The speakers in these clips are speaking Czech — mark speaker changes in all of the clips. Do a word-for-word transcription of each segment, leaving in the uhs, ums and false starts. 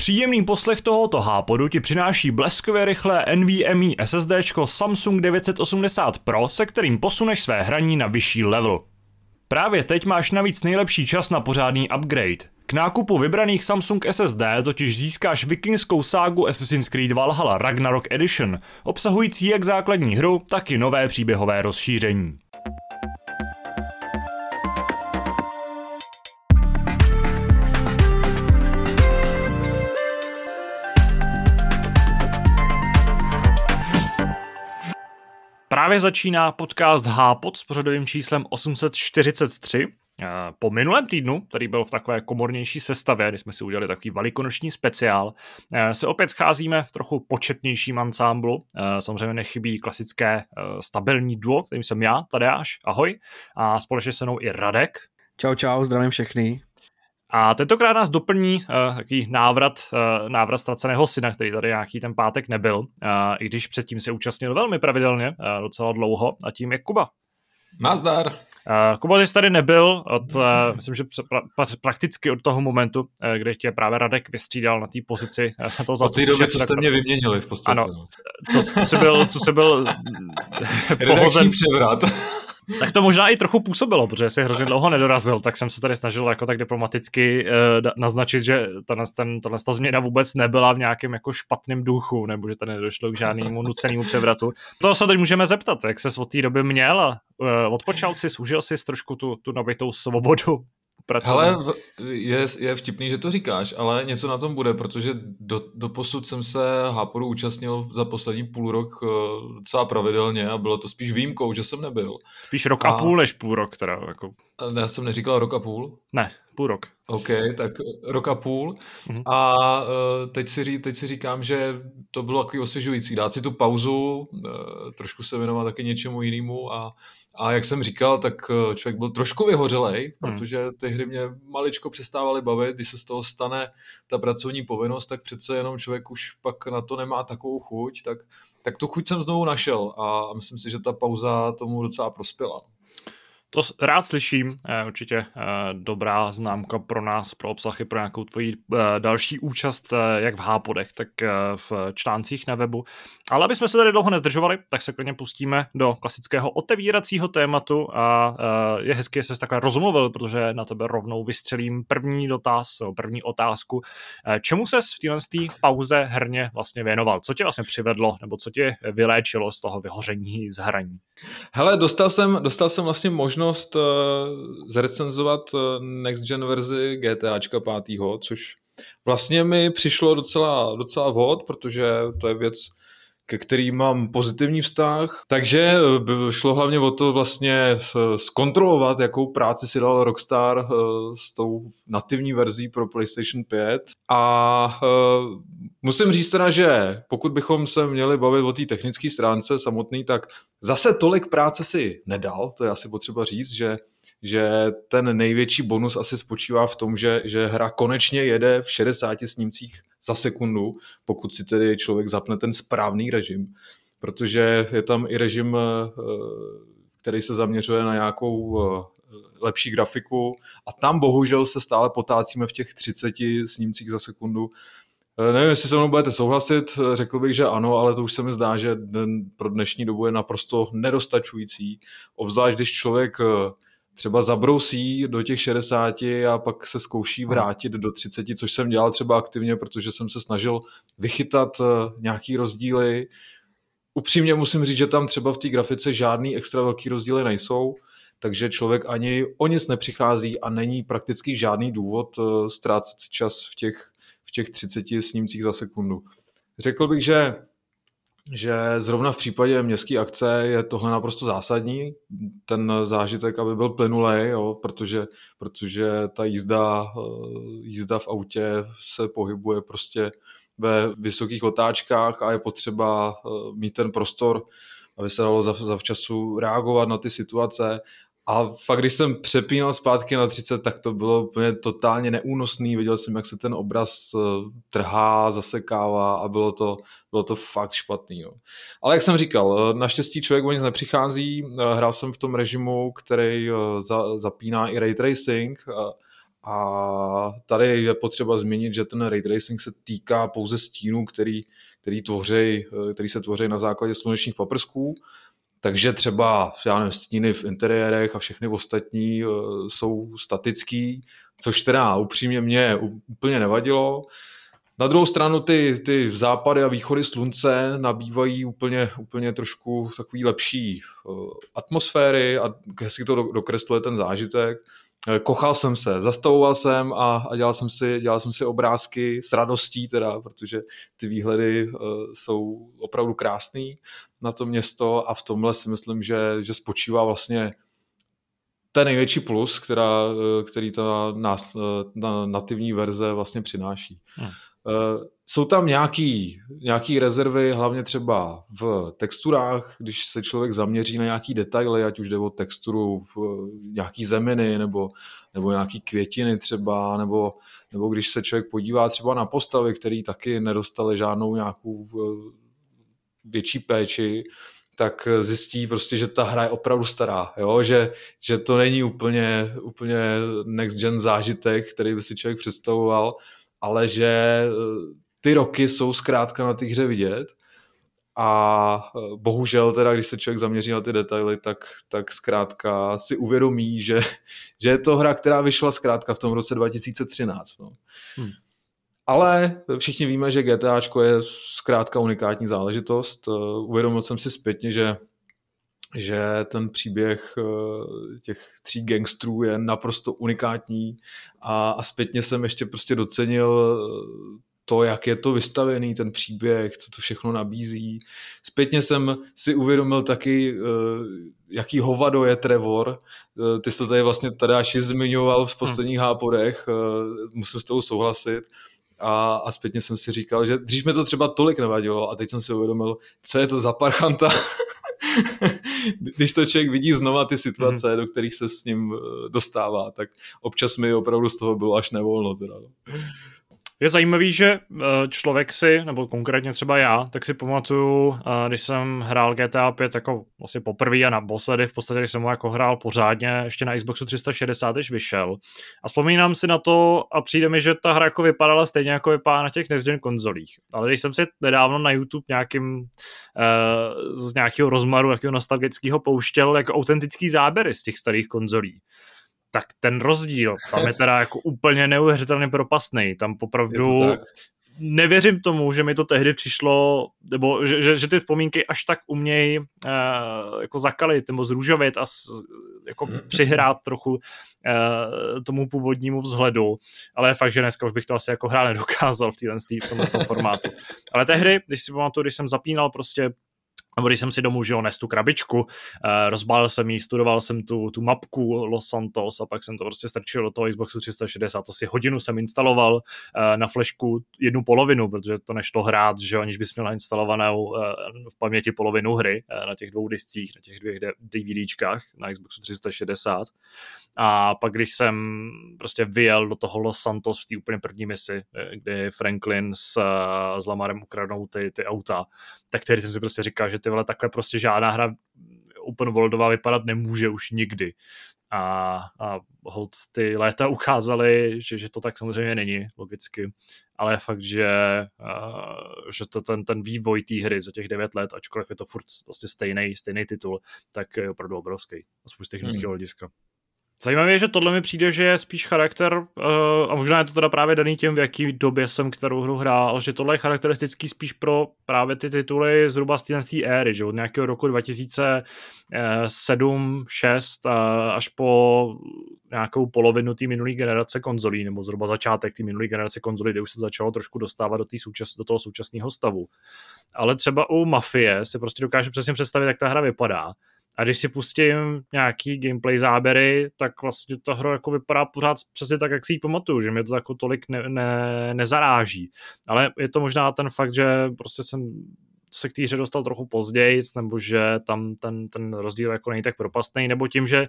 Speaker 1: Příjemný poslech tohoto hápodu ti přináší bleskově rychlé NVMe SSDčko Samsung devět set osmdesát Pro, se kterým posuneš své hraní na vyšší level. Právě teď máš navíc nejlepší čas na pořádný upgrade. K nákupu vybraných Samsung S S D totiž získáš vikingskou ságu Assassin's Creed Valhalla Ragnarok Edition, obsahující jak základní hru, tak i nové příběhové rozšíření. Právě začíná podcast Hápod s pořadovým číslem osm set čtyřicet tři. Po minulém týdnu, který byl v takové komornější sestavě, kdy jsme si udělali takový velikonoční speciál, se opět scházíme v trochu početnějším ansámblu. Samozřejmě nechybí klasické stabilní duo, kterým jsem já, Tadeáš, ahoj, a společně se mnou i Radek.
Speaker 2: Čau, čau, zdravím všechny.
Speaker 1: A tentokrát nás doplní uh, takový návrat, uh, návrat ztraceného syna, který tady nějaký ten pátek nebyl, uh, i když předtím se účastnil velmi pravidelně, uh, docela dlouho, a tím je Kuba.
Speaker 3: Nazdar.
Speaker 1: Uh, Kuba, ty jsi tady nebyl, od, uh, myslím, že pra, pra, prakticky od toho momentu, uh, kdy tě právě Radek vystřídal na té pozici. Uh, toho
Speaker 3: od té doby, co jste mě vyměnili v podstatě.
Speaker 1: Ano, co, co jsi byl, co jsi byl
Speaker 3: pohozen. převrat.
Speaker 1: Tak to možná i trochu působilo, protože jsi hrozně dlouho nedorazil, tak jsem se tady snažil jako tak diplomaticky uh, naznačit, že tenhle, ten, tenhle ta změna vůbec nebyla v nějakém jako špatném duchu, nebo že tady nedošlo k žádnému nucenému převratu. To se teď můžeme zeptat, jak ses od té doby měl a uh, odpočal jsi, užil jsi trošku tu, tu nabitou svobodu.
Speaker 3: Hele, je, je vtipný, že to říkáš, ale něco na tom bude, protože do, doposud jsem se Hápodu účastnil za poslední půl rok docela pravidelně a bylo to spíš výjimkou, že jsem nebyl.
Speaker 1: Spíš rok a, a půl než půl rok teda. Jako.
Speaker 3: Já jsem neříkal rok a půl?
Speaker 1: Ne, půl rok.
Speaker 3: OK, tak rok a půl. Mm-hmm. A teď si, teď si říkám, že to bylo takový osvěžující. Dát si tu pauzu, trošku se věnovat taky něčemu jinému a A jak jsem říkal, tak člověk byl trošku vyhořelej, hmm. protože ty hry mě maličko přestávaly bavit. Když se z toho stane ta pracovní povinnost, tak přece jenom člověk už pak na to nemá takovou chuť. Tak, tak tu chuť jsem znovu našel a myslím si, že ta pauza tomu docela prospěla.
Speaker 1: To rád slyším, určitě dobrá známka pro nás, pro obsahy, pro nějakou tvoji další účast jak v Hápodech, tak v článcích na webu. Ale aby jsme se tady dlouho nezdržovali, tak se klidně pustíme do klasického otevíracího tématu a je hezky, že jsi takhle rozmluvil, protože na tebe rovnou vystřelím první dotaz, první otázku. Čemu ses v téhle pauze herně vlastně věnoval? Co tě vlastně přivedlo, nebo co tě vyléčilo z toho vyhoření z hraní?
Speaker 3: Hele, dostal jsem, dostal jsem vlastně možnost uh, zrecenzovat uh, next gen verzi GTAčka pátého, což vlastně mi přišlo docela, docela vhod, protože to je věc, ke který mám pozitivní vztah. Takže šlo hlavně o to vlastně zkontrolovat, jakou práci si dal Rockstar s tou nativní verzí pro PlayStation pět. A musím říct teda, že pokud bychom se měli bavit o té technické stránce samotný, tak zase tolik práce si nedal. To je asi potřeba říct, že že ten největší bonus asi spočívá v tom, že, že hra konečně jede v šedesáti snímcích za sekundu, pokud si tedy člověk zapne ten správný režim, protože je tam i režim, který se zaměřuje na nějakou lepší grafiku a tam bohužel se stále potácíme v těch třiceti snímcích za sekundu. Nevím, jestli se mnou budete souhlasit, řekl bych, že ano, ale to už se mi zdá, že den pro dnešní dobu je naprosto nedostačující, obzvlášť když člověk třeba zabrousí do těch šedesáti a pak se zkouší vrátit do třiceti, což jsem dělal třeba aktivně, protože jsem se snažil vychytat nějaký rozdíly. Upřímně musím říct, že tam třeba v té grafice žádný extra velký rozdíly nejsou, takže člověk ani o nic nepřichází a není prakticky žádný důvod ztrácet čas v těch, v těch třiceti snímcích za sekundu. Řekl bych, že že zrovna v případě městské akce je tohle naprosto zásadní, ten zážitek, aby byl plynulej, jo, protože, protože ta jízda, jízda v autě se pohybuje prostě ve vysokých otáčkách a je potřeba mít ten prostor, aby se dalo zavčasu reagovat na ty situace. A fakt, když jsem přepínal zpátky na třicet, tak to bylo úplně totálně neúnosný. Viděl jsem, jak se ten obraz trhá, zasekává a bylo to, bylo to fakt špatný. Jo. Ale jak jsem říkal, naštěstí člověk o nic nepřichází. Hrál jsem v tom režimu, který za, zapíná i ray tracing A tady je potřeba zmínit, že ten ray tracing se týká pouze stínů, který, který, tvořej, který se tvoří na základě slunečních paprsků. Takže třeba já nevím, stíny v interiérech a všechny ostatní jsou statický, což teda upřímně mě úplně nevadilo. Na druhou stranu ty, ty západy a východy slunce nabývají úplně, úplně trošku takový lepší atmosféry a hezky to dokresluje ten zážitek. Kochal jsem se, zastavoval jsem a, a dělal, jsem si, dělal jsem si obrázky s radostí teda, protože ty výhledy uh, jsou opravdu krásný na to město a v tomhle si myslím, že, že spočívá vlastně ten největší plus, která, který ta, nás, ta nativní verze vlastně přináší. Hmm. Uh, jsou tam nějaký, nějaký rezervy, hlavně třeba v texturách, když se člověk zaměří na nějaký detaily, ať už jde o texturu v nějaký zeminy nebo, nebo nějaký květiny třeba, nebo, nebo když se člověk podívá třeba na postavy, které taky nedostaly žádnou nějakou větší péči, tak zjistí prostě, že ta hra je opravdu stará, jo? Že, že to není úplně, úplně next gen zážitek, který by si člověk představoval, ale že ty roky jsou zkrátka na té hře vidět a bohužel teda, když se člověk zaměří na ty detaily, tak, tak zkrátka si uvědomí, že, že je to hra, která vyšla zkrátka v tom roce dva tisíce třináct. No. Hmm. Ale všichni víme, že GTAčko je zkrátka unikátní záležitost. Uvědomil jsem si zpětně, že že ten příběh těch tří gangstrů je naprosto unikátní a, a zpětně jsem ještě prostě docenil to, jak je to vystavený, ten příběh, co to všechno nabízí. Zpětně jsem si uvědomil taky, jaký hovado je Trevor. Ty jsi to tady vlastně Tadáši zmiňoval v posledních hmm. hápodech, musím s tou souhlasit. A, a zpětně jsem si říkal, že dřív mi to třeba tolik nevadilo a teď jsem si uvědomil, co je to za parchanta. Když to člověk vidí znova ty situace, mm. do kterých se s ním dostává, tak občas mi opravdu z toho bylo až nevolno. Teda.
Speaker 1: Je zajímavý, že člověk si, nebo konkrétně třeba já, tak si pamatuju, když jsem hrál G T A pět jako vlastně poprvé a naposledy, v podstatě, když jsem ho jako hrál pořádně, ještě na Xboxu tři sta šedesát, když vyšel. A vzpomínám si na to a přijde mi, že ta hra jako vypadala stejně jako vypadá na těch next gen konzolích. Ale když jsem si nedávno na YouTube nějakým uh, z nějakého rozmaru, jakého nostalgického pouštěl jako autentický záběry z těch starých konzolí, tak ten rozdíl tam je teda jako úplně neuvěřitelně propastný. Tam popravdu nevěřím tomu, že mi to tehdy přišlo, nebo že, že, že ty vzpomínky až tak umějí uh, jako zakalit nebo zrůžovit a s, jako přihrát trochu uh, tomu původnímu vzhledu. Ale je fakt, že dneska už bych to asi jako hrát nedokázal v, týhle, v tomhle formátu. Ale tehdy, když si pamatuju, když jsem zapínal prostě nebo když jsem si domů žil nes tu krabičku, eh, rozbálil jsem ji, studoval jsem tu, tu mapku Los Santos a pak jsem to prostě strčil do toho Xboxu tři sta šedesát. Asi hodinu jsem instaloval eh, na flashku jednu polovinu, protože to nešlo hrát, že aniž bys měl instalovanou eh, v paměti polovinu hry eh, na těch dvou discích, na těch dvou DVDčkách na Xboxu tři sta šedesát. A pak když jsem prostě vyjel do toho Los Santos v té úplně první misi, kdy Franklin s, s Lamarem ukradnou ty, ty auta, tak tehdy jsem si prostě říkal, že ty vole, takhle prostě žádná hra open worldová vypadat nemůže už nikdy. A, a hold ty léta ukázaly, že, že to tak samozřejmě není, logicky. Ale je fakt, že, uh, že to, ten, ten vývoj té hry za těch devět let, ačkoliv je to furt vlastně stejný, stejný titul, tak je opravdu obrovský. Aspoň z technického hlediska. Zajímavé je, že tohle mi přijde, že je spíš charakter, uh, a možná je to teda právě daný tím, v jaký době jsem kterou hru hrál, ale že tohle je charakteristický spíš pro právě ty tituly zhruba z té éry, že od nějakého roku dva tisíce sedm šest uh, až po nějakou polovinu té minulé generace konzolí, nebo zhruba začátek té minulé generace konzolí, kde už se začalo trošku dostávat do, součas, do toho současného stavu. Ale třeba u Mafie si prostě dokážu přesně představit, jak ta hra vypadá. A když si pustím nějaký gameplay záběry, tak vlastně ta hra jako vypadá pořád přesně tak, jak si ji pamatuju, že mě to jako tolik ne, ne, nezaráží. Ale je to možná ten fakt, že prostě jsem se k té hře dostal trochu později, nebo že tam ten, ten rozdíl jako není tak propastný, nebo tím, že uh,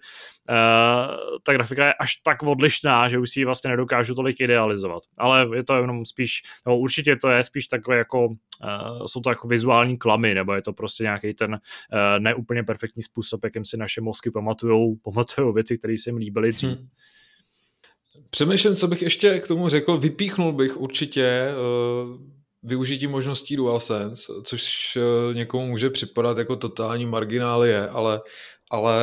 Speaker 1: ta grafika je až tak odlišná, že už si ji vlastně nedokážu tolik idealizovat. Ale je to jenom spíš, nebo určitě to je spíš takové jako, uh, jsou to jako vizuální klamy, nebo je to prostě nějaký ten uh, neúplně perfektní způsob, jakým si naše mozky pamatujou, pamatujou věci, které se jim líbily dřív. Hmm.
Speaker 3: Přemýšlím, co bych ještě k tomu řekl. Vypíchnul bych určitě uh, využití možností DualSense, což uh, někomu může připadat jako totální marginálie, ale, ale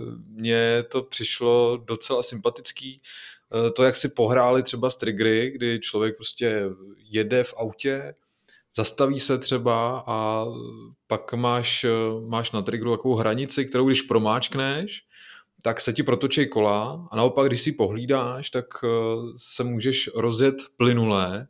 Speaker 3: mně to přišlo docela sympatický. Uh, to, jak si pohráli třeba s triggery, kdy člověk prostě jede v autě, zastaví se třeba a pak máš, máš na triggeru takovou hranici, kterou když promáčkneš, tak se ti protočí kola a naopak, když si pohlídáš, tak se můžeš rozjet plynulé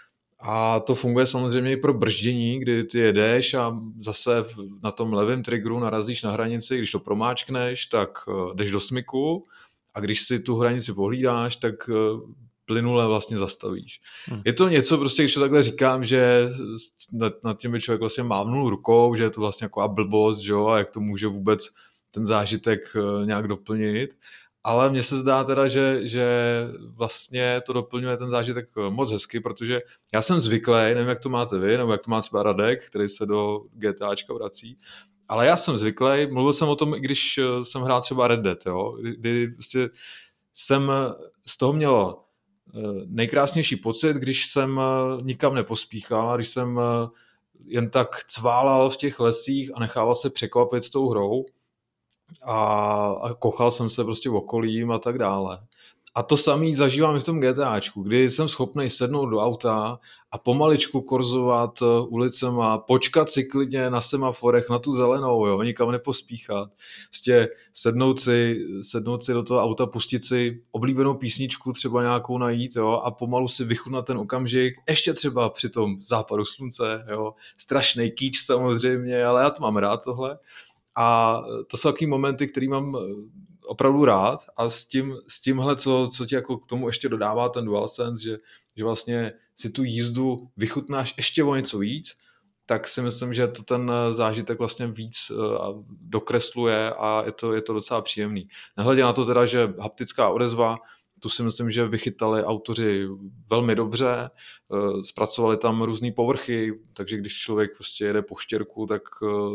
Speaker 3: a to funguje samozřejmě i pro brždění, kdy ty jedeš a zase na tom levém triggeru narazíš na hranici, když to promáčkneš, tak jdeš do smyku a když si tu hranici pohlídáš, tak plynule vlastně zastavíš. Hmm. Je to něco prostě, když to takhle říkám, že nad, nad tím by člověk vlastně mávnul rukou, že je to vlastně taková blbost, že jo, a jak to může vůbec ten zážitek nějak doplnit. Ale mně se zdá teda, že, že vlastně to doplňuje ten zážitek moc hezky, protože já jsem zvyklý, nevím, jak to máte vy, nebo jak to má třeba Radek, který se do GTAčka vrací, ale já jsem zvyklý, mluvil jsem o tom, i když jsem hrál třeba Red Dead, jo, kdy prostě jsem z toho měl nejkrásnější pocit, když jsem nikam nepospíchal a když jsem jen tak cválal v těch lesích a nechával se překvapit tou hrou a, a kochal jsem se prostě v okolím a tak dále. A to samý zažívám i v tom GTAčku, kdy jsem schopný sednout do auta a pomaličku korzovat ulicema, počkat si klidně na semaforech, na tu zelenou, jo, nikam nepospíchat. Prostě sednout si, sednout si do toho auta, pustit si oblíbenou písničku, třeba nějakou najít, jo, a pomalu si vychutnat ten okamžik, ještě třeba při tom západu slunce, jo. Strašnej kýč samozřejmě, ale já to mám rád tohle. A to jsou taky momenty, který mám opravdu rád a s, tím, s tímhle, co, co ti jako k tomu ještě dodává ten DualSense, že, že vlastně si tu jízdu vychutnáš ještě o něco víc, tak si myslím, že to ten zážitek vlastně víc dokresluje a je to, je to docela příjemný. Nehledě na to teda, že haptická odezva, tu si myslím, že vychytali autoři velmi dobře, zpracovali tam různý povrchy, takže když člověk prostě jede po štěrku, tak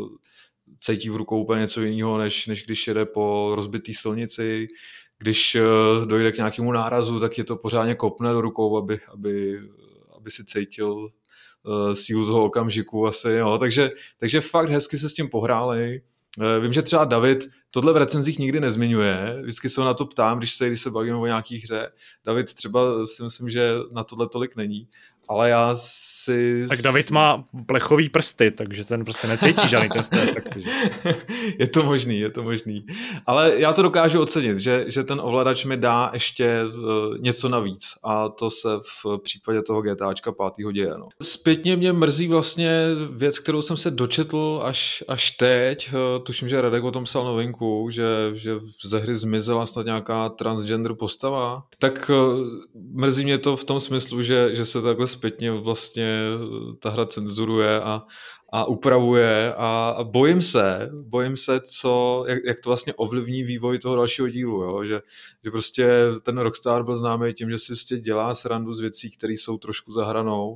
Speaker 3: cítí v rukou úplně něco jiného, než, než když jede po rozbitý silnici. Když dojde k nějakému nárazu, tak je to pořádně kopne do rukou, aby, aby, aby si cítil uh, sílu toho okamžiku asi. Jo. Takže, takže fakt hezky se s tím pohráli. Uh, vím, že třeba David tohle v recenzích nikdy nezmiňuje. Vždycky se ho na to ptám, když se, když se bavíme o nějaký hře. David třeba si myslím, že na tohle tolik není. Ale já si...
Speaker 1: Tak David má plechový prsty, takže ten prostě necítí žádný ten efekt.
Speaker 3: Je to možný, je to možný. Ale já to dokážu ocenit, že, že ten ovladač mi dá ještě uh, něco navíc a to se v případě toho GTAčka pátého děje. No. Zpětně mě mrzí vlastně věc, kterou jsem se dočetl až, až teď. Uh, tuším, že Radek o tom psal novinku, že, že ze hry zmizela snad nějaká transgender postava. Tak uh, mrzí mě to v tom smyslu, že, že se takhle zpětně vlastně ta hra cenzuruje a, a upravuje a, a bojím se, bojím se, co, jak, jak to vlastně ovlivní vývoj toho dalšího dílu, jo? Že, že prostě ten Rockstar byl známý tím, že si prostě dělá srandu z věcí, které jsou trošku za hranou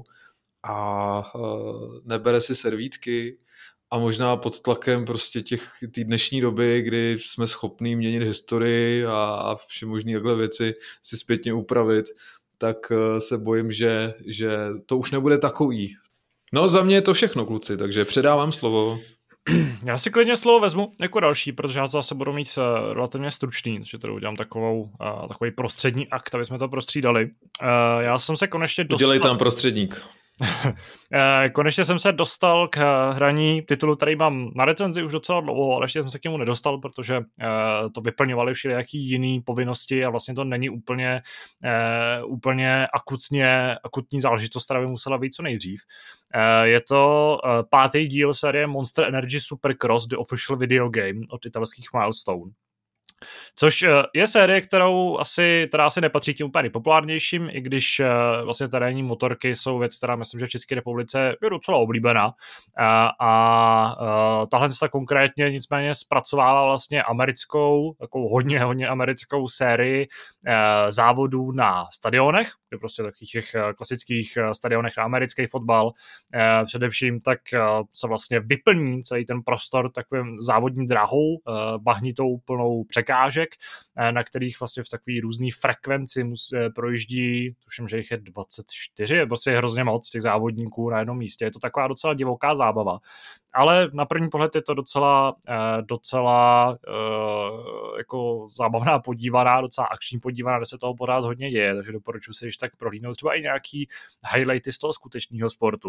Speaker 3: a uh, nebere si servítky a možná pod tlakem prostě těch té dnešní doby, kdy jsme schopní měnit historii a, a všemožné takhle věci si zpětně upravit, tak se bojím, že, že to už nebude takový. No za mě je to všechno, kluci, takže předávám slovo.
Speaker 1: Já si klidně slovo vezmu jako další, protože já to zase budu mít relativně stručný, takže tady udělám takovou, uh, takový prostřední akt, aby jsme to prostřídali. Uh, já jsem se konečně dostal...
Speaker 3: Udělej tam prostředník.
Speaker 1: Konečně jsem se dostal k hraní titulu, který mám na recenzi už docela dlouho, ale ještě jsem se k němu nedostal, protože to vyplňovaly všelijaký jiný povinnosti a vlastně to není úplně, úplně akutně, akutní záležitost, která by musela být co nejdřív. Je to pátý díl série Monster Energy Supercross The Official Video Game od italských Milestone. Což je série, kterou asi, která asi nepatří tím úplně nejpopulárnějším, i když vlastně terénní motorky jsou věc, která myslím, že v České republice je docela oblíbená. A, a tahle ta konkrétně nicméně zpracovává vlastně americkou, takovou hodně, hodně americkou sérii závodů na stadionech, kde prostě takových těch klasických stadionech na americký fotbal. Především tak se vlastně vyplní celý ten prostor takovým závodní dráhou, bahnitou plnou přek překážek, na kterých vlastně v takové různé frekvenci mus, projíždí, tuším, že jich je dvacet čtyři, prostě je hrozně moc těch závodníků na jednom místě. Je to taková docela divoká zábava. Ale na první pohled je to docela, docela jako zábavná podívaná, docela akční podívaná, kde se toho pořád hodně děje, takže doporučuji si když tak prohlídnout třeba i nějaký highlighty z toho skutečného sportu.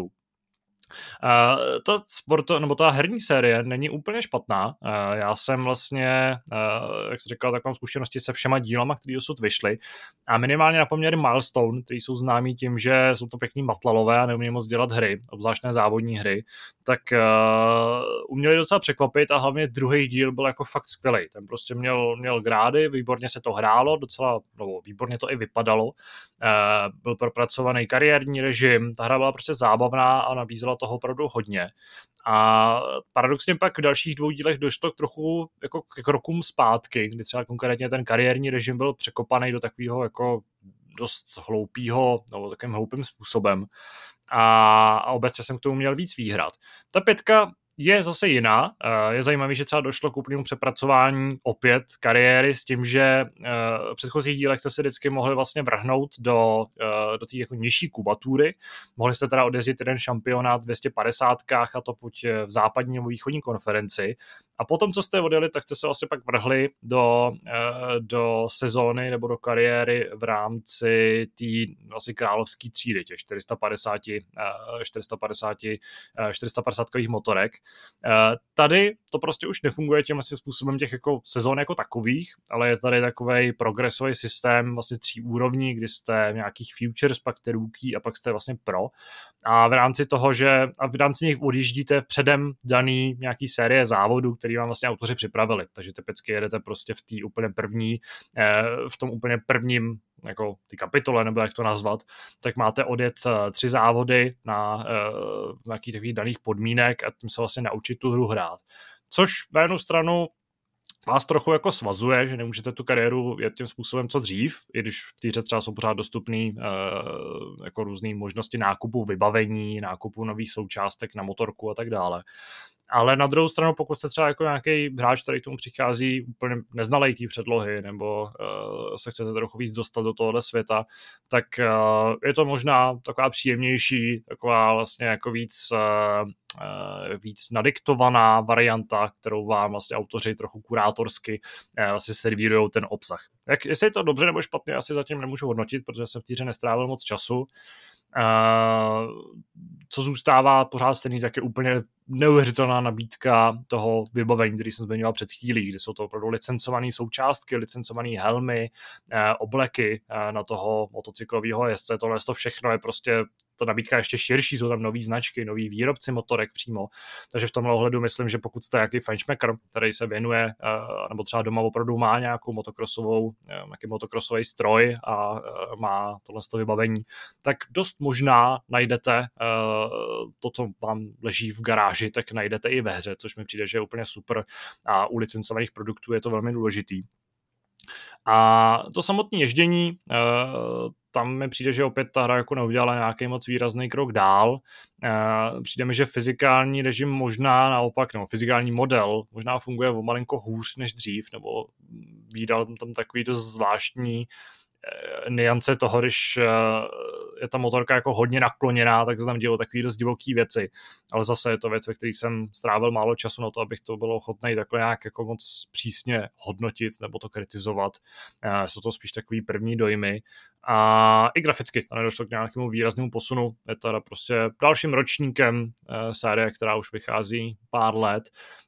Speaker 1: Uh, ta sport, nebo ta herní série není úplně špatná. Uh, já jsem vlastně, uh, jak jsem říkal, tak mám zkušenosti se všema dílama, které dosud vyšly. A minimálně na poměry Milestone, který jsou známí tím, že jsou to pěkný matlalové a neumí moc dělat hry, obzvláštné závodní hry, tak uh, uměli docela překvapit a hlavně druhý díl byl jako fakt skvělej. Ten prostě měl, měl grády, výborně se to hrálo, docela, no, výborně to i vypadalo. Uh, byl propracovaný kariérní režim, ta hra byla prostě zábavná a nabízela toho opravdu hodně. A paradoxně pak v dalších dvou dílech došlo k trochu jako k krokům zpátky, kdy třeba konkrétně ten kariérní režim byl překopaný do takového jako dost hloupýho, nebo takovým hloupým způsobem. A, a obecně jsem k tomu měl víc výhrad. Ta pětka je zase jiná. Je zajímavý, že třeba došlo k úplnému přepracování opět kariéry s tím, že v předchozích dílech jste se vždycky mohli vlastně vrhnout do, do té jako nižší kubatury. Mohli jste teda odjezdit jeden šampionát v dvě stě padesátkách a to buď v západní nebo východní konferenci. A potom, co jste odjeli, tak jste se vlastně pak vrhli do, do sezóny nebo do kariéry v rámci té vlastně královské třídy, těch čtyři sta padesát, čtyři sta padesát, čtyři sta padesátkových motorek. Tady to prostě už nefunguje tím vlastně způsobem těch jako sezón jako takových, ale je tady takovej progresový systém vlastně tří úrovní, kdy jste v nějakých futures, pak jste rookie a pak jste vlastně pro. A v rámci toho, že a v rámci nich odjíždíte v předem daný nějaký série závodů, který vám vlastně autoři připravili. Takže typicky jedete prostě v té úplně první, v tom úplně prvním jako ty kapitole, nebo jak to nazvat, tak máte odjet tři závody na uh, nějakých takových daných podmínek a tím se vlastně naučit tu hru hrát. Což na jednu stranu vás trochu jako svazuje, že nemůžete tu kariéru jet tím způsobem, co dřív, i když v té hře třeba jsou pořád dostupný uh, jako různé možnosti nákupu vybavení, nákupu nových součástek na motorku a tak dále. Ale na druhou stranu, pokud jste třeba jako nějaký hráč, který k tomu přichází úplně neznalej té předlohy, nebo uh, se chcete trochu víc dostat do tohohle světa, tak uh, je to možná taková příjemnější, taková vlastně jako víc, uh, uh, víc nadiktovaná varianta, kterou vám vlastně autoři trochu kurátorsky uh, vlastně servírujou ten obsah. Jak, jestli je to dobře nebo špatně, asi zatím nemůžu hodnotit, protože jsem v té hře nestrávil moc času. Uh, co zůstává pořád stejný, tak je úplně neuvěřitelná nabídka toho vybavení, který jsem zmiňoval před chvílí, kde jsou to opravdu licencované součástky, licencované helmy, eh, obleky eh, na toho motocyklového jezdce, tohle to všechno je prostě, ta nabídka je ještě širší, jsou tam nový značky, noví výrobci motorek přímo, takže v tomhle ohledu myslím, že pokud jste nějaký fajnšmekr, který se věnuje, eh, nebo třeba doma opravdu má nějakou motokrosovou, eh, nějaký motokrosový stroj a eh, má tohle to vybavení, tak dost možná najdete eh, to, co vám leží v garáži, tak najdete i ve hře, což mi přijde, že je úplně super a u licencovaných produktů je to velmi důležitý. A to samotné ježdění, tam mi přijde, že opět ta hra jako neudělala nějaký moc výrazný krok dál. Přijde mi, že fyzikální režim možná naopak, nebo fyzikální model možná funguje o malinko hůř než dřív, nebo vídal tam takový dost zvláštní niance toho, když je ta motorka jako hodně nakloněná, tak se tam dělo takový dost divoký věci. Ale zase je to věc, ve které jsem strávil málo času na to, abych to bylo ochotný takhle nějak jako moc přísně hodnotit nebo to kritizovat. Jsou to spíš takový první dojmy. A i graficky to nedošlo k nějakému výraznému posunu. Je teda prostě dalším ročníkem série, která už vychází pár let.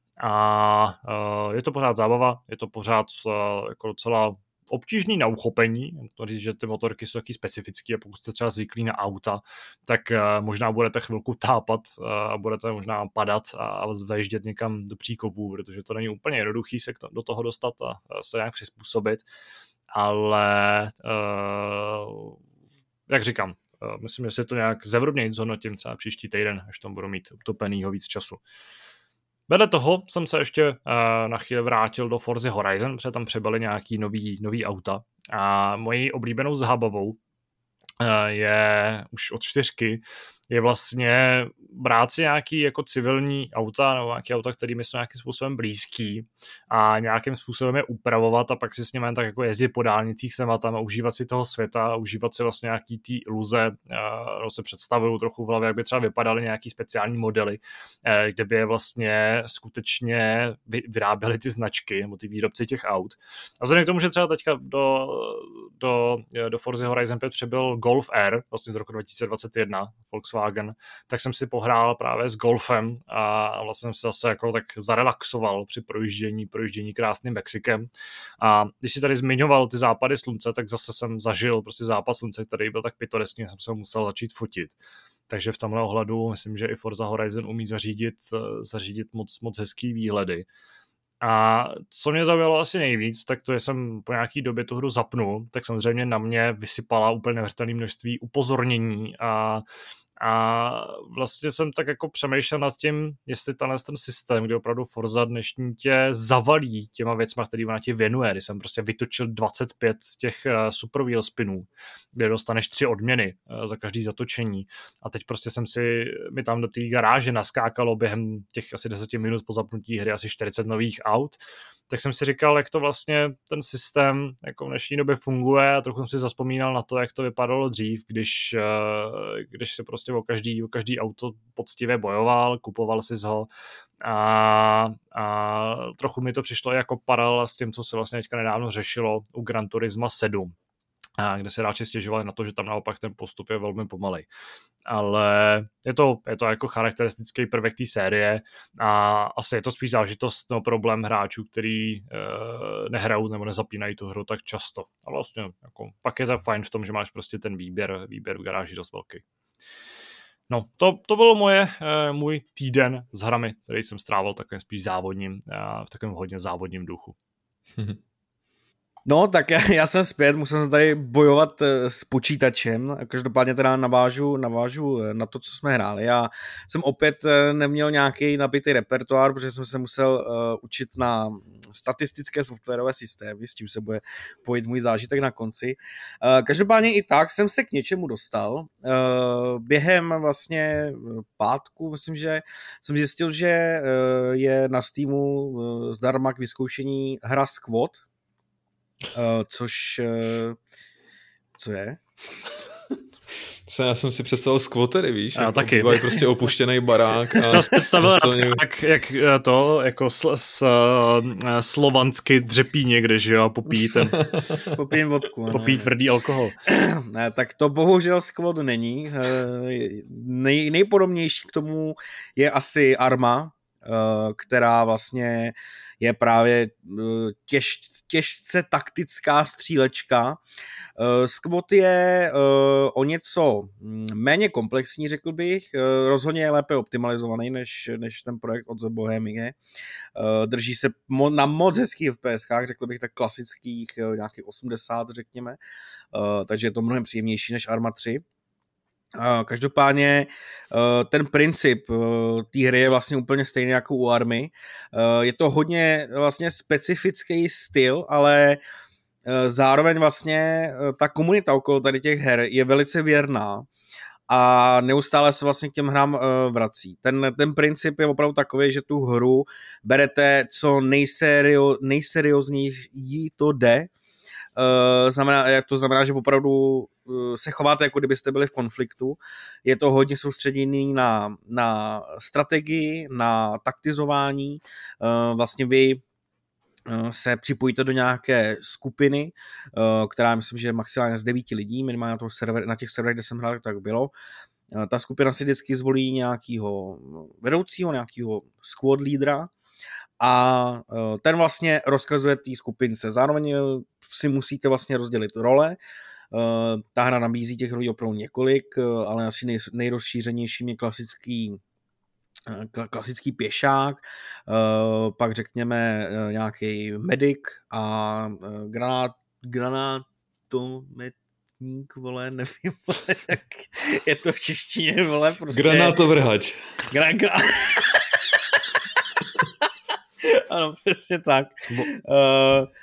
Speaker 1: A je to pořád zábava, je to pořád jako docela obtížný na uchopení, to říct, že ty motorky jsou taky specifické a pokud jste třeba zvyklí na auta, tak uh, možná budete chvilku tápat uh, a budete možná padat a, a zajíždět někam do příkopů, protože to není úplně jednoduchý se do toho dostat a, a se nějak přizpůsobit, ale uh, jak říkám, uh, myslím, že si to nějak zevrubněji zhodnotím třeba příští týden, až tam budu mít utopenýho víc času. Vedle toho jsem se ještě uh, na chvíli vrátil do Forza Horizon, protože tam přebyly nějaký nový, nový auta a mojí oblíbenou zábavou uh, je už od čtyřky je vlastně brát si nějaký jako civilní auta nebo nějaký auta, kterými jsou nějakým způsobem blízký a nějakým způsobem je upravovat a pak si s nimi tak jako jezdit po dálnicích sem a tam a užívat si toho světa a užívat si vlastně nějaký ty iluze, no se představují trochu v hlavě, jak by třeba vypadaly nějaký speciální modely, kde by je vlastně skutečně vyráběly ty značky nebo ty výrobci těch aut. A vzhledem k tomu, že třeba teďka do, do, do Forza Horizon pět přebyl Golf R, vlastně z roku dva tisíce dvacet jedna, Volkswagen, tak jsem si pohrál právě s Golfem a vlastně jsem se zase jako tak zarelaxoval při projíždění, projíždění krásným Mexikem. A když si tady zmiňoval ty západy slunce, tak zase jsem zažil prostě západ slunce, který byl tak pitoreský, jsem se ho musel začít fotit. Takže v tomhle ohledu myslím, že i Forza Horizon umí zařídit, zařídit moc, moc hezký výhledy. A co mě zaujalo asi nejvíc, tak to, že jsem po nějaký době tu hru zapnul, tak samozřejmě na mě vysypala úplně neuvěřitelné množství upozornění a A vlastně jsem tak jako přemýšlel nad tím, jestli tenhle ten systém, kde opravdu Forza dnešní tě zavalí těma věcma, který ona ti věnuje, kdy jsem prostě vytočil dvacet pět z těch super wheel spinů, kde dostaneš tři odměny za každý zatočení. A teď prostě jsem si, mi tam do té garáže naskákalo během těch asi deset minut po zapnutí hry asi čtyřicet nových aut, tak jsem si říkal, jak to vlastně ten systém jako v dnešní době funguje a trochu jsem si zazpomínal na to, jak to vypadalo dřív, když, když se prostě o každý, o každý auto poctivě bojoval, kupoval si ho a, a trochu mi to přišlo jako paralela s tím, co se vlastně teďka nedávno řešilo u Gran Turisma sedm. A kde se radši stěžovali na to, že tam naopak ten postup je velmi pomalej. Ale je to, je to jako charakteristický prvek té série a asi je to spíš záležitost no, problém hráčů, který e, nehrajou nebo nezapínají tu hru tak často. A vlastně jako, pak je to fajn v tom, že máš prostě ten výběr, výběr v garáži dost velký. No, to, to bylo moje, e, můj týden s hrami, který jsem strávil takovým spíš závodním, e, v takovém hodně závodním duchu.
Speaker 2: No, tak já, já jsem zpět, musel jsem tady bojovat s počítačem, každopádně teda navážu, navážu na to, co jsme hráli. Já jsem opět neměl nějaký nabitý repertoár, protože jsem se musel uh, učit na statistické softwarové systémy, s tím se bude pojít můj zážitek na konci. Uh, každopádně i tak jsem se k něčemu dostal. Uh, během vlastně pátku, myslím, že jsem zjistil, že uh, je na Steamu uh, zdarma k vyzkoušení hra Squad, Uh, což, uh, co je?
Speaker 3: Já jsem si představil squattery, víš?
Speaker 1: Já taky.
Speaker 3: Bývají prostě opuštěný barák.
Speaker 1: Já jsem si představil
Speaker 3: někde...
Speaker 1: jak, jak to, jako sl, s, slovansky dřepí někde, že jo, popíjí ten...
Speaker 2: popíjí vodku.
Speaker 1: Popíjí tvrdý alkohol.
Speaker 2: Ne, tak to bohužel Squad není. Nej, nejpodobnější k tomu je asi Arma, která vlastně je právě těž, těžce taktická střílečka. Squad je o něco méně komplexní, řekl bych. Rozhodně je lépe optimalizovaný než, než ten projekt od Bohemie. Drží se na moc hezkých F P S kách, řekl bych tak klasických, nějakých osmdesát, řekněme. Takže je to mnohem příjemnější než Arma tři. Každopádně ten princip té hry je vlastně úplně stejný jako u Army. Je to hodně vlastně specifický styl, ale zároveň vlastně ta komunita okolo tady těch her je velice věrná a neustále se vlastně k těm hrám vrací. Ten, ten princip je opravdu takový, že tu hru berete co nejserio, nejseriózněji to jde. Znamená, to znamená, že opravdu se chováte, jako kdybyste byli v konfliktu. Je to hodně soustředěný na, na strategii, na taktizování. Vlastně vy se připojíte do nějaké skupiny, která myslím, že je maximálně z devíti lidí, minimálně na, toho server, na těch serverech, kde jsem hrál, tak bylo. Ta skupina si vždycky zvolí nějakého vedoucího, nějakého squad lídra a ten vlastně rozkazuje té skupince. Zároveň si musíte vlastně rozdělit role. Ta hra nabízí těch rolí opravdu několik, ale asi nej, nejrozšířenějším je klasický, klasický pěšák, pak řekněme nějaký medic a granát, granátometník, vole, nevím, vole, jak je to v češtině, vole, prostě.
Speaker 3: Granátovrhač.
Speaker 2: Gra, gra... Ano, přesně tak. Bo... Uh,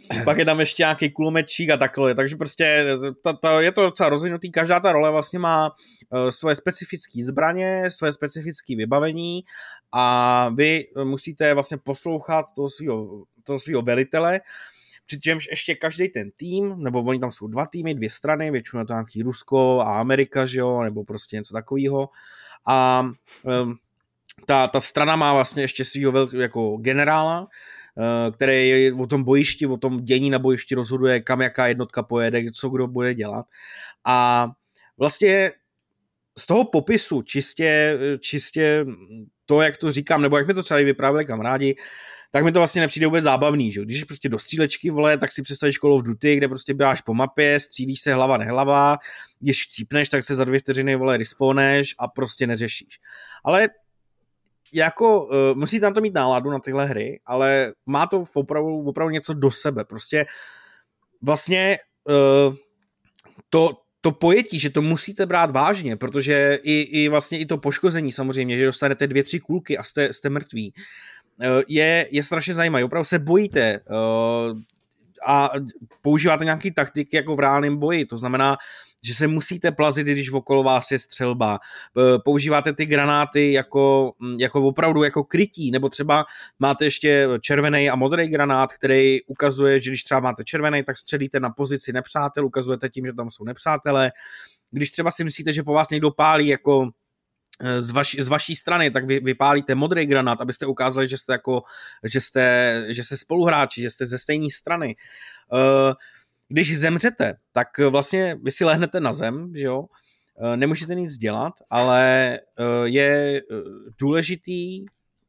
Speaker 2: pak je tam ještě nějaký kulomečík a takhle, takže prostě ta, ta, je to docela rozvinutý, každá ta role vlastně má uh, svoje specifické zbraně, svoje specifické vybavení a vy musíte vlastně poslouchat toho svýho, toho svýho velitele, přičemž ještě každý ten tým, nebo oni tam jsou dva týmy, dvě strany, většinou je to nějaký Rusko a Amerika, že jo, nebo prostě něco takového a um, ta, ta strana má vlastně ještě svýho velkého jako generála, který je o tom bojišti, o tom dění na bojišti rozhoduje, kam jaká jednotka pojede, co kdo bude dělat. A vlastně z toho popisu čistě, čistě to, jak to říkám, nebo jak mi to třeba vyprávěli kamarádi, tak mi to vlastně nepřijde vůbec zábavný, že? Když prostě do střílečky, vole, tak si představíš Call of Duty, kde prostě běháš po mapě, střílíš se hlava nehlava, když chcípneš, tak se za dvě vteřiny, vole, respawneš a prostě neřešíš. Ale jako, uh, musí tam to mít náladu na tyhle hry, ale má to opravdu, opravdu něco do sebe. Prostě vlastně uh, to, to pojetí, že to musíte brát vážně, protože i, i vlastně i to poškození samozřejmě, že dostanete dvě, tři kulky a jste, jste mrtví, uh, je, je strašně zajímavé. Opravdu se bojíte uh, a používáte nějaký taktiky jako v reálném boji, to znamená, že se musíte plazit, když okolo vás je střelba. Používáte ty granáty jako, jako opravdu jako krytí, nebo třeba máte ještě červený a modrý granát, který ukazuje, že když třeba máte červený, tak střelíte na pozici nepřátel, ukazujete tím, že tam jsou nepřátelé. Když třeba si myslíte, že po vás někdo pálí jako z, vaš, z vaší strany, tak vy vypálíte modrý granát, abyste ukázali, že jste jako, že jste, že jste spoluhráči, že jste ze stejné strany. Uh, Když zemřete, tak vlastně vy si lehnete na zem, že jo? Nemůžete nic dělat, ale je důležitý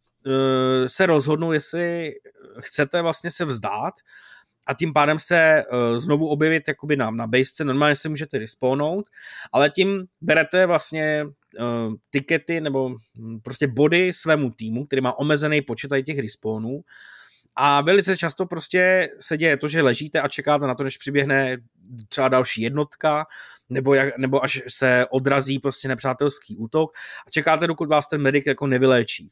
Speaker 2: se rozhodnout, jestli chcete vlastně se vzdát a tím pádem se znovu objevit jakoby na, na basece, normálně se můžete respawnout, ale tím berete vlastně tikety nebo prostě body svému týmu, který má omezený počet těch respawnů. A velice často prostě se děje to, že ležíte a čekáte na to, než přiběhne třeba další jednotka, nebo, jak, nebo až se odrazí prostě nepřátelský útok a čekáte, dokud vás ten medic jako nevyléčí.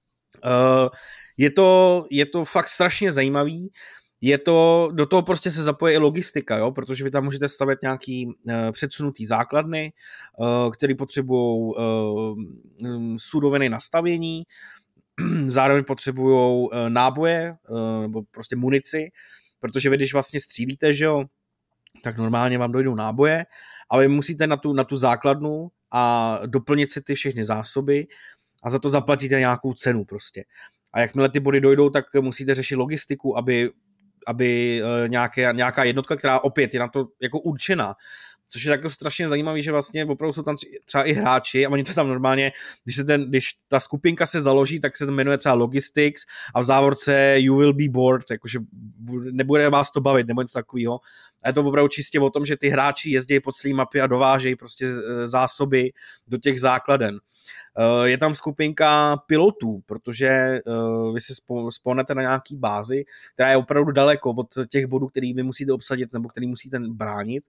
Speaker 2: Uh, je, to, je to fakt strašně zajímavý, je to, do toho prostě se zapojí i logistika, jo? Protože vy tam můžete stavět nějaký uh, předsunutý základny, uh, které potřebují uh, suroviny na stavění, zároveň potřebují náboje nebo prostě munici, protože vy když vlastně střílíte, že jo, tak normálně vám dojdou náboje, ale vy musíte na tu, na tu základnu a doplnit si ty všechny zásoby a za to zaplatíte nějakou cenu prostě. A jakmile ty body dojdou, tak musíte řešit logistiku, aby, aby nějaké, nějaká jednotka, která opět je na to jako určená, což je jako strašně zajímavý, že vlastně opravdu jsou tam třeba i hráči a oni to tam normálně, když, se ten, když ta skupinka se založí, tak se to jmenuje třeba Logistics a v závorce You will be bored, jakože nebude vás to bavit nebo něco takového. A je to opravdu čistě o tom, že ty hráči jezdí po celé mapě a dovážejí prostě zásoby do těch základen. Je tam skupinka pilotů, protože vy si spawnete na nějaký bázi, která je opravdu daleko od těch bodů, který vy musíte obsadit nebo který musíte bránit.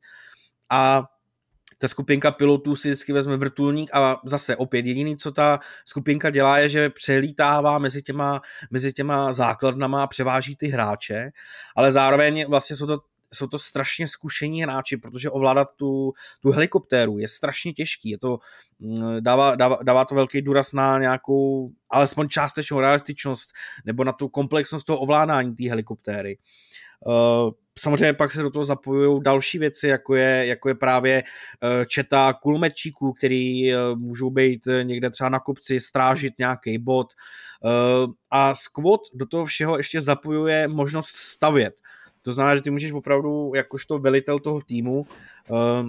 Speaker 2: A ta skupinka pilotů si vždycky vezme vrtulník a zase opět jediný, co ta skupinka dělá, je, že přelítává mezi těma, mezi těma základnama a převáží ty hráče, ale zároveň vlastně jsou to, jsou to strašně zkušení hráči, protože ovládat tu, tu helikoptéru je strašně těžký. Je to, dává, dává, dává to velký důraz na nějakou alespoň částečnou realističnost nebo na tu komplexnost toho ovládání té helikoptéry. Uh, samozřejmě pak se do toho zapojují další věci, jako je, jako je právě uh, četa kulmetčíků, který uh, můžou být někde třeba na kopci, strážit nějaký bod. Uh, a squad do toho všeho ještě zapojuje možnost stavět. To znamená, že ty můžeš opravdu, jakožto velitel toho týmu, uh,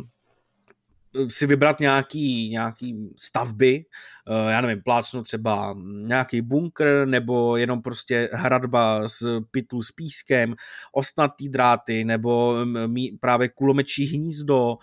Speaker 2: si vybrat nějaký, nějaký stavby, já nevím, plácnu třeba nějaký bunkr, nebo jenom prostě hradba z pytlu s pískem, ostnatý dráty, nebo právě kulomečí hnízdo,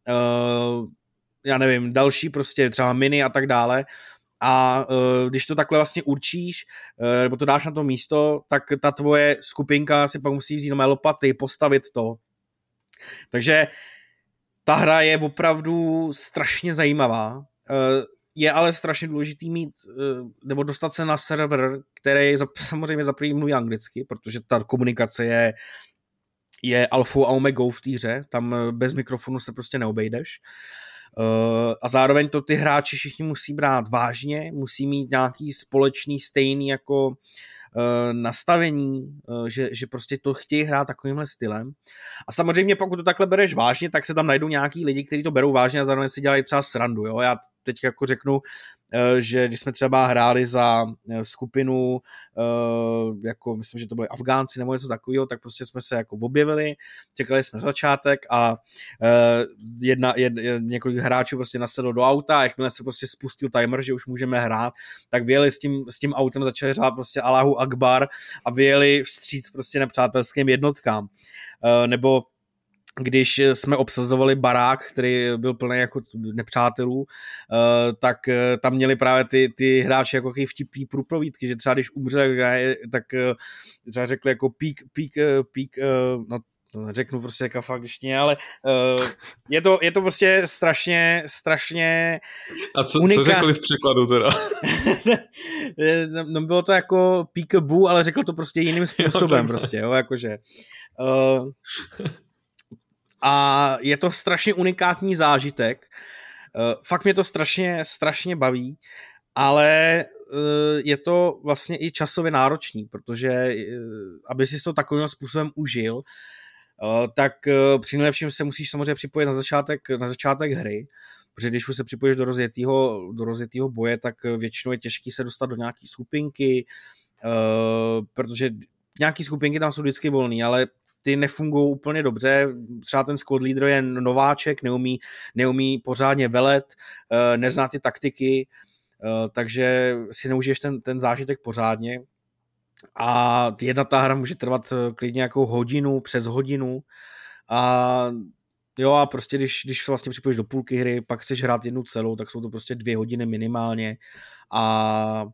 Speaker 2: já nevím, další prostě třeba miny a tak dále. A když to takhle vlastně určíš, nebo to dáš na to místo, tak ta tvoje skupinka si pak musí vzít nové lopaty, postavit to. Takže ta hra je opravdu strašně zajímavá, je ale strašně důležitý mít, nebo dostat se na server, který samozřejmě za první mluví anglicky, protože ta komunikace je je alfou a omegou v té hře, tam bez mikrofonu se prostě neobejdeš. Uh, a zároveň to ty hráči všichni musí brát vážně, musí mít nějaký společný, stejný jako uh, nastavení, uh, že, že prostě to chtějí hrát takovýmhle stylem. A samozřejmě pokud to takhle bereš vážně, tak se tam najdou nějaký lidi, kteří to berou vážně a zároveň si dělají třeba srandu. Jo? Já teď jako řeknu, že když jsme třeba hráli za skupinu, jako myslím, že to byli Afgánci nebo něco takového, tak prostě jsme se jako objevili, čekali jsme začátek a jedna, jed, několik hráčů prostě nasedlo do auta a jakmile se prostě spustil timer, že už můžeme hrát, tak vyjeli s tím, s tím autem, začali hrát prostě Allahu Akbar a vyjeli vstříc prostě nepřátelským jednotkám. Nebo když jsme obsazovali barák, který byl plný jako nepřátelů, tak tam měli právě ty, ty hráči jako vtipný průpovídky, že třeba když umře, tak třeba řekli jako pík, pík, pík, no řeknu prostě jako fakt, když ne, ale je to, je to prostě strašně, strašně
Speaker 3: A co, unika... co řekli v překladu teda?
Speaker 2: No bylo to jako peekaboo, ale řekl to prostě jiným způsobem prostě, jo, jakože uh, a je to strašně unikátní zážitek. Fakt mě to strašně, strašně baví, ale je to vlastně i časově náročný, protože aby si to takovým způsobem užil, tak při nejlepším se musíš samozřejmě připojit na začátek, na začátek hry, protože když už se připojíš do rozjetýho, do rozjetýho boje, tak většinou je těžký se dostat do nějaký skupinky, protože nějaký skupinky tam jsou vždycky volný, ale ty nefungují úplně dobře, třeba ten squad leader je nováček, neumí, neumí pořádně velet, nezná ty taktiky, takže si neužiješ ten, ten zážitek pořádně a jedna ta hra může trvat klidně jako hodinu, přes hodinu a jo a prostě když, když vlastně připojíš do půlky hry, pak chceš hrát jednu celou, tak jsou to prostě dvě hodiny minimálně a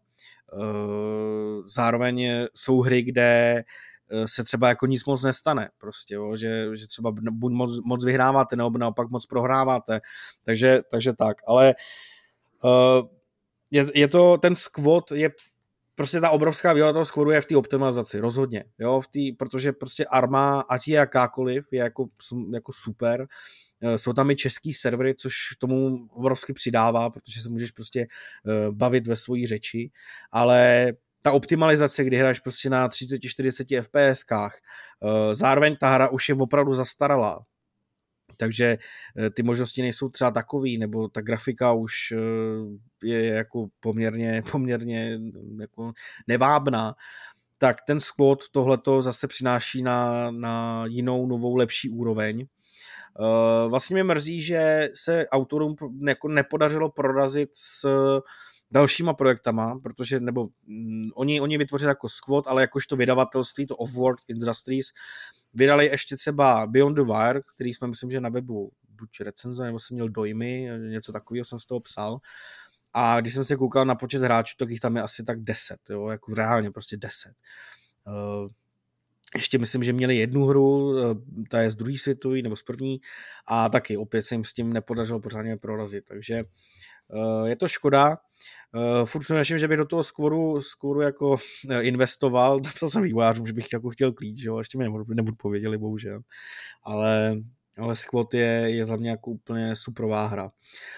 Speaker 2: e, zároveň jsou hry, kde se třeba jako nic moc nestane, prostě, jo, že, že třeba buď moc, moc vyhráváte, nebo naopak moc prohráváte, takže, takže tak, ale uh, je, je to, ten squad je prostě ta obrovská výhoda toho squadu je v té optimalizaci, rozhodně, jo, v tý, protože prostě arma, ať je jakákoliv, je jako, jako super, jsou tam i český servery, což tomu obrovsky přidává, protože se můžeš prostě uh, bavit ve svojí řeči, ale ta optimalizace, kdy hraješ prostě na třicet čtyřicet FPSkách, zároveň ta hra už je opravdu zastaralá, takže ty možnosti nejsou třeba takový, nebo ta grafika už je jako poměrně, poměrně jako nevábná, tak ten squad tohleto zase přináší na, na jinou, novou, lepší úroveň. Vlastně mě mrzí, že se autorům jako nepodařilo prorazit s dalšíma projektama, protože nebo mm, oni, oni vytvořili jako squad, ale jakožto vydavatelství, to Offworld Industries, vydali ještě třeba Beyond the Wire, který jsme myslím, že na webu buď recenzo, nebo jsem měl dojmy, něco takového jsem z toho psal. A když jsem se koukal na počet hráčů, tak jich tam je asi tak deset, jo, jako reálně prostě deset. Uh, ještě myslím, že měli jednu hru, ta je z druhé světové nebo z první a taky opět se jim s tím nepodařilo pořádně prorazit, takže uh, je to škoda. Uh, furt přemýšlím, že bych do toho skvoru, skvoru jako investoval, napsal jsem vývojářům, že bych jako chtěl klíč, jo, ještě mi nebudu, nebudu pověděli, bohužel, ale, ale Squad je, je za mě jako úplně superová hra.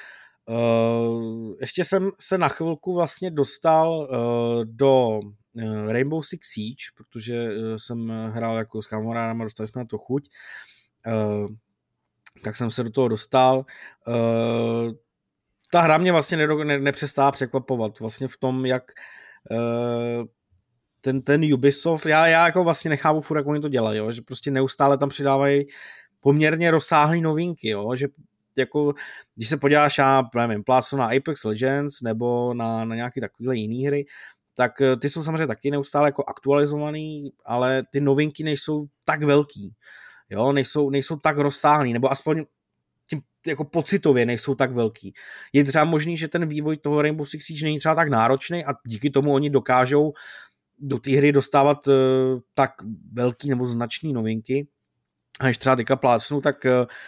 Speaker 2: Uh, ještě jsem se na chvilku vlastně dostal uh, do Rainbow Six Siege, protože jsem hrál jako s kamarádama, dostali jsme na to chuť, uh, tak jsem se do toho dostal. Uh, ta hra mě vlastně ne, ne, nepřestává překvapovat, vlastně v tom, jak uh, ten, ten Ubisoft, já, já jako vlastně nechápu furt, jak oni to dělají, jo? Že prostě neustále tam přidávají poměrně rozsáhlý novinky, jo? Že jako, když se podíváš na, nevím, plácu na Apex Legends nebo na, na nějaké takovéhle jiné hry, tak ty jsou samozřejmě taky neustále jako aktualizovaný, ale ty novinky nejsou tak velký, jo, nejsou, nejsou tak rozsáhlý, nebo aspoň tím jako pocitově nejsou tak velký. Je třeba možný, že ten vývoj toho Rainbow Six Siege není třeba tak náročný a díky tomu oni dokážou do té hry dostávat uh, tak velký nebo značný novinky. A když třeba teďka plácnu, tak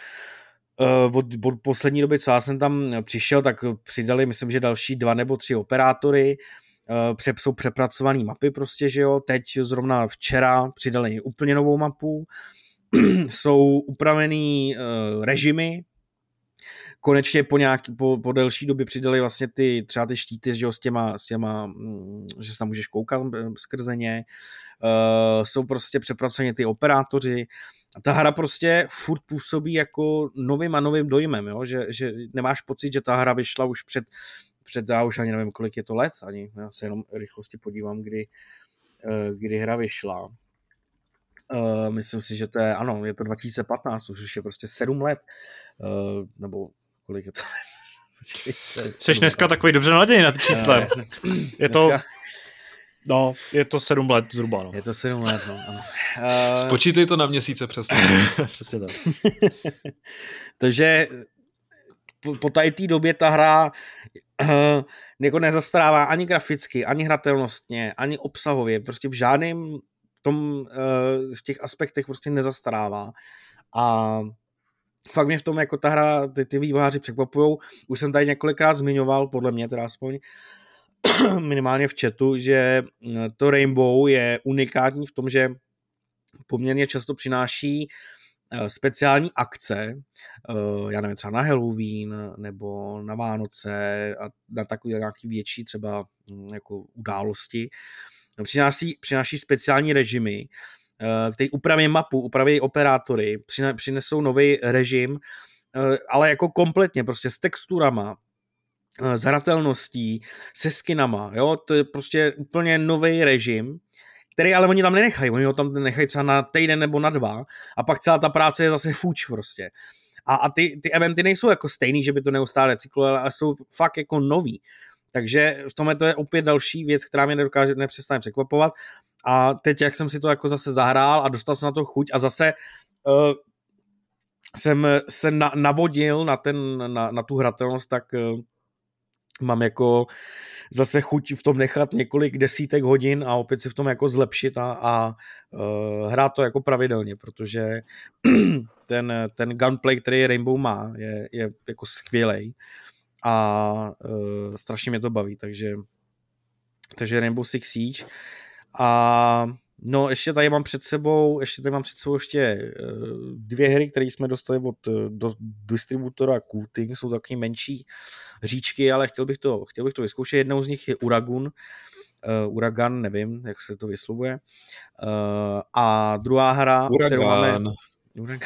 Speaker 2: uh, od, od poslední doby, co já jsem tam přišel, tak přidali, myslím, že další dva nebo tři operátory, Uh, jsou přepracované mapy prostě, že jo, teď zrovna včera přidali úplně novou mapu jsou upravený uh, režimy, konečně po nějaký, po, po delší době přidali vlastně ty, třeba ty štíty, že jo, s těma, s těma, že se tam můžeš koukat skrze ně, uh, jsou prostě přepracovaní ty operátoři a ta hra prostě furt působí jako novým a novým dojmem, jo, že, že nemáš pocit, že ta hra vyšla už před, před, já už ani nevím, kolik je to let, ani já se jenom rychlosti podívám, kdy, uh, kdy hra vyšla. Uh, myslím si, že to je, ano, je to dva tisíce patnáct, už je prostě sedm let, uh, nebo kolik je to?
Speaker 1: Jsi dneska takový dobře naladěný na ty čísla. Je to, no, je to sedm let zhruba. No.
Speaker 2: Je to sedm let, no. Ano.
Speaker 3: Uh... Spočítej to na měsíce přesně.
Speaker 1: Přesně tak.
Speaker 2: Takže po, po tady té době ta hra uh, jako nezastarává ani graficky, ani hratelnostně, ani obsahově. Prostě v žádném tom, uh, v těch aspektech prostě nezastarává. A fakt mě v tom jako ta hra, ty, ty vývojáři překvapujou. Už jsem tady několikrát zmiňoval, podle mě teda aspoň, minimálně v chatu, že to Rainbow je unikátní v tom, že poměrně často přináší speciální akce, já nevím, třeba na Halloween nebo na Vánoce a na takové nějaký větší třeba jako události. Přináší, přináší speciální režimy, který upraví mapu, upraví operátory, přinesou nový režim, ale jako kompletně, prostě s texturama, s hratelností, se skinama, jo, to je prostě úplně nový režim, který ale oni tam nenechají, oni ho tam nechají třeba na týden nebo na dva a pak celá ta práce je zase fuč prostě. A, a ty, ty eventy nejsou jako stejný, že by to neustále recyklovali, ale jsou fakt jako nový. Takže v tomhle to je opět další věc, která mě nedokáže, nepřestane překvapovat. A teď, jak jsem si to jako zase zahrál a dostal jsem na to chuť a zase uh, jsem se na, navodil na, ten, na, na tu hratelnost, tak uh, mám jako zase chuť v tom nechat několik desítek hodin a opět si v tom jako zlepšit a, a uh, hrát to jako pravidelně, protože ten, ten gunplay, který Rainbow má, je, je jako skvělej a uh, strašně mě to baví, takže, takže Rainbow Six Siege. A no, ještě tady mám před sebou, ještě tady mám před sebou ještě uh, dvě hry, které jsme dostali od uh, do, distributora Cooting, jsou taky menší říčky, ale chtěl bych to, chtěl bych to vyzkoušet. Jednou z nich je Uragun, uh, Uragan, nevím, jak se to vyslovuje. Uh, a druhá hra,
Speaker 3: Uragan.
Speaker 2: kterou máme... Uragan.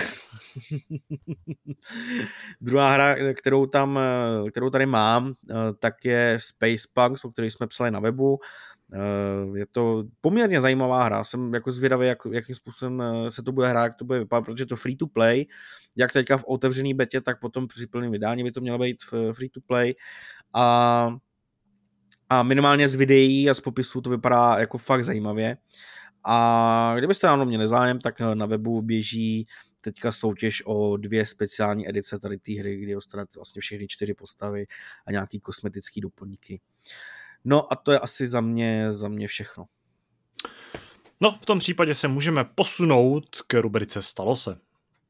Speaker 2: Druhá hra, kterou tam, kterou tady mám, tak je Space Punks, o který jsme psali na webu. Je to poměrně zajímavá hra. Jsem jako zvědavý, jak, jakým způsobem se to bude hrát, jak to bude vypadat, protože to free to play, jak teďka v otevřený betě, tak potom při plném vydání by to mělo být free to play. A, a minimálně z videí a z popisů to vypadá jako fakt zajímavě. A kdybyste nám měli zájem, tak na webu běží teďka soutěž o dvě speciální edice tady té hry, kdy dostanete vlastně všechny čtyři postavy a nějaký kosmetický doplňky. No a to je asi za mě, za mě všechno.
Speaker 1: No, v tom případě se můžeme posunout k rubrice Stalo se.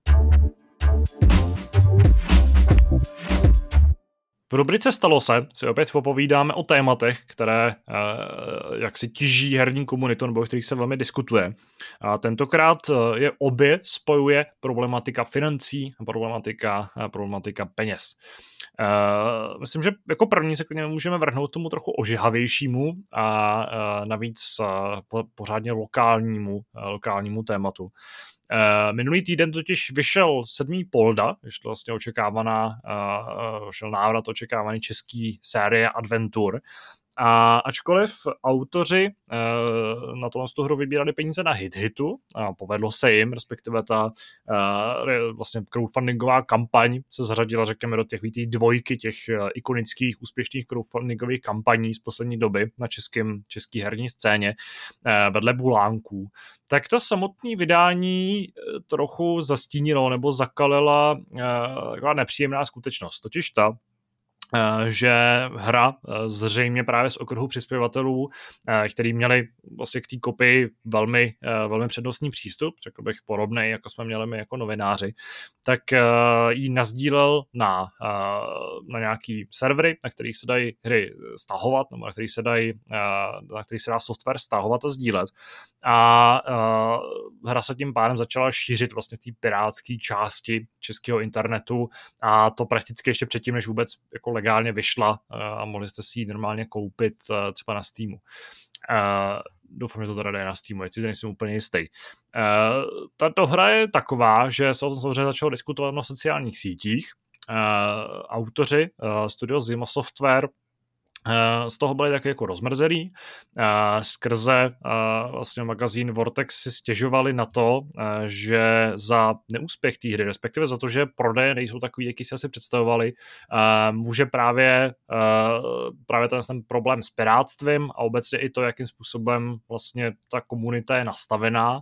Speaker 1: V rubrice Stalo se si opět popovídáme o tématech, které eh, jak si tíží herní komunitu, nebo o kterých se velmi diskutuje. A tentokrát je obě spojuje problematika financí a problematika, problematika peněz. Uh, myslím, že jako první se k němu můžeme vrhnout tomu trochu ožehavějšímu a uh, navíc uh, po, pořádně lokálnímu, uh, lokálnímu tématu. Uh, minulý týden totiž vyšel sedmý Polda, vyšel vlastně očekávaná, uh, vyšel návrat očekávaný český série Adventur. A ačkoliv autoři uh, na tohle hru vybírali peníze na hit-hitu a povedlo se jim, respektive ta uh, vlastně crowdfundingová kampaň se zařadila, řekněme, do těch dvojky těch uh, ikonických úspěšných crowdfundingových kampaní z poslední doby na českém, český herní scéně uh, vedle Bulánků, tak to samotné vydání trochu zastínilo nebo zakalila uh, taková nepříjemná skutečnost. Totiž ta, že hra zřejmě právě z okruhu přispěvatelů, který měli vlastně k té kopii velmi, velmi přednostní přístup, řekl bych podobnej, jako jsme měli my jako novináři, tak ji nasdílel na, na nějaký servery, na kterých se dají hry stahovat, nebo na kterých se dají, na kterých se dá software stahovat a sdílet. A hra se tím pádem začala šířit vlastně v té pirátské části českého internetu a to prakticky ještě předtím, než vůbec jako legálně vyšla a mohli jste si ji normálně koupit třeba na Steamu. Uh, doufám, že to teda jde na Steamu, jestli nejsem úplně jistý. Uh, tato hra je taková, že se o tom samozřejmě začalo diskutovat na sociálních sítích. Uh, autoři uh, studio Zima Software z toho byli taky jako rozmrzelí. Skrze vlastně magazín Vortex si stěžovali na to, že za neúspěch té hry, respektive za to, že prodeje nejsou takový, jaký si asi představovali, může právě, právě ten, ten problém s pirátstvím a obecně i to, jakým způsobem vlastně ta komunita je nastavená.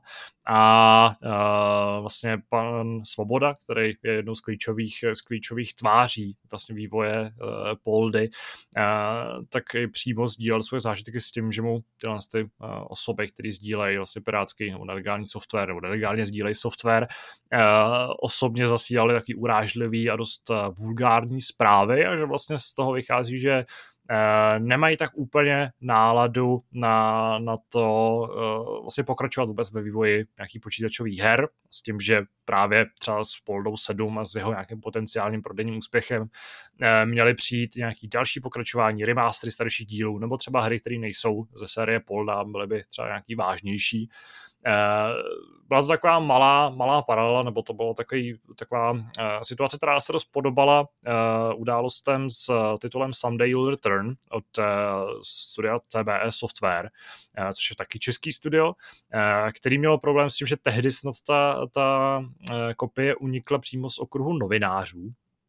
Speaker 1: A uh, vlastně pan Svoboda, který je jednou z klíčových, z klíčových tváří vlastně vývoje uh, Poldy, uh, tak i přímo sdílel svoje zážitky s tím, že mu tyhle ty uh, osoby, které sdílejí vlastně pirátský nebo nelegální software, nebo nelegálně sdílejí software, uh, osobně zasílali taky urážlivý a dost uh, vulgární zprávy a že vlastně z toho vychází, že Uh, nemají tak úplně náladu na, na to uh, vlastně pokračovat vůbec ve vývoji nějakých počítačových her s tím, že právě třeba s Poldou sedm a s jeho nějakým potenciálním prodejním úspěchem uh, měly přijít nějaký další pokračování, remastery starších dílů nebo třeba hry, které nejsou ze série Polda, byly by třeba nějaký vážnější. Uh, byla to taková malá, malá paralela, nebo to byla takový, taková uh, situace, která se dost podobala uh, událostem s uh, titulem Someday You'll Return od uh, studia T B S Software, uh, což je taky český studio, uh, který mělo problém s tím, že tehdy snad ta, ta uh, kopie unikla přímo z okruhu novinářů.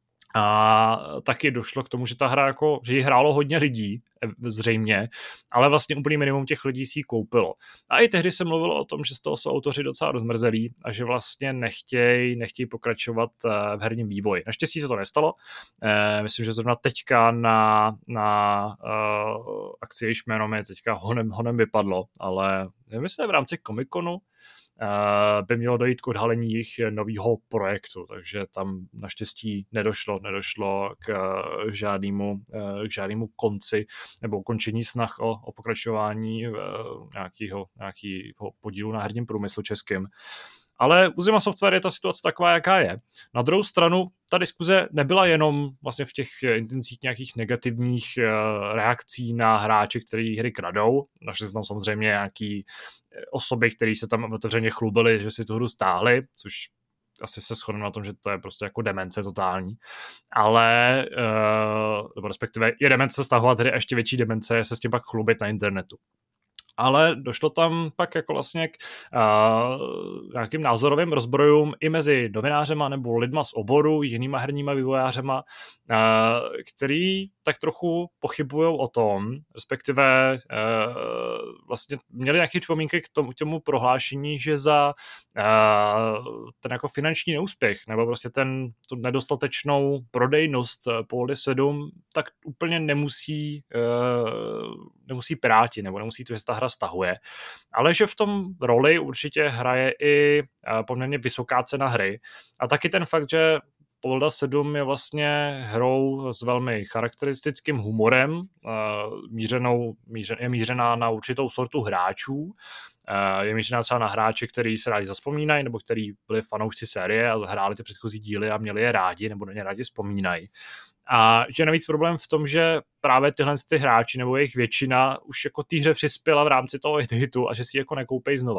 Speaker 1: A taky došlo k tomu, že ta hra jako, že ji hrálo hodně lidí, zřejmě, ale vlastně úplně minimum těch lidí si ji koupilo. A i tehdy se mluvilo o tom, že z toho jsou autoři docela rozmrzelí a že vlastně nechtějí nechtěj pokračovat v herním vývoji. Naštěstí se to nestalo. Myslím, že zrovna teďka na, na uh, akci jejíž jméno mi teďka honem, honem vypadlo, ale myslím, v rámci Comic-Conu Uh, by mělo dojít k odhalení jejich nového projektu, takže tam naštěstí nedošlo, nedošlo k uh, žádnému, uh, k žádnému konci nebo ukončení snah o, o pokračování uh, nějakého, nějakého podílu na herním průmyslu českým. Ale u Zima Software je ta situace taková, jaká je. Na druhou stranu, ta diskuze nebyla jenom vlastně v těch intencích nějakých negativních uh, reakcí na hráče, kteří hry kradou. Našli se tam samozřejmě nějaký osoby, které se tam otevřeně chlubily, že si tu hru stáhli, což asi se shodnu na tom, že to je prostě jako demence totální. Ale, uh, nebo respektive je demence stahovat hry a ještě větší demence je se s tím pak chlubit na internetu. Ale došlo tam pak jako vlastně k uh, nějakým názorovým rozbrojům i mezi novinářema nebo lidma z oboru, jinýma herníma vývojářema, uh, který tak trochu pochybujou o tom, respektive uh, vlastně měli nějaké připomínky k tomu, k tomu prohlášení, že za uh, ten jako finanční neúspěch nebo prostě ten, tu nedostatečnou prodejnost Poldy sedm tak úplně nemusí uh, nemusí Piráti nebo nemusí to, že ta hra stahuje, ale že v tom roli určitě hraje i poměrně vysoká cena hry a taky ten fakt, že Polda sedm je vlastně hrou s velmi charakteristickým humorem, mířenou, je mířená na určitou sortu hráčů, je mířená třeba na hráče, který se rádi zaspomínají nebo který byli fanoušci série a hráli ty předchozí díly a měli je rádi nebo na ně rádi vzpomínají. A že navíc problém v tom, že právě tyhle ty hráči nebo jejich většina už jako té hře přispěla v rámci toho hitu a že si ji jako nekoupej znova.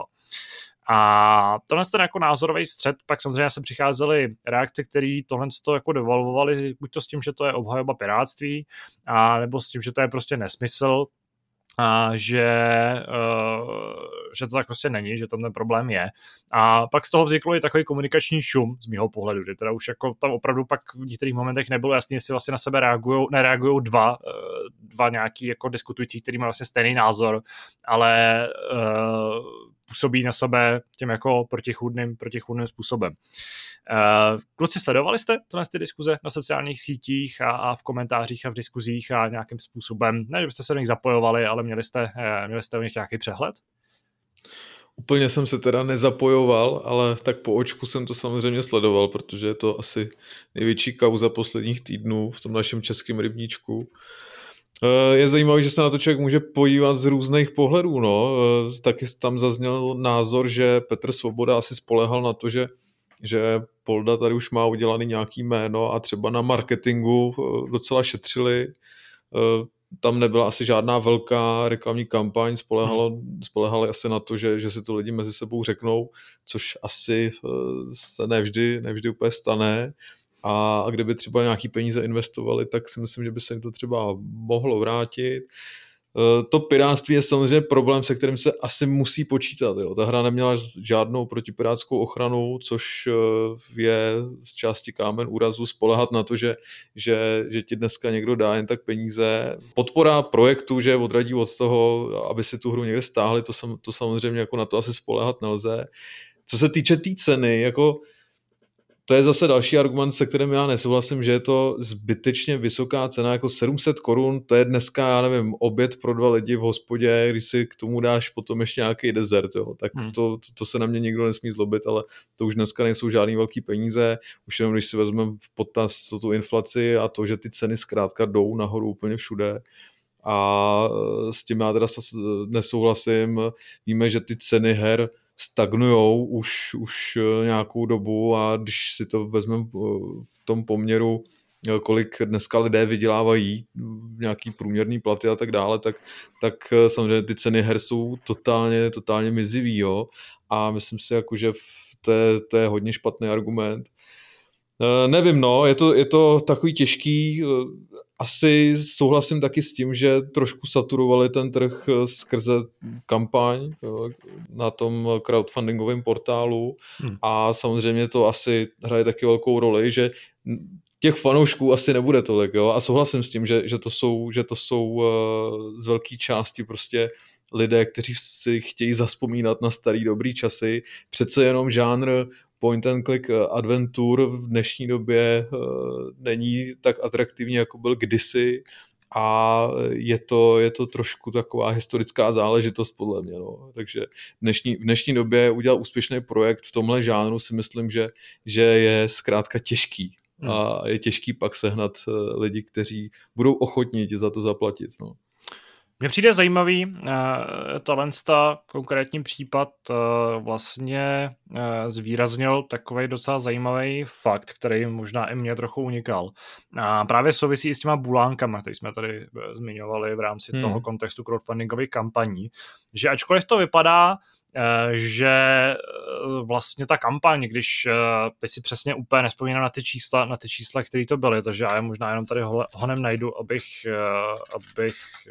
Speaker 1: A tenhle ten jako názorový střed, pak samozřejmě se přicházely reakce, které tohle to jako devalvovaly, buď to s tím, že to je obhajoba pirátství, a nebo s tím, že to je prostě nesmysl, a že, uh, že to tak prostě není, že tam ten problém je. A pak z toho vzniklo i takový komunikační šum z mýho pohledu, kdy teda už jako tam opravdu pak v některých momentech nebylo jasný, jestli vlastně na sebe reagujou, nereagujou dva, dva nějaký jako diskutující, který má vlastně stejný názor, ale uh, působí na sebe tím jako protichůdným, protichůdným způsobem. Uh, kluci, sledovali jste tohle ty diskuze na sociálních sítích a, a v komentářích a v diskuzích a nějakým způsobem, ne, že byste se do nich zapojovali, ale měli jste, uh, měli jste o nich nějaký přehled?
Speaker 3: Úplně jsem se teda nezapojoval, ale tak po očku jsem to samozřejmě sledoval, protože je to asi největší kauza posledních týdnů v tom našem českém rybníčku. Je zajímavé, že se na to člověk může podívat z různých pohledů. No. Taky tam zazněl názor, že Petr Svoboda asi spolehal na to, že, že Polda tady už má udělaný nějaký jméno a třeba na marketingu docela šetřili. Tam nebyla asi žádná velká reklamní kampaň, spolehalo, spolehali asi na to, že, že si to lidi mezi sebou řeknou, což asi se nevždy, nevždy úplně stane. A kdyby třeba nějaký peníze investovali, tak si myslím, že by se jim to třeba mohlo vrátit. To pirátství je samozřejmě problém, se kterým se asi musí počítat. Jo. Ta hra neměla žádnou protipirátskou ochranu, což je z části kámen úrazu spolehat na to, že, že, že ti dneska někdo dá jen tak peníze. Podpora projektu, že odradí od toho, aby si tu hru někde stáhli, to, sam, to samozřejmě jako na to asi spolehat nelze. Co se týče té tý ceny, jako to je zase další argument, se kterým já nesouhlasím, že je to zbytečně vysoká cena, jako sedm set korun, to je dneska, já nevím, oběd pro dva lidi v hospodě, když si k tomu dáš potom ještě nějaký dezert, jo, tak hmm. to, to, to se na mě nikdo nesmí zlobit, ale to už dneska nejsou žádný velký peníze, už jenom když si vezmeme v potaz tu inflaci a to, že ty ceny zkrátka jdou nahoru úplně všude. A s tím já teda nesouhlasím, víme, že ty ceny her stagnujou už, už nějakou dobu a když si to vezmeme v tom poměru, kolik dneska lidé vydělávají, nějaký průměrný platy a tak dále, tak, tak samozřejmě ty ceny her jsou totálně, totálně mizivý, jo? A myslím si, jako, že to je, to je hodně špatný argument. Nevím, no, je to, je to takový těžký. Asi souhlasím taky s tím, že trošku saturovali ten trh skrze kampaň na tom crowdfundingovém portálu hmm. a samozřejmě to asi hraje taky velkou roli, že těch fanoušků asi nebude tolik, jo? A souhlasím s tím, že, že to jsou, že to jsou z velké části prostě lidé, kteří si chtějí zazpomínat na starý dobrý časy. Přece jenom žánr point and click adventure v dnešní době není tak atraktivní, jako byl kdysi a je to, je to trošku taková historická záležitost podle mě. No. Takže v dnešní, v dnešní době udělat úspěšný projekt v tomhle žánru si myslím, že, že je zkrátka těžký. Hmm. A je těžký pak sehnat lidi, kteří budou ochotní ti za to zaplatit. No.
Speaker 1: Mně přijde zajímavý uh, talenta, konkrétní případ uh, vlastně uh, zvýraznil takovej docela zajímavý fakt, který možná i mě trochu unikal. A právě souvisí i s těma bulánkama, který jsme tady zmiňovali v rámci hmm. toho kontextu crowdfundingových kampaní, že ačkoliv to vypadá, že vlastně ta kampaň, když teď si přesně úplně nespomínám na ty čísla, na ty čísla, které to byly, takže já je možná jenom tady honem najdu, abych, abych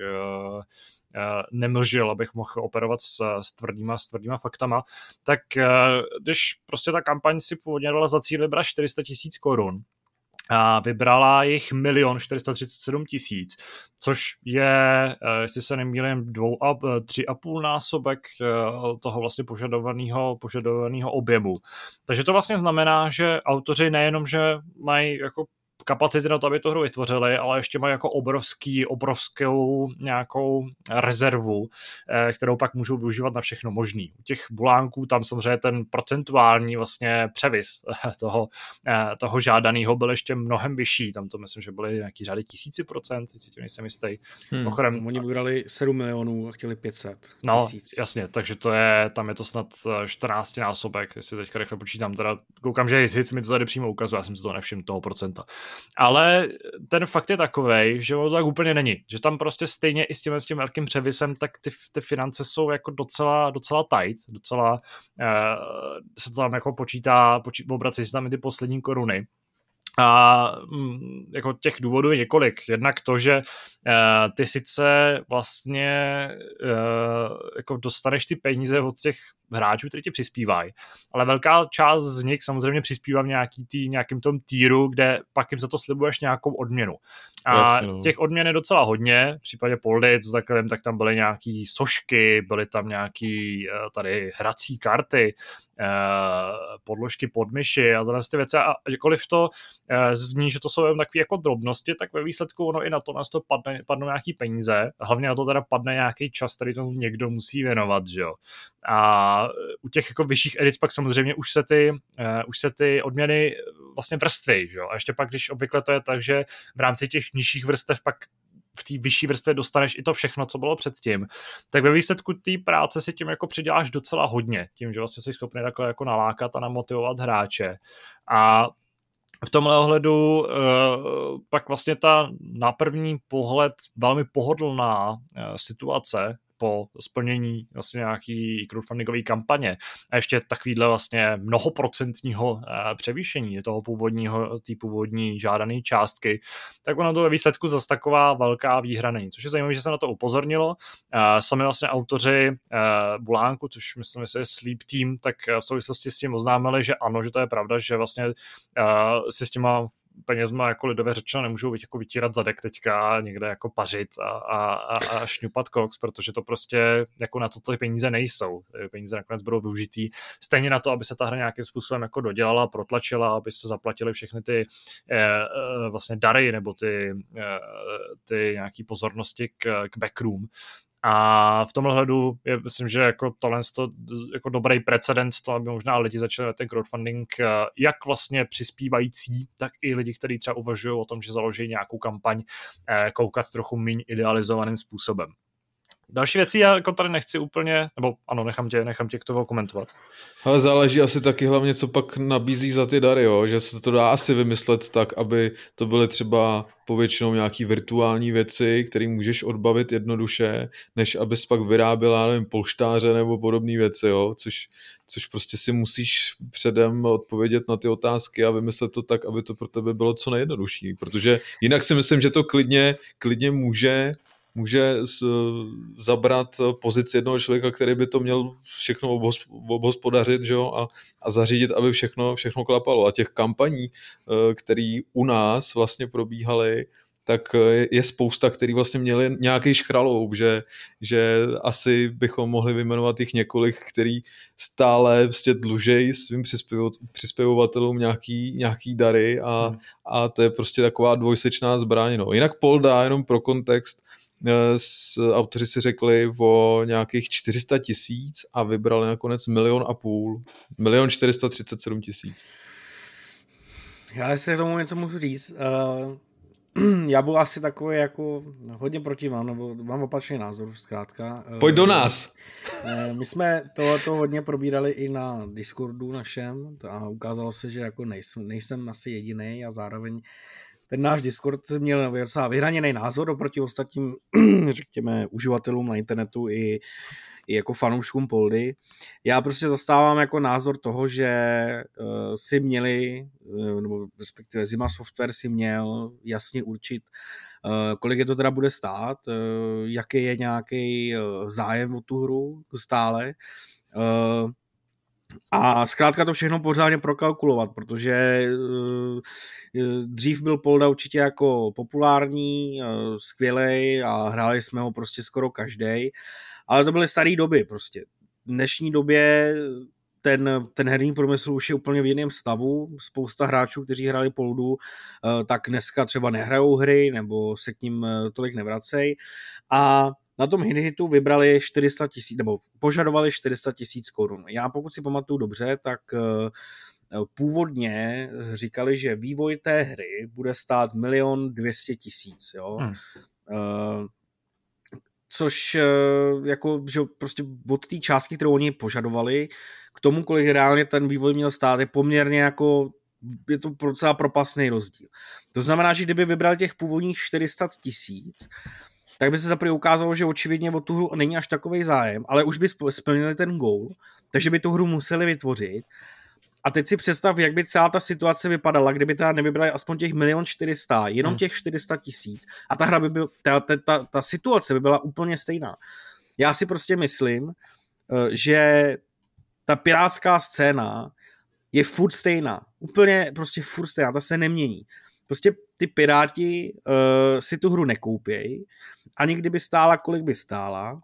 Speaker 1: nemlžil, abych mohl operovat s, s, tvrdýma, s tvrdýma faktama, tak když prostě ta kampaň si původně dala za cíl vybrat čtyři sta tisíc korun, a vybrala jich milion čtyři sta třicet sedm tisíc, což je, jestli se nemýlím, dvou a tři a půl násobek toho vlastně požadovaného, požadovaného objemu. Takže to vlastně znamená, že autoři nejenom, že mají jako kapacity na to, aby tu hru vytvořili, ale ještě mají jako obrovský, obrovskou nějakou rezervu, kterou pak můžou využívat na všechno možný. U těch bulánků tam samozřejmě ten procentuální vlastně převis toho, toho žádaného byl ještě mnohem vyšší. Tam to myslím, že byly nějaký řády tisíci procent, jestli tím nejsem jistý.
Speaker 2: Hmm, Ochrem, oni vybrali sedm milionů a chtěli pět set
Speaker 1: no,
Speaker 2: tisíc.
Speaker 1: Jasně, takže to je, tam je to snad čtrnáct násobek, jestli teďka rychle počítám, teda koukám, že hit mi to tady přímo ukazuje, já jsem si to nevšiml toho procenta. Ale ten fakt je takovej, že to tak úplně není. Že tam prostě stejně i s tím, s tím velkým převisem, tak ty, ty finance jsou jako docela, docela tight, docela eh, se to tam jako počítá, počí, obrací se tam i ty poslední koruny. A jako těch důvodů je několik. Jednak to, že uh, ty sice vlastně uh, jako dostaneš ty peníze od těch hráčů, kteří ti přispívají, ale velká část z nich samozřejmě přispívá v nějaký tý, nějakým tom týru, kde pak jim za to slibuješ nějakou odměnu. A Jasně, no. těch odměn je docela hodně. V případě Poldic, tak, vím, tak tam byly nějaký sošky, byly tam nějaký uh, tady hrací karty, Uh, podložky pod myši a tohle ty věci a kdykoliv to uh, zní, že to jsou jen takové jako drobnosti, tak ve výsledku ono i na to nás to padne, padnou nějaký peníze, hlavně na to teda padne nějaký čas, který tomu někdo musí věnovat, že jo. A u těch jako vyšších edic pak samozřejmě už se ty, uh, už se ty odměny vlastně vrství, že jo. A ještě pak, když obvykle to je tak, že v rámci těch nižších vrstev pak v té vyšší vrstvě dostaneš i to všechno, co bylo předtím, tak ve výsledku té práce si tím jako přiděláš docela hodně, tím, že vlastně jsi schopný takhle jako nalákat a namotivovat hráče. A v tomhle ohledu uh, pak vlastně ta na první pohled velmi pohodlná uh, situace po splnění vlastně nějaký crowdfundingové kampaně a ještě takovýhle vlastně mnohoprocentního uh, převýšení toho původního, té původní žádané částky, tak ono to ve výsledku zase taková velká výhra není. Což je zajímavé, že se na to upozornilo. Uh, sami vlastně autoři uh, Bulánku, což myslím, že je Sleep Team, tak v souvislosti s tím oznámili, že ano, že to je pravda, že vlastně uh, si s těma penězma jako lidově řečeno nemůžou jako vytírat zadek teďka někde jako pařit a, a, a, a šňupat koks, protože to prostě jako na to ty peníze nejsou. Ty peníze nakonec budou využitý. Stejně na to, aby se ta hra nějakým způsobem jako dodělala, protlačila, aby se zaplatily všechny ty eh, vlastně dary nebo ty, eh, ty nějaký pozornosti k, k backroom. A v tomhle hledu je, myslím, že jako tohle to jako dobrý precedens to, aby možná lidi začali na ten crowdfunding jak vlastně přispívající, tak i lidi, kteří třeba uvažují o tom, že založí nějakou kampaň, koukat trochu méně idealizovaným způsobem. Další věci já jako tady nechci úplně, nebo ano, nechám tě, nechám tě k tomu komentovat.
Speaker 3: Ale záleží asi taky hlavně, co pak nabízí za ty dary, jo? Že se to dá asi vymyslet tak, aby to byly třeba povětšinou nějaký virtuální věci, které můžeš odbavit jednoduše, než abys pak vyráběla, nevím, polštáře nebo podobné věci, jo? Což, což prostě si musíš předem odpovědět na ty otázky a vymyslet to tak, aby to pro tebe bylo co nejjednodušší, protože jinak si myslím, že to klidně, klidně může může zabrat pozici jednoho člověka, který by to měl všechno obhospodařit, že jo, a, a zařídit, aby všechno, všechno klapalo. A těch kampaní, které u nás vlastně probíhaly, tak je spousta, který vlastně měli nějaký škraloub, že, že asi bychom mohli vyjmenovat jich několik, který stále vlastně dlužej svým přispěvovatelům nějaký, nějaký dary a, hmm. a to je prostě taková dvojsečná zbraň. No. Jinak Polda, jenom pro kontext, s, autoři si řekli o nějakých čtyři sta tisíc a vybrali nakonec milion a půl. Milion čtyřista třicet sedm tisíc.
Speaker 2: Já si k tomu něco můžu říct. Uh, já byl asi takový jako hodně proti vám, nebo mám opačný názor zkrátka.
Speaker 3: Pojď do nás!
Speaker 2: Uh, my jsme tohleto hodně probírali i na Discordu našem a ukázalo se, že jako nejsem, nejsem asi jediný a zároveň ten náš Discord měl docela vyhraněný názor oproti ostatním, řekněme, uživatelům na internetu i, i jako fanouškům Poldy. Já prostě zastávám jako názor toho, že uh, si měli, uh, nebo respektive Zima Software si měl jasně určit, uh, kolik je to teda bude stát, uh, jaký je nějaký uh, zájem o tu hru stále. Uh, A zkrátka to všechno pořádně prokalkulovat, protože uh, dřív byl Polda určitě jako populární, uh, skvělej a hráli jsme ho prostě skoro každej, ale to byly staré doby prostě. V dnešní době ten, ten herní průmysl už je úplně v jiném stavu. Spousta hráčů, kteří hráli Poldu, uh, tak dneska třeba nehrajou hry nebo se k ním uh, tolik nevracej a na tom Hinhitu vybrali čtyři sta tisíc, nebo požadovali čtyři sta tisíc korun. Já pokud si pamatuju dobře, tak původně říkali, že vývoj té hry bude stát milion dvě stě tisíc, jo. Hmm. Uh, což jako, že prostě od té částky, kterou oni požadovali, k tomu, kolik reálně ten vývoj měl stát, je poměrně jako, je to docela propastný rozdíl. To znamená, že kdyby vybral těch původních čtyři sta tisíc, tak by se zaprvé ukázalo, že očividně o tu hru není až takovej zájem, ale už by splnili ten goal, takže by tu hru museli vytvořit A teď si představ, jak by celá ta situace vypadala, kdyby teda nevybrali aspoň těch milion čtyři sta, jenom hmm. těch čtyři sta tisíc a ta hra by byla, ta, ta, ta, ta situace by byla úplně stejná. Já si prostě myslím, že ta pirátská scéna je furt stejná. Úplně prostě furt stejná, ta se nemění. Prostě ty piráti uh, si tu hru nekoupějí, ani kdyby stála, kolik by stála.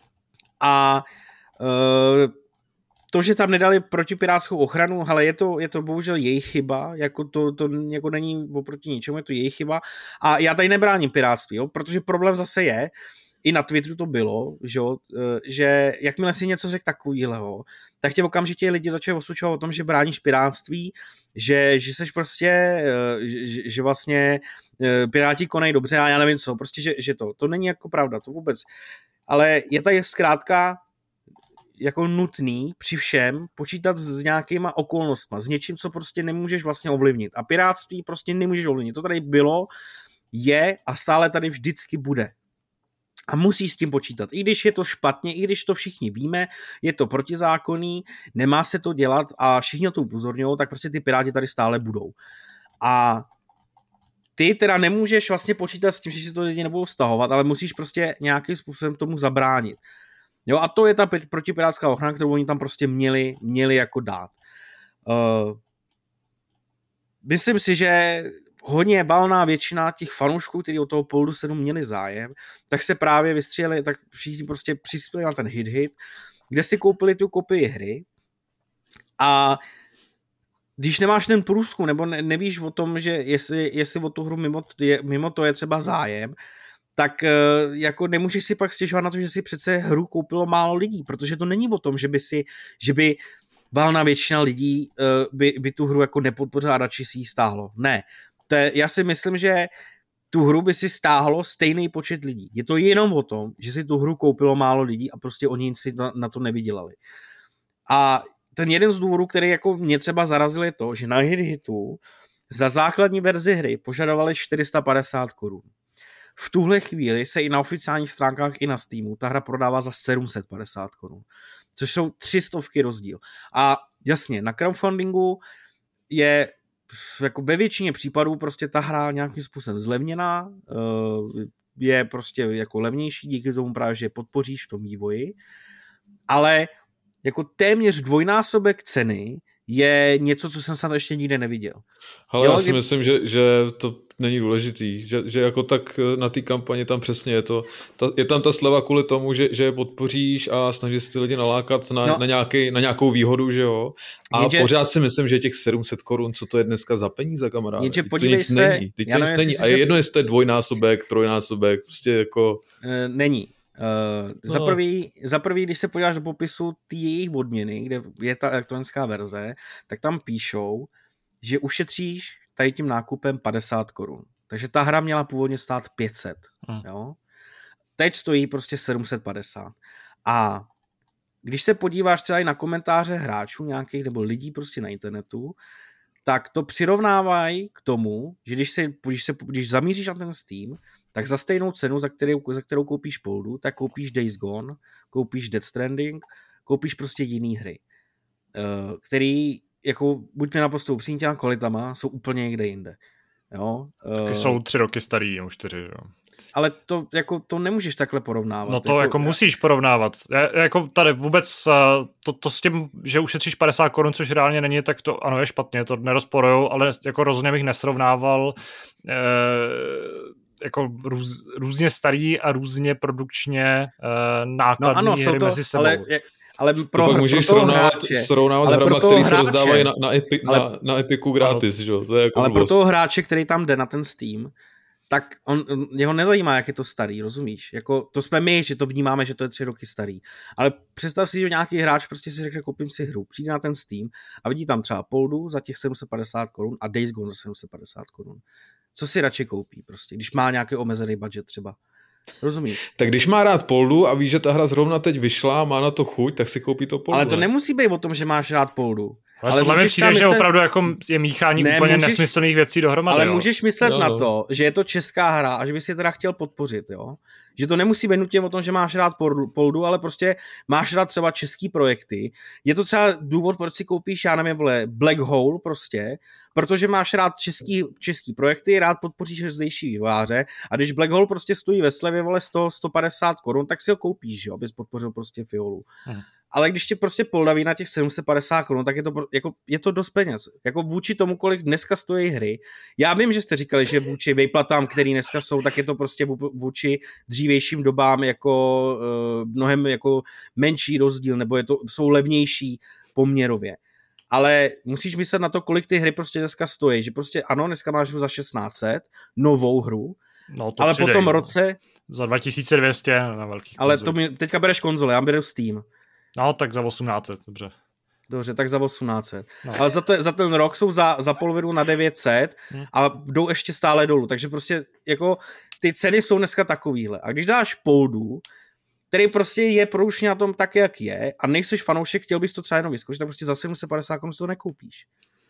Speaker 2: A uh, to, že tam nedali protipirátskou ochranu, ale je to, je to bohužel jejich chyba, jako to, to jako není oproti ničemu, je to jejich chyba. A já tady nebráním pirátství, jo, protože problém zase je, i na Twitteru to bylo, že, že jakmile si něco řekl takovýhleho, tak tě okamžitě lidi začali osočovat o tom, že bráníš pirátství, že, že seš prostě, že, že vlastně piráti konají dobře a já nevím co, prostě, že, že to, to není jako pravda, to vůbec. Ale je tady zkrátka jako nutný při všem počítat s nějakýma okolnostma, s něčím, co prostě nemůžeš vlastně ovlivnit. A pirátství prostě nemůžeš ovlivnit. To tady bylo, je a stále tady vždycky bude. A musí s tím počítat. I když je to špatně, i když to všichni víme, je to protizákonný, nemá se to dělat a všichni na to upozorňují, tak prostě ty piráti tady stále budou. A ty teda nemůžeš vlastně počítat s tím, že si to lidi nebudou stahovat, ale musíš prostě nějakým způsobem tomu zabránit. Jo, a to je ta protipirátská ochrana, kterou oni tam prostě měli, měli jako dát. Uh, myslím si, že hodně valná většina těch fanoušků, kteří od toho Poldu sedm měli zájem, tak se právě vystříleli, tak všichni prostě přispěli na ten hit-hit, kde si koupili tu kopii hry a když nemáš ten průzkum, nebo ne, nevíš o tom, že jestli, jestli o tu hru mimo, je, mimo to je třeba zájem, tak jako nemůžeš si pak stěžovat na to, že si přece hru koupilo málo lidí, protože to není o tom, že by si, že by valná většina lidí by, by tu hru jako nepodpořila a radši si ji stáhlo. Ne. To je, já si myslím, že tu hru by si stáhlo stejný počet lidí. Je to jenom o tom, že si tu hru koupilo málo lidí a prostě oni si na, na to nevydělali. A ten jeden z důvodů, který jako mě třeba zarazil, je to, že na HitHitu za základní verzi hry požadovali čtyři sta padesát korun. V tuhle chvíli se i na oficiálních stránkách i na Steamu ta hra prodává za sedm set padesát korun, což jsou tři stovky rozdíl. A jasně, na crowdfundingu je jako ve většině případů prostě ta hra nějakým způsobem zlevněná, je prostě jako levnější díky tomu právě, že je podpoříš v tom vývoji, ale jako téměř dvojnásobek ceny je něco, co jsem snad ještě nikde neviděl.
Speaker 3: Ale jo, já si kdy... myslím, že, že to není důležitý, že, že jako tak na té kampani tam přesně je to, ta, je tam ta sleva kvůli tomu, že, že je podpoříš a snažíš si ty lidi nalákat na, no. na, nějaký, na nějakou výhodu, že jo. A Jenže... pořád si myslím, že těch sedm set korun, co to je dneska za peníze, kamaráde.
Speaker 2: Jenže
Speaker 3: to nic
Speaker 2: se...
Speaker 3: není. To nic není. A je jedno, jestli to je dvojnásobek, trojnásobek, prostě jako...
Speaker 2: E, není. Uh, no. za, prvý, za prvý, když se podíváš do popisu ty jejich odměny, kde je ta elektronická verze, tak tam píšou, že ušetříš tady tím nákupem padesát korun. Takže ta hra měla původně stát pět set. Hmm. Jo? Teď stojí prostě sedm set padesát. A když se podíváš třeba i na komentáře hráčů nějakých nebo lidí prostě na internetu, tak to přirovnávají k tomu, že když, se, když, se, když zamíříš na ten Steam, tak za stejnou cenu, za kterou, za kterou koupíš Poldu, tak koupíš Days Gone, koupíš Death Stranding, koupíš prostě jiný hry, který, jako, buďme naprosto upřímní, těma kvalitama, jsou úplně někde jinde. Jo?
Speaker 1: Taky jsou tři roky starý, jo, čtyři, jo.
Speaker 2: Ale to, jako, to nemůžeš takhle porovnávat.
Speaker 1: No to jako, jako musíš porovnávat. Já, jako tady vůbec to, to s tím, že ušetříš padesát korun, což reálně není, tak to ano je špatně, to nerozporujou, ale jako rozhodně bych nesrovnával eh, jako růz, různě starý a různě produkčně eh, nákladní no ano, hry to, mezi sebou.
Speaker 2: Ale je, ale pro,
Speaker 3: to
Speaker 2: pro
Speaker 3: můžeš
Speaker 2: pro
Speaker 3: srovnávat,
Speaker 2: hráče,
Speaker 3: srovnávat s hrama, které se rozdávají na, na, Epi, ale, na, na Epiku gratis. Že? To je jako
Speaker 2: ale pro toho hráče, který tam jde na ten Steam, tak on, jeho nezajímá, jak je to starý, rozumíš? Jako, to jsme my, že to vnímáme, že to je tři roky starý. Ale představ si, že nějaký hráč prostě si řekne, koupím si hru, přijde na ten Steam a vidí tam třeba Poldu za těch sedm set padesát korun a Days Gone za sedm set padesát korun. Co si radši koupí prostě, když má nějaký omezený budget třeba? Rozumíš?
Speaker 3: Tak když má rád Poldu a ví, že ta hra zrovna teď vyšla, má na to chuť, tak si koupí to Poldu.
Speaker 2: Ale to nemusí být o tom, že máš rád Poldu.
Speaker 1: Ale, ale tohle mi přijde, že opravdu jako je míchání ne, úplně můžeš, nesmyslných věcí dohromady.
Speaker 2: Ale
Speaker 1: jo.
Speaker 2: můžeš myslet
Speaker 3: no,
Speaker 2: na
Speaker 3: no.
Speaker 2: to, že je to česká hra a že bys je teda chtěl podpořit, jo? Že to nemusí být nutně o tom, že máš rád Poldu, ale prostě máš rád třeba český projekty. Je to třeba důvod, proč si koupíš, já nevím, vole, Black Hole prostě, protože máš rád český, český projekty, rád podpoříš zdejší vývojáře a když Black Hole prostě stojí ve slevě, vole, sto, sto padesát korun, tak si ho koupíš, jo, abys podpořil prostě Fiolu. Hmm. Ale když tě prostě Poldaví na těch sedm set padesát korun, tak je to, jako, je to dost peněz. Jako vůči tomu, kolik dneska stojí hry. Já vím, že jste říkali, že vůči vejplatám, který dneska jsou, tak je to prostě vůči dřívějším dobám jako uh, mnohem jako menší rozdíl, nebo je to, jsou levnější poměrově. Ale musíš myslet na to, kolik ty hry prostě dneska stojí. Že prostě ano, dneska máš hru za šestnáct set, novou hru,
Speaker 1: no, to
Speaker 2: ale
Speaker 1: přidej,
Speaker 2: po tom
Speaker 1: no.
Speaker 2: roce...
Speaker 1: Za dva tisíce dvě stě na velkých
Speaker 2: ale
Speaker 1: konzolích.
Speaker 2: to mi, teďka bereš konzole, já beru Steam.
Speaker 1: No, tak za osmnáct set, dobře.
Speaker 2: Dobře, tak za osmnáct set.
Speaker 1: No.
Speaker 2: Ale za, to, za ten rok jsou za, za polovinu na devět set hmm. a jdou ještě stále dolů. Takže prostě jako ty ceny jsou dneska takovýhle. A když dáš Poldu, který prostě je produčně na tom tak, jak je a nejseš fanoušek, chtěl bys to třeba jenom vyzkoušet, tak prostě za sedm set padesát korun to nekoupíš.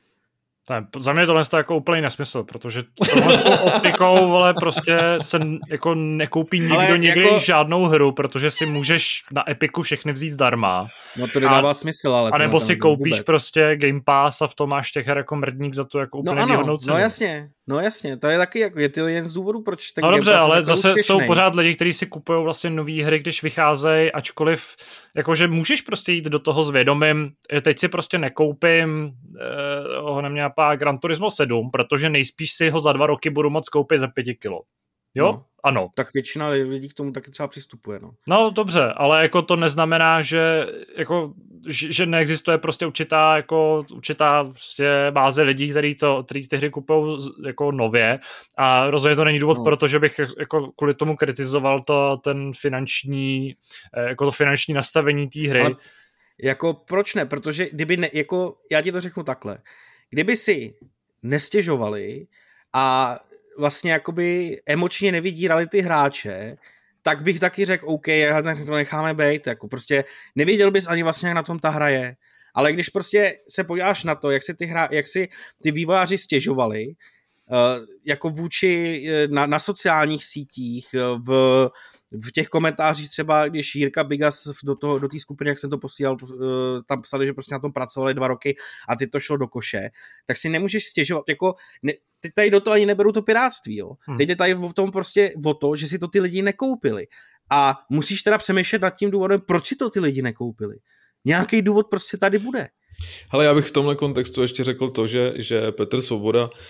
Speaker 1: Ne, za mě tohle je jako úplný nesmysl, protože tohle s tou optikou, vole, prostě se jako nekoupí nikdo
Speaker 2: ale
Speaker 1: nikdy
Speaker 2: jako...
Speaker 1: žádnou hru, protože si můžeš na Epiku všechny vzít zdarma.
Speaker 2: No to nedává a, smysl, ale...
Speaker 1: A nebo si koupíš vůbec. Prostě Game Pass a v tom máš těch her jako mrdník za to jako úplně
Speaker 2: no
Speaker 1: výhodnou cenu.
Speaker 2: No jasně, no jasně, to je taky jako, je to jeden z důvodů, proč...
Speaker 1: No dobře, ale zase úspěšnej. Jsou pořád lidi, kteří si kupují vlastně nový hry, když vycházejí, ačkoliv, jakože můžeš prostě jít do toho s vědomím, teď si prostě nekoupím, eh, ho neměla pá Gran Turismo sedm, protože nejspíš si ho za dva roky budu moc koupit za pěti kilo. Jo? No, ano.
Speaker 2: Tak většina lidí k tomu taky třeba přistupuje, no.
Speaker 1: No dobře, ale jako to neznamená, že jako, že neexistuje prostě určitá jako určitá prostě báze lidí, kteří to, který ty hry kupují jako nově a rozhodně to není důvod, no. Protože bych jako kvůli tomu kritizoval to ten finanční jako to finanční nastavení té hry. Ale
Speaker 2: jako proč ne? Protože kdyby ne, jako já ti to řeknu takhle. Kdyby si nestěžovali a vlastně jakoby emočně nevydírali ty hráče, tak bych taky řekl, OK, to necháme být, jako prostě nevěděl bys ani vlastně, jak na tom ta hra je. Ale když prostě se podíváš na to, jak si ty, hra, jak si ty vývojáři stěžovali, uh, jako vůči na, na sociálních sítích, v, v těch komentářích třeba, když Jirka Bigas do toho, do té skupiny, jak jsem to posílal, tam psali, že prostě na tom pracovali dva roky a ty to šlo do koše, tak si nemůžeš stěžovat, jako ne, teď tady do toho ani neberu to pirátství, jo. Hmm. Teď je tady o tom prostě o to, že si to ty lidi nekoupili. A musíš teda přemýšlet nad tím důvodem, proč si to ty lidi nekoupili. Nějaký důvod prostě tady bude.
Speaker 3: Hele, já bych v tomhle kontextu ještě řekl to, že, že Petr Svoboda uh,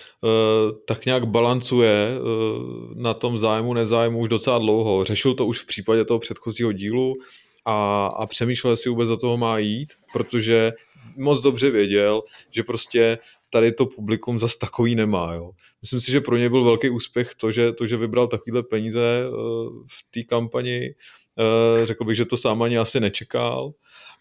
Speaker 3: tak nějak balancuje uh, na tom zájmu, nezájmu už docela dlouho. Řešil to už v případě toho předchozího dílu a, a přemýšlel, jestli vůbec za toho má jít, protože moc dobře věděl, že prostě tady to publikum zas takový nemá. Jo. Myslím si, že pro něj byl velký úspěch to, že, to, že vybral takovýhle peníze uh, v té kampani. Uh, řekl bych, že to sám ani asi nečekal.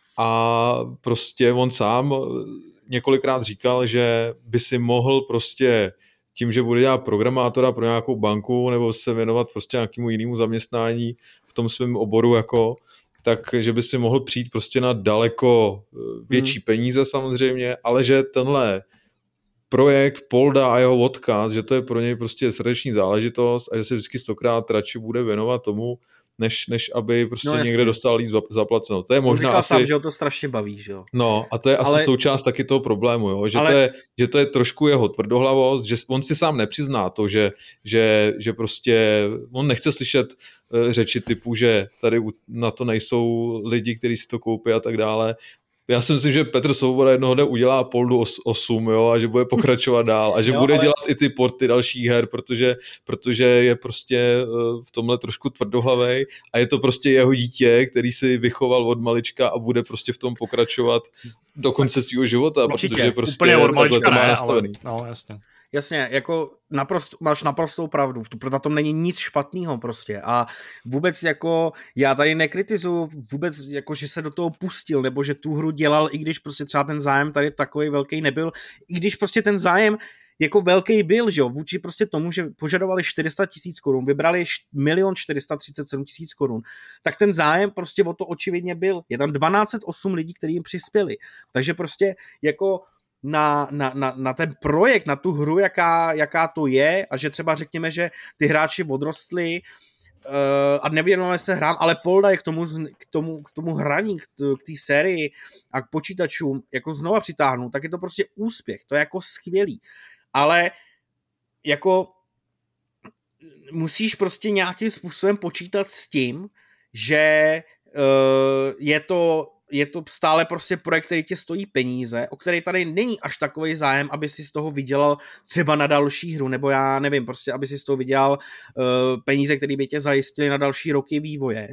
Speaker 3: A prostě on sám několikrát říkal, že by si mohl prostě tím, že bude dělat programátora pro nějakou banku nebo se věnovat prostě nějakému jinému zaměstnání v tom svém oboru, jako, tak že by si mohl přijít prostě na daleko větší hmm. peníze samozřejmě, ale že tenhle projekt Polda a jeho odkaz, že to je pro něj prostě srdeční záležitost a že se vždycky stokrát radši bude věnovat tomu, než, než aby prostě no, někde dostal líp zaplaceno. To je možná
Speaker 2: on říkal
Speaker 3: asi...
Speaker 2: sám, že ho to strašně baví, že jo.
Speaker 3: No, a to je ale... asi součást taky toho problému, jo? Že, ale... to je, že to je trošku jeho tvrdohlavost, že on si sám nepřizná to, že, že, že prostě on nechce slyšet uh, řeči typu, že tady na to nejsou lidi, kteří si to koupí a tak dále. Já si myslím, že Petr Svoboda jednoho dne udělá Poldu osm, jo, a že bude pokračovat dál a že jo, bude ale... dělat i ty porty dalších her, protože, protože je prostě v tomhle trošku tvrdohlavej a je to prostě jeho dítě, který si vychoval od malička a bude prostě v tom pokračovat do konce svého života,
Speaker 1: určitě,
Speaker 3: protože prostě
Speaker 1: úplně od malička
Speaker 3: to má
Speaker 1: ne,
Speaker 3: nastavený.
Speaker 1: Ale, no, jasně.
Speaker 2: Jasně, jako naprosto, máš naprostou pravdu, na tom není nic špatného prostě a vůbec jako já tady nekritizuju vůbec jako, že se do toho pustil, nebo že tu hru dělal, i když prostě třeba ten zájem tady takový velký nebyl, i když prostě ten zájem jako velký byl, že jo, vůči prostě tomu, že požadovali čtyři sta tisíc korun, vybrali milion čtyři sta třicet sedm tisíc korun, tak ten zájem prostě o to očividně byl. Je tam dvanáct set osm lidí, kteří jim přispěli, takže prostě jako Na, na, na, na ten projekt, na tu hru, jaká, jaká to je a že třeba řekněme, že ty hráči odrostli a nevěnujeme se hrám, ale Polda je k tomu, k tomu, k tomu hraní, k té sérii a k počítačům jako znova přitáhnu, tak je to prostě úspěch, to je jako skvělý. Ale jako musíš prostě nějakým způsobem počítat s tím, že uh, je to je to stále prostě projekt, který tě stojí peníze, o který tady není až takový zájem, aby si z toho vydělal třeba na další hru, nebo já nevím, prostě aby si z toho vydělal uh, peníze, které by tě zajistily na další roky vývoje.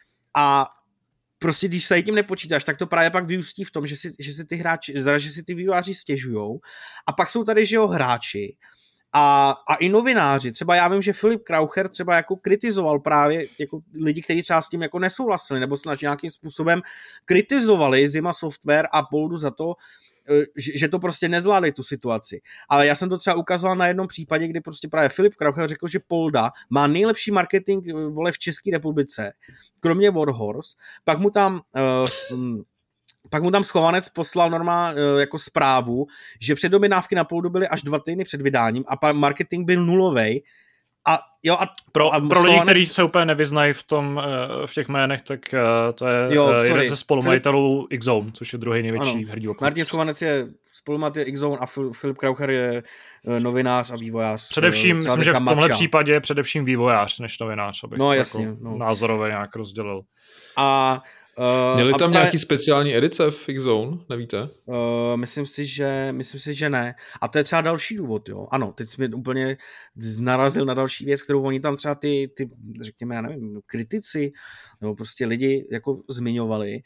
Speaker 2: A prostě když se tím nepočítáš, tak to právě pak vyústí v tom, že si, že si ty hráči, že si ty vývojáři stěžujou. A pak jsou tady, že jo, hráči, A, a i novináři, třeba já vím, že Filip Kraucher třeba jako kritizoval právě jako lidi, kteří třeba s tím jako nesouhlasili, nebo snad nějakým způsobem kritizovali Zima Software a Poldu za to, že, že to prostě nezvládli tu situaci. Ale já jsem to třeba ukazoval na jednom případě, kdy prostě právě Filip Kraucher řekl, že Polda má nejlepší marketing vole v České republice, kromě Warhorse, pak mu tam... Uh, Pak mu tam schovanec poslal normálně jako zprávu, že předobjednávky na Poldu byly až dva týdny před vydáním a marketing byl nulovej. A, jo, a,
Speaker 1: pro
Speaker 2: a
Speaker 1: pro
Speaker 2: schovanec...
Speaker 1: lidi, kteří se úplně nevyznají v, tom, v těch jménech, tak to je
Speaker 2: jo,
Speaker 1: jeden
Speaker 2: sorry.
Speaker 1: ze spolumajitelů X-Zone, což je druhý největší herní obchod.
Speaker 2: Martin Schovanec je spolumajitel X-Zone a Filip Kraucher je novinář a vývojář.
Speaker 1: Především, myslím, že v tomhle případě je především vývojář než novinář, abych
Speaker 2: no,
Speaker 1: to
Speaker 2: jasně,
Speaker 1: jako
Speaker 2: no.
Speaker 1: názorově nějak rozdělil.
Speaker 2: A
Speaker 3: Uh, Měli tam nějaký speciální edice v X-Zone, nevíte?
Speaker 2: Uh, myslím si, že myslím si, že ne. A to je třeba další důvod, jo. Ano, teď jsi mi úplně narazil na další věc, kterou oni tam třeba ty, ty řekněme, já nevím, kritici, nebo prostě lidi jako zmiňovali,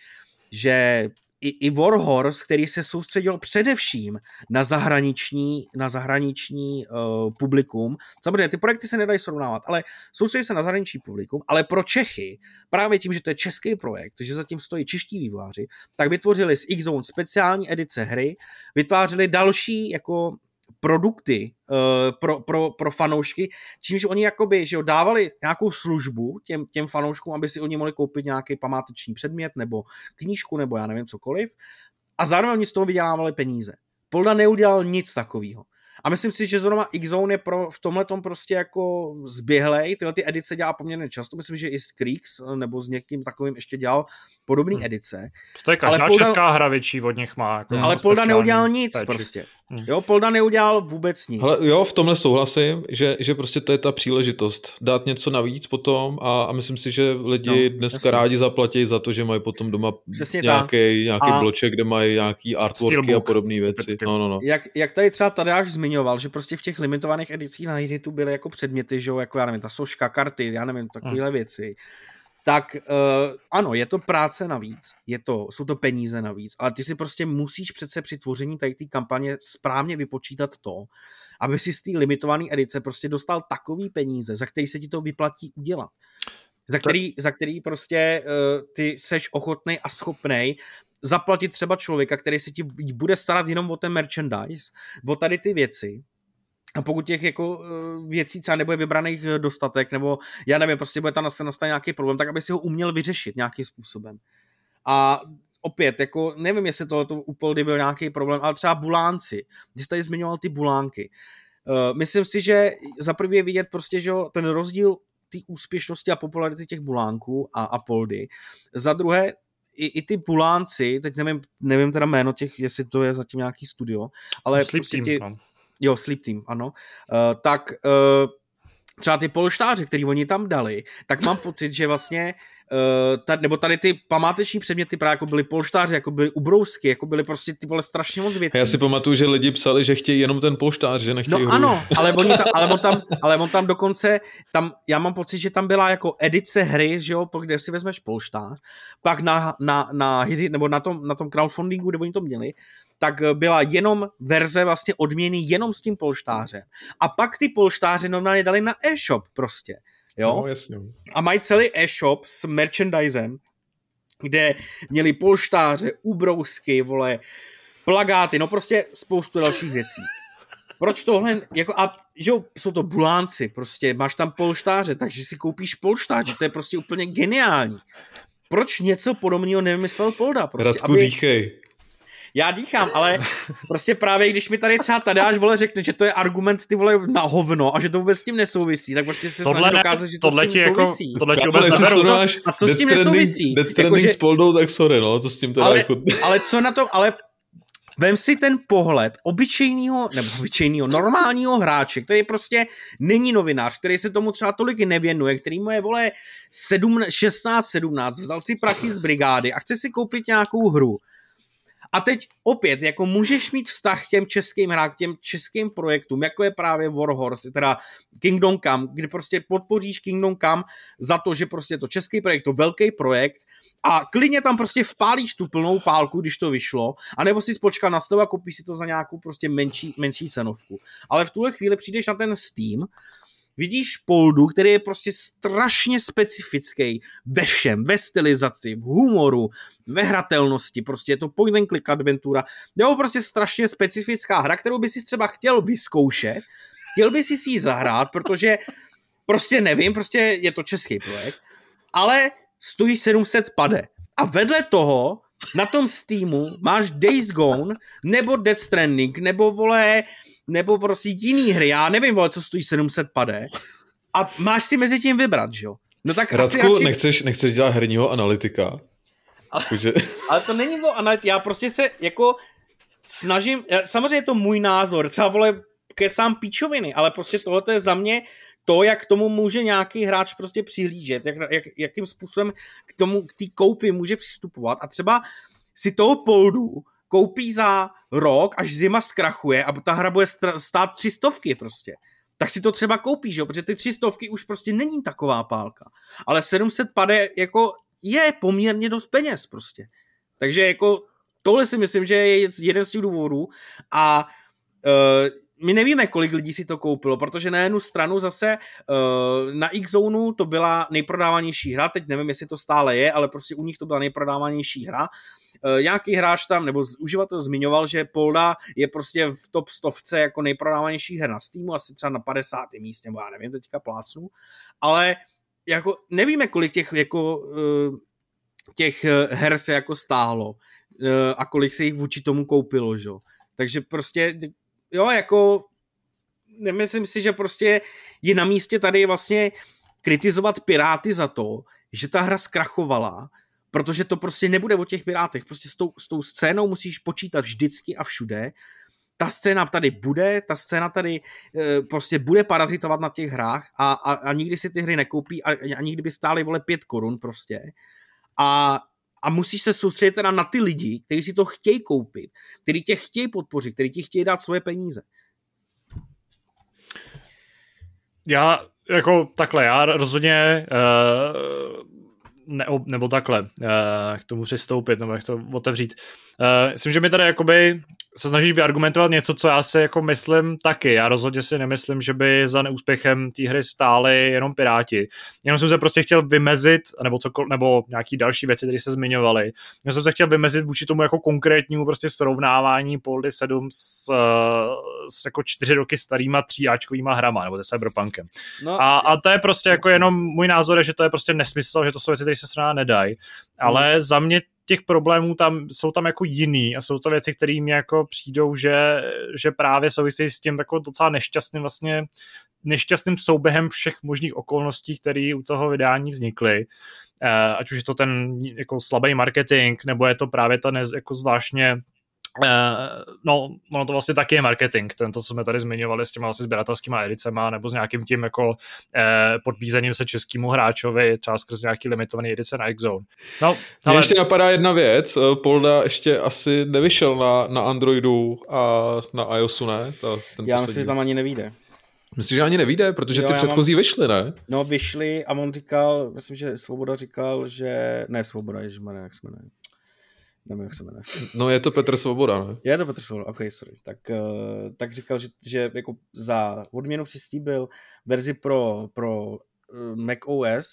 Speaker 2: že i, i Warhorse, který se soustředil především na zahraniční, na zahraniční uh, publikum. Samozřejmě ty projekty se nedají srovnávat, ale soustředí se na zahraniční publikum, ale pro Čechy, právě tím, že to je český projekt, že zatím stojí čeští vývojáři, tak vytvořili z X-Zone speciální edice hry, vytvářeli další jako produkty uh, pro, pro, pro fanoušky, čímž oni jakoby, že jo, dávali nějakou službu těm, těm fanouškům, aby si oni mohli koupit nějaký památečný předmět nebo knížku nebo já nevím cokoliv a zároveň oni z toho vydělávali peníze. Polda neudělal nic takového. A myslím si, že zrovna X-Zone je pro, v tomhletom prostě jako zběhlej, tyhle ty edice dělá poměrně často, myslím, že i s Kriegs nebo s někým takovým ještě dělal podobný hmm. edice.
Speaker 1: To je každá Polda, česká hra větší od nich má. Jako
Speaker 2: ale Polda neudělal nic
Speaker 1: péči.
Speaker 2: prostě. Hmm. Jo, Polda neudělal vůbec nic.
Speaker 3: Hele, jo, v tomhle souhlasím, že, že prostě to je ta příležitost. Dát něco navíc potom a, a myslím si, že lidi no, dneska jasný. rádi zaplatí za to, že mají potom doma nějaký, nějaký a... bloček, kde mají nějaký artworky a podobné věci. No, no, no.
Speaker 2: Jak, jak tady třeba Tadeáš zmiňoval, že prostě v těch limitovaných edicích na Hitu byly jako předměty, že jo, jako já nevím, ta soška, karty, já nevím, takovéhle hmm. věci. Tak uh, ano, je to práce navíc, je to, jsou to peníze navíc, ale ty si prostě musíš přece při tvoření tady té kampaně správně vypočítat to, aby si z té limitované edice prostě dostal takový peníze, za který se ti to vyplatí udělat. Za který, za který prostě uh, ty seš ochotnej a schopnej zaplatit třeba člověka, který se ti bude starat jenom o ten merchandise, o tady ty věci. A pokud těch jako věcí třeba nebude vybraných dostatek, nebo já nevím, prostě bude tam nastat nějaký problém, tak aby si ho uměl vyřešit nějakým způsobem. A opět, jako nevím, jestli tohleto u Poldy byl nějaký problém, ale třeba bulánci, když jsi tady zmiňoval ty bulánky. Uh, myslím si, že za prvý je vidět prostě, že ten rozdíl té úspěšnosti a popularity těch bulánků a, a Poldy. Za druhé, I, i ty bulánci, teď nevím, nevím teda jméno těch, jestli to je zatím nějaký studio, ale
Speaker 1: Sleep
Speaker 2: prostě
Speaker 1: Team,
Speaker 2: ti,
Speaker 1: no.
Speaker 2: jo, Sleep Team, ano, uh, tak uh, třeba ty polštáře, který oni tam dali, tak mám pocit, že vlastně uh, tady, nebo tady ty památeční předměty právě jako byly polštáře, jako byly ubrousky, jako byly prostě ty vole strašně moc věcí.
Speaker 3: Já si pamatuju, že lidi psali, že chtějí jenom ten polštář, že nechtějí
Speaker 2: No
Speaker 3: hru.
Speaker 2: ano, ale, oni ta, ale, on tam, ale on tam dokonce, tam, já mám pocit, že tam byla jako edice hry, že jo, kde si vezmeš polštář, pak na, na, na, nebo na tom, na tom crowdfundingu, kde oni to měli, tak byla jenom verze vlastně odměny jenom s tím polštářem. A pak ty polštáře normálně dali na e-shop prostě. Jo?
Speaker 3: No, jasně.
Speaker 2: A mají celý e-shop s merchandisem, kde měli polštáře, ubrousky, vole, plagáty, no prostě spoustu dalších věcí. Proč tohle, jako a že jo, jsou to bulánci, prostě máš tam polštáře, takže si koupíš polštáře, to je prostě úplně geniální. Proč něco podobného nevymyslel Polda? Prostě,
Speaker 3: Radku,
Speaker 2: aby...
Speaker 3: dýchej.
Speaker 2: já dýchám, ale prostě právě, když mi tady třeba Tadeáš, vole, řekne, že to je argument, ty vole, na hovno a že to vůbec s tím nesouvisí, tak prostě se snaží dokázat, že to s tím
Speaker 1: jako,
Speaker 2: souvisí.
Speaker 1: Tohle ti vůbec neberu.
Speaker 2: A co s tím nesouvisí?
Speaker 3: Death Stranding jako, s Poldou, tak sorry, no, to s tím teda
Speaker 2: ale,
Speaker 3: jako...
Speaker 2: ale co na to, ale vem si ten pohled obyčejného, nebo obyčejného, normálního hráče, který prostě není novinář, který se tomu třeba tolik nevěnuje, který mu je, vole, šestnáct sedmnáct, vzal si prachy z brigády a chce si koupit nějakou hru. A teď opět, jako můžeš mít vztah k těm českým hrám, k těm českým projektům, jako je právě Warhorse, teda Kingdom Come, kdy prostě podpoříš Kingdom Come za to, že prostě je to český projekt, to velký projekt a klidně tam prostě vpálíš tu plnou pálku, když to vyšlo, anebo si spočkal na stavu a koupíš si to za nějakou prostě menší, menší cenovku. Ale v tuhle chvíli přijdeš na ten Steam, vidíš Poldu, který je prostě strašně specifický ve všem, ve stylizaci, v humoru, ve hratelnosti, prostě je to point and click adventura, nebo prostě strašně specifická hra, kterou by si třeba chtěl vyzkoušet, chtěl by si si ji zahrát, protože prostě nevím, prostě je to český projekt, ale stojí sedm set pade. A vedle toho na tom Steamu máš Days Gone, nebo Death Stranding, nebo vole, nebo prostě jiný hry, já nevím, vole, co stojí sedm set pade a máš si mezi tím vybrat, že jo? No tak
Speaker 3: Radku,
Speaker 2: asi radši...
Speaker 3: nechceš, nechceš dělat herního analytika?
Speaker 2: Ale,
Speaker 3: Takže...
Speaker 2: ale to není o analytice, já prostě se jako snažím, samozřejmě je to můj názor, třeba vole kecám píčoviny, ale prostě tohle je za mě to, jak k tomu může nějaký hráč prostě přihlížet, jak, jak, jakým způsobem k tomu, k té koupi může přistupovat a třeba si toho Poldu koupí za rok, až zima zkrachuje a ta hra bude stát tři stovky prostě. Tak si to třeba koupíš, jo? Protože ty tři stovky už prostě není taková pálka. Ale sedm set pade jako je poměrně dost peněz prostě. Takže jako tohle si myslím, že je jeden z těch důvodů a uh, my nevíme, kolik lidí si to koupilo, protože na jednu stranu zase uh, na X-Zone to byla nejprodávanější hra, teď nevím, jestli to stále je, ale prostě u nich to byla nejprodávanější hra. Uh, nějaký hráč tam, nebo uživatel zmiňoval, že Polda je prostě v top stovce jako nejprodávanější hra na Steamu, asi třeba na padesátém místě, nebo já nevím, teďka plácnu, ale jako nevíme, kolik těch jako uh, těch her se jako stáhlo uh, a kolik se jich vůči tomu koupilo, že? Takže prostě jo, jako nemyslím si, že prostě je na místě tady vlastně kritizovat Piráty za to, že ta hra zkrachovala, protože to prostě nebude o těch Pirátech. Prostě s tou, s tou scénou musíš počítat vždycky a všude. Ta scéna tady bude, ta scéna tady e, prostě bude parazitovat na těch hrách a, a, a nikdy si ty hry nekoupí a, a nikdy by stály, vole, pět korun prostě. A A musíš se soustředit teda na ty lidi, kteří si to chtějí koupit, kteří tě chtějí podpořit, kteří ti chtějí dát svoje peníze.
Speaker 1: Já jako takhle, já rozhodně uh, ne, nebo takhle uh, k tomu přistoupit, nebo jak to otevřít. Uh, myslím, že mi tady jakoby se snažíš vyargumentovat něco, co já si jako myslím taky. Já rozhodně si nemyslím, že by za neúspěchem té hry stáli jenom Piráti. Jenom jsem se prostě chtěl vymezit, nebo, cokoliv, nebo nějaký další věci, které se zmiňovaly. Já jsem se chtěl vymezit vůči tomu jako konkrétnímu prostě srovnávání Poldy sedm s, s jako čtyři roky starýma tříáčkovýma hrama, nebo se Cyberpunkem. No, a, a to je prostě jako jenom můj názor, že to je prostě nesmysl, že to jsou věci, které se srovná nedají. Ale hmm. za mě těch problémů tam jsou tam jako jiný a jsou to věci, které mi jako přijdou, že, že právě souvisí s tím jako docela nešťastným vlastně nešťastným souběhem všech možných okolností, které u toho vydání vznikly. Ať už je to ten jako slabý marketing, nebo je to právě ta nez, jako zvláštně Uh, no, ono to vlastně taky je marketing, tento, co jsme tady zmiňovali s těma vlastně sběratelskýma edicema, nebo s nějakým tím jako uh, podbízením se českému hráčovi, třeba skrz nějaký limitovaný edice na X-Zone. No,
Speaker 3: ale... Mě ještě napadá jedna věc, Polda ještě asi nevyšel na, na Androidu a na iOSu, ne? Ta, ten
Speaker 2: Já myslím, že tam ani nevyjde.
Speaker 3: Myslíš, že ani nevyjde? Protože
Speaker 2: jo,
Speaker 3: ty předchozí mám... vyšly, ne?
Speaker 2: No, vyšly a on říkal, myslím, že Svoboda říkal, že... Ne, Svoboda, ježišmarja, jak se jmenuje. Nevím, jak se jmenuje.
Speaker 3: No je to Petr Svoboda, ne?
Speaker 2: Je to Petr Svoboda, ok, sorry. Tak, uh, tak říkal, že, že jako za odměnu přislíbil verzi pro, pro uh, macOS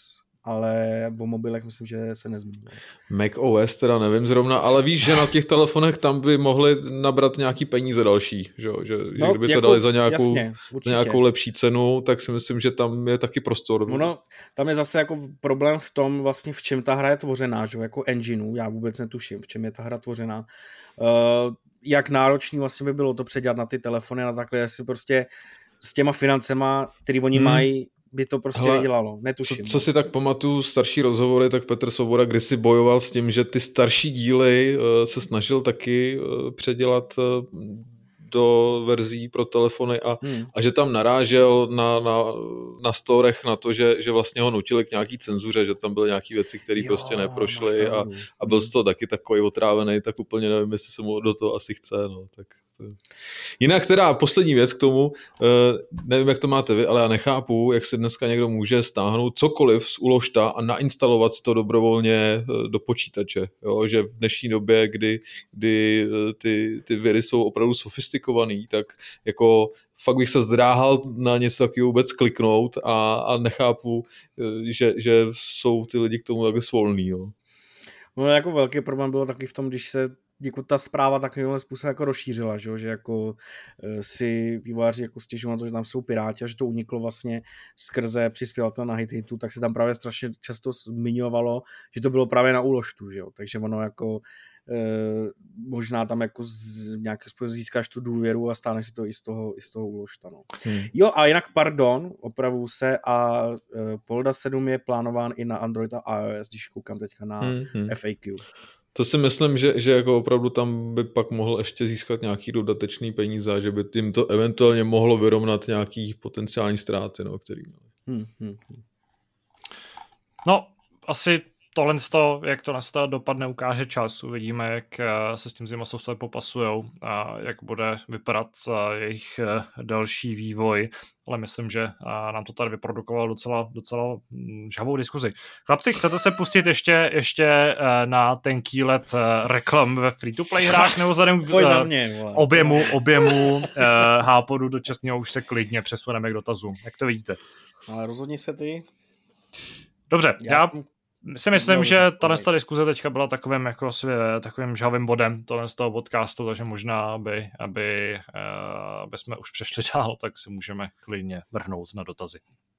Speaker 2: ale o mobilech myslím, že se nezmínil.
Speaker 3: Mac O S teda nevím zrovna, ale víš, že na těch telefonech tam by mohli nabrat nějaký peníze další, že, že, no, že kdyby jako, to dali za nějakou, jasně, za nějakou lepší cenu, tak si myslím, že tam je taky prostor.
Speaker 2: Ono, tam je zase jako problém v tom vlastně, v čem ta hra je tvořená, že? Jako engineu, já vůbec netuším, v čem je ta hra tvořená. Uh, jak náročný vlastně by bylo to předělat na ty telefony a takhle, jestli prostě s těma financema, který oni hmm. mají, by to prostě Hele, dělalo, netuším.
Speaker 3: Co, co si tak pamatuju starší rozhovory, tak Petr Svoboda kdysi bojoval s tím, že ty starší díly uh, se snažil taky uh, předělat uh, do verzí pro telefony a, hmm. a že tam narážel na, na, na storech na to, že, že vlastně ho nutili k nějaký cenzuře, že tam byly nějaký věci, které prostě neprošly a, a byl z toho taky takový otrávený, tak úplně nevím, jestli se mu do toho asi chce. No, tak to... Jinak teda poslední věc k tomu, nevím, jak to máte vy, ale já nechápu, jak si dneska někdo může stáhnout cokoliv z uložta a nainstalovat si to dobrovolně do počítače. Jo? Že v dnešní době, kdy, kdy ty, ty viry jsou opravdu sofistikovaný, tak jako fakt bych se zdráhal na něco takového vůbec kliknout a, a nechápu, že, že jsou ty lidi k tomu takhle svolný. Jo?
Speaker 2: No jako velký problém bylo taky v tom, když se jako ta zpráva takovým způsobem jako rozšířila, že, že jako si vývojáři jako stěžují na to, že tam jsou piráti a že to uniklo vlastně skrze přispěvatel na hit hitu, tak se tam právě strašně často zmiňovalo, že to bylo právě na úložtu, že jo, takže ono jako e, možná tam jako z, nějakým způsobem získáš tu důvěru a stáneš si to i z toho, i z toho úložta, no. Hmm. Jo a jinak pardon, opravuju se a e, Polda sedm je plánován i na Android a iOS, když koukám teďka na hmm. F A Q.
Speaker 3: To si myslím, že, že jako opravdu tam by pak mohl ještě získat nějaký dodatečný peníze, že by tím to eventuálně mohlo vyrovnat nějaký potenciální ztráty, no, který
Speaker 2: hmm, hmm.
Speaker 1: No, asi tohle z toho, jak to nastav dopadne, ukáže čas. Uvidíme, jak se s tím Zima Software popasujou a jak bude vypadat jejich další vývoj. Ale myslím, že nám to tady vyprodukovalo docela, docela žhavou diskuzi. Chlapci, chcete se pustit ještě, ještě na tenký let reklam ve free-to-play hrách, nebo vzhledem k objemu, objemu hápodu dočasného už se klidně přesuneme k dotazům. Jak to vidíte?
Speaker 2: Ale rozhodni se ty.
Speaker 1: Dobře, já, já si myslím, že tato diskuze teďka byla takovým, jako svě, takovým žhavým bodem tohle z toho podcastu, takže možná, aby, aby, aby jsme už přešli dál, tak si můžeme klidně vrhnout na dotazy.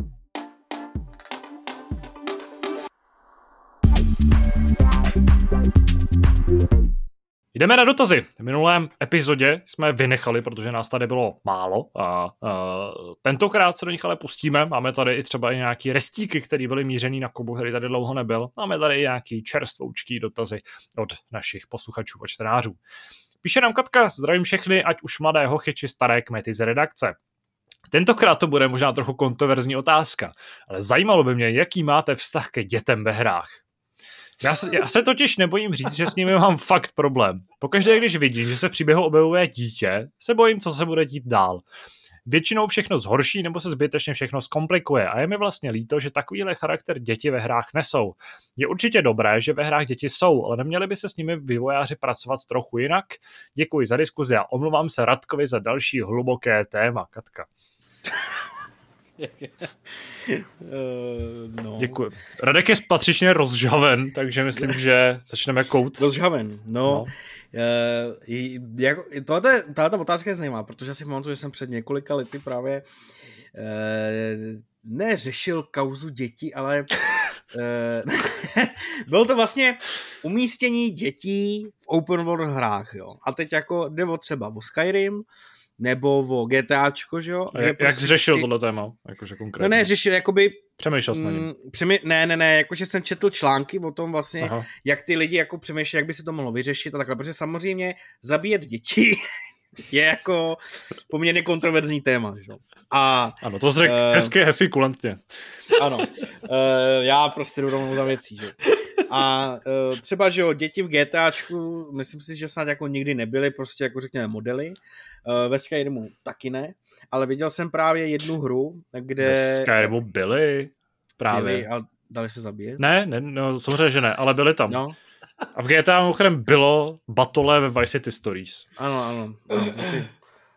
Speaker 1: Jdeme na dotazy. V minulém epizodě jsme vynechali, protože nás tady bylo málo a, a tentokrát se do nich ale pustíme. Máme tady i třeba i nějaký restíky, které byly mířený na Kubu, který tady dlouho nebyl. Máme tady i nějaký čerstvoučký dotazy od našich posluchačů a čtenářů. Píše nám Katka, zdravím všechny, ať už mladé hochy či staré kmety z redakce. Tentokrát to bude možná trochu kontroverzní otázka, ale zajímalo by mě, jaký máte vztah ke dětem ve hrách. Já se, já se totiž nebojím říct, že s nimi mám fakt problém. Pokaždé, když vidím, že se v příběhu objevuje dítě, se bojím, co se bude dít dál. Většinou všechno zhorší nebo se zbytečně všechno zkomplikuje a je mi vlastně líto, že takovýhle charakter děti ve hrách nesou. Je určitě dobré, že ve hrách děti jsou, ale neměli by se s nimi vývojáři pracovat trochu jinak? Děkuji za diskuzi a omlouvám se Radkovi za další hluboké téma. Katka.
Speaker 2: uh, no.
Speaker 1: Děkuji. Radek je patřičně rozžhaven, takže myslím, že začneme kout.
Speaker 2: Rozžhaven, no. no. Uh, jako, tohle, tato otázka je zajímavá, protože si pamatuju, že jsem před několika lety právě uh, neřešil kauzu dětí, ale uh, bylo to vlastně umístění dětí v open world hrách, jo. A teď jako jde o třeba o Skyrim, nebo o GTAčko, že jo?
Speaker 1: Jak, prostě jak řešil ty... tohle téma? Jakože konkrétně.
Speaker 2: No ne, řešil, jakoby...
Speaker 1: Přemýšlel jsi na něm.
Speaker 2: Přemý... Ne, ne, ne, jakože jsem četl články o tom vlastně, Aha. jak ty lidi jako přemýšlí, jak by se to mohlo vyřešit a takhle, protože samozřejmě zabíjet děti je jako poměrně kontroverzní téma, že jo? A...
Speaker 1: Ano, to jsi řekl uh... hezky, hezky kulantně.
Speaker 2: Ano, uh, já prostě jdu rovnou za věcí, že a uh, třeba, že jo, děti v GTAčku, myslím si, že snad jako nikdy nebyly prostě jako řekněme modely, uh, ve Skyrimu taky ne, ale viděl jsem právě jednu hru, kde...
Speaker 1: Ve Skyrimu byly právě.
Speaker 2: Byly a dali se zabíjet?
Speaker 1: Ne, ne, no samozřejmě, že ne, ale byly tam.
Speaker 2: No.
Speaker 1: A v G T A mimochodem bylo battle ve Vice City Stories.
Speaker 2: Ano, ano, ano to si...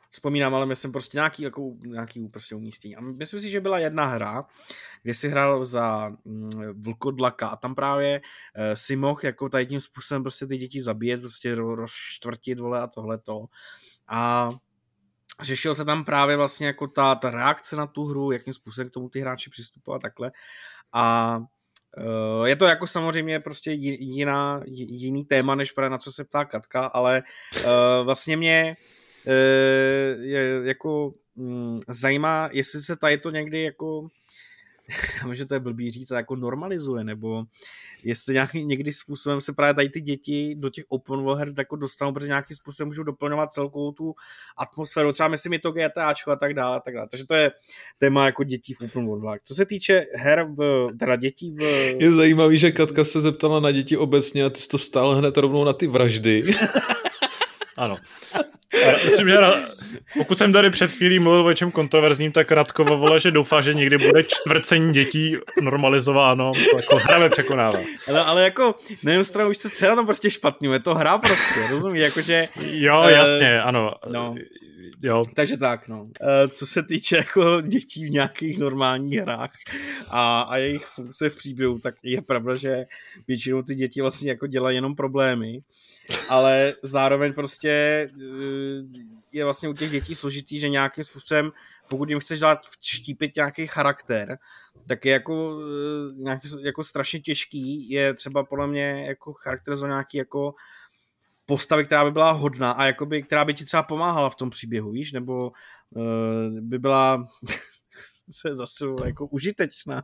Speaker 2: vzpomínám, ale myslím prostě nějaký, jako, nějaký prostě umístění. A myslím si, že byla jedna hra, kde si hrál za mm, vlkodlaka a tam právě uh, si mohl jako tady tím způsobem prostě ty děti zabíjet, prostě rozštvrtit, vole, a tohleto. A řešil se tam právě vlastně jako ta, ta reakce na tu hru, jakým způsobem k tomu ty hráči přistupovat takhle. A uh, je to jako samozřejmě prostě jiná, jiný téma, než právě na co se ptá Katka, ale uh, vlastně mě uh, je, jako um, zajímá, jestli se tady to někdy jako že to je blbý říct, jako normalizuje, nebo jestli nějaký, někdy způsobem se právě tady ty děti do těch open world her jako dostanou, protože nějakým způsobem můžou doplňovat celkou tu atmosféru, třeba myslím je to GTAčko a tak dále, a tak dále. Takže to je téma jako dětí v open world. Co se týče her, v, teda dětí v...
Speaker 3: Je zajímavý, že Katka se zeptala na děti obecně a ty jsi to stál hned rovnou na ty vraždy.
Speaker 1: Ano. A myslím, že pokud jsem tady před chvílí mluvil o něčem kontroverzním, tak Radkova vole, že doufá, že někdy bude čtvrcení dětí normalizováno, jako hra překonává.
Speaker 2: Ale, ale jako, nevím stranu, už co je na tom prostě špatný, je to hra prostě, rozumíš, jakože...
Speaker 1: Jo, jasně, uh, ano.
Speaker 2: No.
Speaker 1: Jo.
Speaker 2: Takže tak, no. Uh, co se týče jako dětí v nějakých normálních hrách a, a jejich funkce v příběhu, tak je pravda, že většinou ty děti vlastně jako dělají jenom problémy, ale zároveň prostě uh, je vlastně u těch dětí složitý, že nějakým způsobem, pokud jim chceš dát vštípit nějaký charakter, tak je jako, uh, nějaký, jako strašně těžký, je třeba podle mě jako charakterizovat nějaký jako postavy, která by byla hodná a jakoby, která by ti třeba pomáhala v tom příběhu, víš, nebo uh, by byla se zase jako užitečná.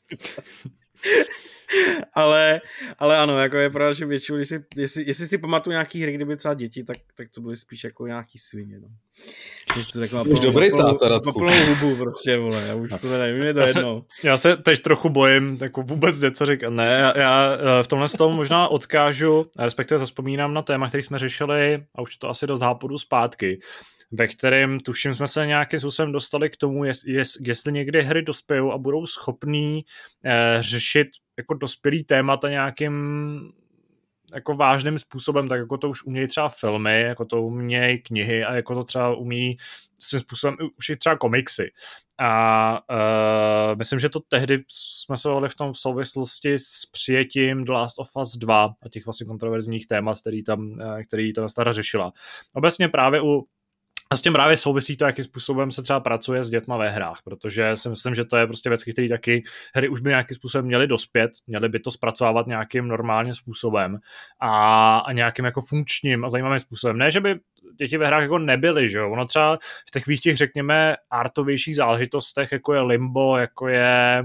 Speaker 2: ale, ale ano, jako je pravda, že většinou, jestli, jestli, jestli si pamatuju nějaký hry, kdyby třeba děti, tak, tak to byly spíš jako nějaký svině, no. Už to taková
Speaker 3: plnou, dobrý táta, Radku.
Speaker 2: plnou hubu prostě, vole, já už to nevím, je to
Speaker 1: já
Speaker 2: jedno.
Speaker 1: Se, já se teď trochu bojím, jako vůbec něco říkat. Ne, já, já v tomhle z toho možná odkážu, respektive zazpomínám na téma, který jsme řešili, a už to asi dost hápodu zpátky, ve kterém, tuším, jsme se nějakým způsobem dostali k tomu, jest, jest, jestli někdy hry dospějou a budou schopní eh, řešit jako dospělý témata nějakým jako vážným způsobem, tak jako to už umějí třeba filmy, jako to umějí knihy a jako to třeba umí svým způsobem už i třeba komiksy. A uh, myslím, že to tehdy jsme se v tom v souvislosti s přijetím The Last of Us dva a těch vlastně kontroverzních témat, který tam, který ta hra řešila. Obecně právě u A s tím právě souvisí to, jakým způsobem se třeba pracuje s dětma ve hrách, protože si myslím, že to je prostě věc, které taky hry už by nějakým způsobem měly dospět, měly by to zpracovávat nějakým normálním způsobem a, a nějakým jako funkčním a zajímavým způsobem. Ne, že by děti ve hrách jako nebyly, že jo, ono třeba v takových těch, řekněme, artovějších záležitostech, jako je Limbo, jako je...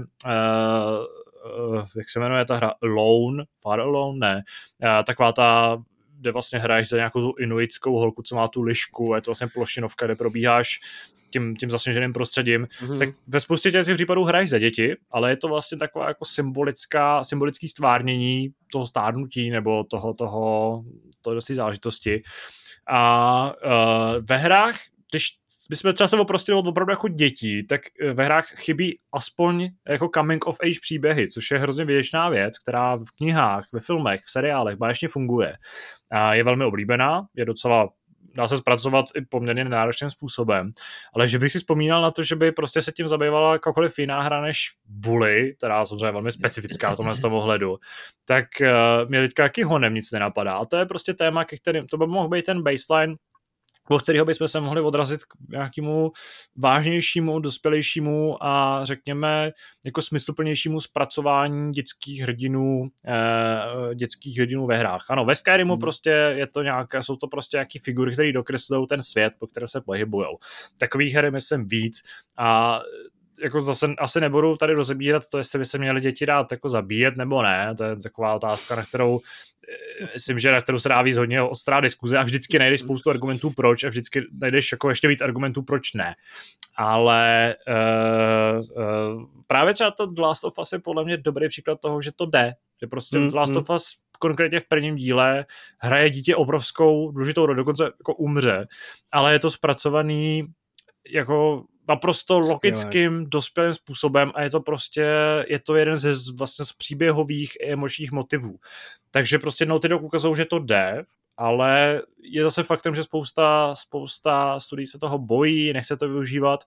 Speaker 1: Uh, uh, jak se jmenuje ta hra? Alone? Far Alone? Ne. Uh, taková ta kde vlastně hraješ za nějakou tu inuitskou holku, co má tu lišku, a je to vlastně plošinovka, kde probíháš tím, tím zasněženým prostředím, mm-hmm. tak ve spoustě těch případů hraješ za děti, ale je to vlastně taková jako symbolická, symbolický stvárnění toho stárnutí nebo toho, toho, toho dosti záležitosti. A uh, ve hrách, když bychom třeba se oprostili od opravdu jako dětí, tak ve hrách chybí aspoň jako coming of age příběhy, což je hrozně věčná věc, která v knihách, ve filmech, v seriálech báječně funguje. A je velmi oblíbená, je docela, dá se zpracovat i poměrně náročným způsobem, ale že bych si vzpomínal na to, že by prostě se tím zabývala jakákoliv jiná hra než Bully, která samozřejmě velmi specifická v tomhle z toho ohledu, tak uh, mě teďka jaký honem nic nenapadá. A to je prostě téma, ke kterým, to by mohl být ten baseline, o kterého bychom se mohli odrazit k nějakému vážnějšímu, dospělejšímu a řekněme jako smysluplnějšímu zpracování dětských hrdinů, eh, dětských hrdinů ve hrách. Ano, ve Skyrimu hmm. prostě je to nějaké, jsou to prostě nějaké figury, které dokreslují ten svět, po kterém se pohybujou. Takových her myslím víc a jako zase asi nebudu tady rozebírat to, jestli by se měli děti dát jako zabíjet nebo ne, to je taková otázka, na kterou myslím, že na kterou se dá víc hodně ostrá diskuze a vždycky najdeš spoustu argumentů proč a vždycky najdeš jako ještě víc argumentů proč ne. Ale uh, uh, právě třeba to The Last of Us je podle mě dobrý příklad toho, že to jde, že prostě mm, The Last mm. of Us konkrétně v prvním díle hraje dítě obrovskou důležitou roli, dokonce jako umře, ale je to zpracovaný jako naprosto logickým, dospělým způsobem a je to prostě, je to jeden ze vlastně z příběhových emočních motivů. Takže prostě Naughty Dog ukazují, že to jde ale je zase faktem, že spousta, spousta studií se toho bojí, nechce to využívat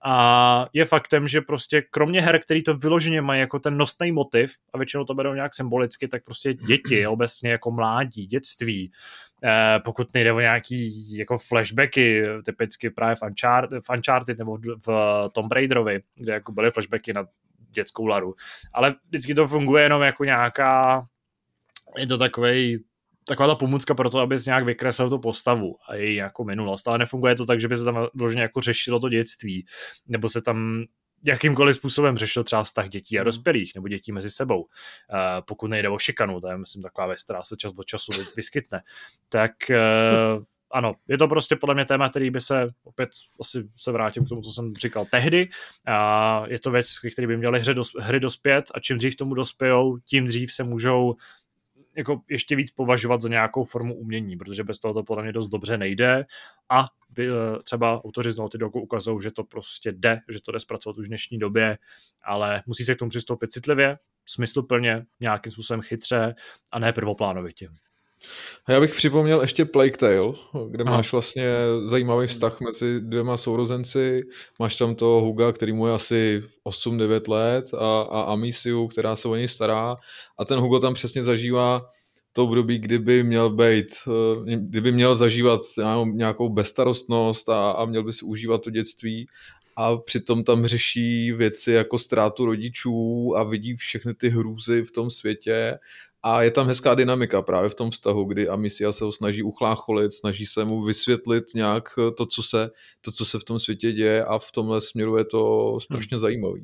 Speaker 1: a je faktem, že prostě kromě her, který to vyloženě mají jako ten nosný motiv a většinou to berou nějak symbolicky, tak prostě děti obecně jako mládí, dětství, eh, pokud nejde o nějaký jako flashbacky, typicky právě v Uncharted, v Uncharted nebo v, v Tomb Raiderovi, kde jako byly flashbacky na dětskou Laru, ale vždycky to funguje jenom jako nějaká, je to takovej taková ta pomůcka pro to, abys nějak vykreslil tu postavu a její jako minulost, ale nefunguje to tak, že by se tam vloženě jako řešilo to dětství, nebo se tam jakýmkoliv způsobem řešil třeba vztah dětí a dospělých, nebo dětí mezi sebou. Uh, pokud nejde o šikanu, to je myslím taková věc, která se čas od času vyskytne. Tak uh, ano, je to prostě podle mě téma, který by se, opět asi se vrátím k tomu, co jsem říkal tehdy, a je to věc, který by měly hry, dos, hry dospět a čím dřív tomu dospějou, tím dřív se můžou jako ještě víc považovat za nějakou formu umění, protože bez toho to podle mě dost dobře nejde a třeba autoři z Naughty Dogu ukazují, že to prostě jde, že to jde zpracovat už v dnešní době, ale musí se k tomu přistoupit citlivě, smysluplně, nějakým způsobem chytře a ne prvoplánovitě.
Speaker 3: Já bych připomněl ještě Plague Tale, kde máš Aha. vlastně zajímavý vztah mezi dvěma sourozenci. Máš tam toho Huga, který mu je asi osm devět let a, a Amicia, která se o něj stará. A ten Hugo tam přesně zažívá to období, kdyby měl být, kdyby měl zažívat nějakou bezstarostnost a, a měl by si užívat to dětství. A přitom tam řeší věci jako ztrátu rodičů a vidí všechny ty hrůzy v tom světě. A je tam hezká dynamika právě v tom vztahu, kdy Amicia se ho snaží uchlácholit, snaží se mu vysvětlit nějak to, co se, to, co se v tom světě děje a v tomhle směru je to strašně hmm. zajímavý.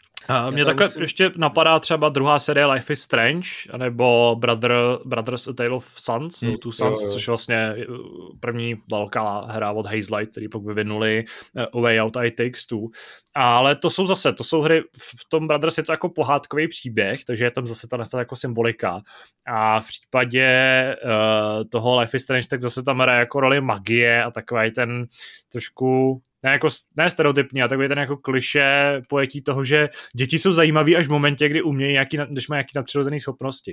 Speaker 1: A mě takhle musím... ještě napadá třeba druhá série Life is Strange, nebo Brother, Brothers A Tale of Sons, hmm, Two Sons, jo, jo. což je vlastně první velká hra od Hazelight, který pak vyvinuli A Way Out a It Takes Two. Ale to jsou zase, to jsou hry, v tom Brothers je to jako pohádkový příběh, takže je tam zase ta nastala jako symbolika. A v případě uh, toho Life is Strange, tak zase tam hraje jako roli magie a takový ten trošku ne, jako, ne stereotypní, ale takový ten jako klišé pojetí toho, že děti jsou zajímaví až v momentě, kdy umějí, nějaký, když mají nějaký nadpřirozený schopnosti.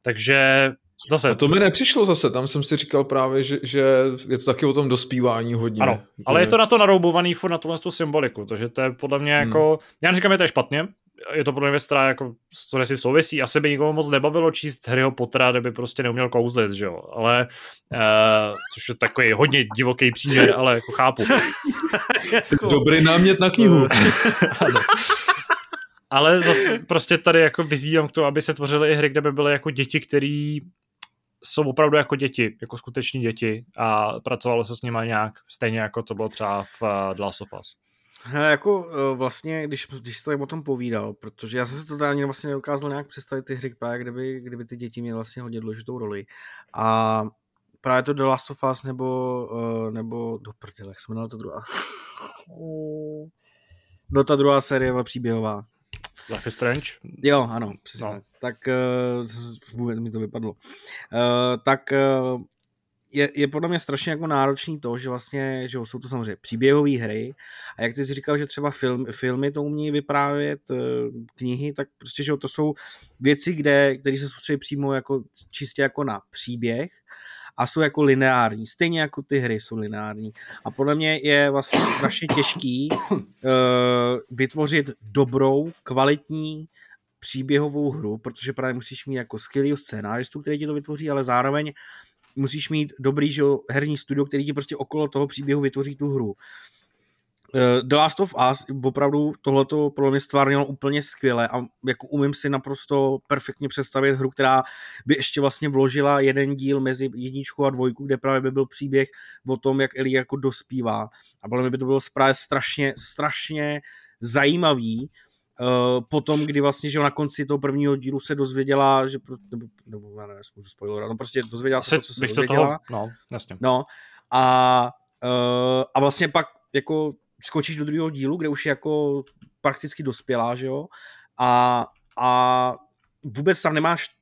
Speaker 1: Takže zase...
Speaker 3: A to mi nepřišlo zase, tam jsem si říkal právě, že, že je to taky o tom dospívání hodně.
Speaker 1: Ano, ale je to na to naroubovaný furt na tuhle symboliku, takže to je podle mě jako... Hmm. Já neříkám, že to je špatně, je to podle mě věc, která jako co si souvisí. Asi by nikomu moc nebavilo číst Harryho Pottera, kdyby prostě neuměl kouzlit, že jo, ale uh, což je takový hodně divoký příměr, ale jako chápu.
Speaker 3: Dobrý námět na knihu.
Speaker 1: Ano. Ale zase prostě tady jako vyzývám k tomu, aby se tvořily i hry, kde by byly jako děti, který jsou opravdu jako děti, jako skuteční děti a pracovalo se s nimi nějak, stejně jako to bylo třeba v The Last of Us.
Speaker 2: Hele, jako vlastně, když, když jsi o tom povídal, protože já jsem si to ani vlastně nedokázal nějak představit ty hry, právě kdyby, kdyby ty děti měly vlastně hodně důležitou roli. A právě to The Last of Us nebo, nebo do prdele, jak se jmenovala ta druhá? No ta druhá série byla příběhová.
Speaker 1: Life is Strange?
Speaker 2: Jo, ano, přesně. No. Tak uh, vůbec mi to vypadlo. Uh, tak uh, je, je podle mě strašně jako náročný to, že vlastně, že jsou to samozřejmě příběhové hry a jak ty jsi říkal, že třeba film, filmy to umí vyprávět, knihy, tak prostě, že to jsou věci, kde, které se soustředí přímo jako, čistě jako na příběh a jsou jako lineární, stejně jako ty hry jsou lineární. A podle mě je vlastně strašně těžký uh, vytvořit dobrou, kvalitní příběhovou hru, protože právě musíš mít jako skvělýho scénáristu, který ti to vytvoří, ale zároveň musíš mít dobrý, že, herní studio, který ti prostě okolo toho příběhu vytvoří tu hru. The Last of Us opravdu tohleto pro mě stvárnilo úplně skvěle a jako umím si naprosto perfektně představit hru, která by ještě vlastně vložila jeden díl mezi jedničkou a dvojkou, kde právě by byl příběh o tom, jak Ellie jako dospívá. A podle mě by to bylo právě strašně, strašně zajímavý. Uh, potom, kdy vlastně, že na konci toho prvního dílu se dozvěděla, že, nebo, nebo já nevím, můžu spoilerovat, no prostě dozvěděla se to, co se dozvěděla.
Speaker 1: Toho, no, jasně.
Speaker 2: No, a, uh, a vlastně pak jako skočíš do druhého dílu, kde už je jako prakticky dospělá, že jo, a, a vůbec tam nemáš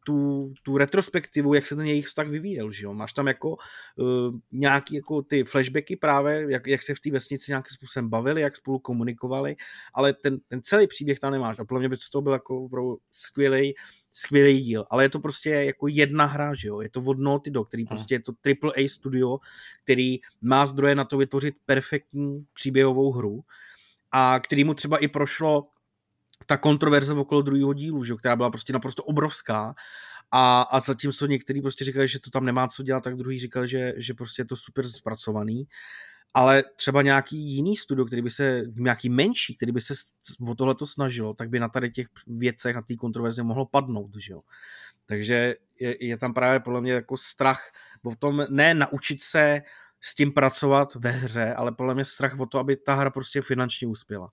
Speaker 2: tu, tu retrospektivu, jak se ten jejich vztah vyvíjel, že jo? Máš tam jako uh, nějaký jako ty flashbacky právě, jak, jak se v té vesnici nějakým způsobem bavili, jak spolu komunikovali, ale ten, ten celý příběh tam nemáš a podle mě by to bylo jako skvělý, skvělý díl, ale je to prostě jako jedna hra, že jo? Je to od Naughty Dog, který prostě je to triple A studio, který má zdroje na to vytvořit perfektní příběhovou hru a kterýmu třeba i prošlo ta kontroverze okolo druhého dílu, že, která byla prostě naprosto obrovská a, a zatímco některý prostě říkali, že to tam nemá co dělat, tak druhý říkali, že, že prostě je to super zpracovaný, ale třeba nějaký jiný studio, který by se, nějaký menší, který by se o tohleto snažilo, tak by na tady těch věcech, na té kontroverzi mohlo padnout, že jo. Takže je, je tam právě podle mě jako strach o tom, ne naučit se s tím pracovat ve hře, ale podle mě strach o to, aby ta hra prostě finančně uspěla.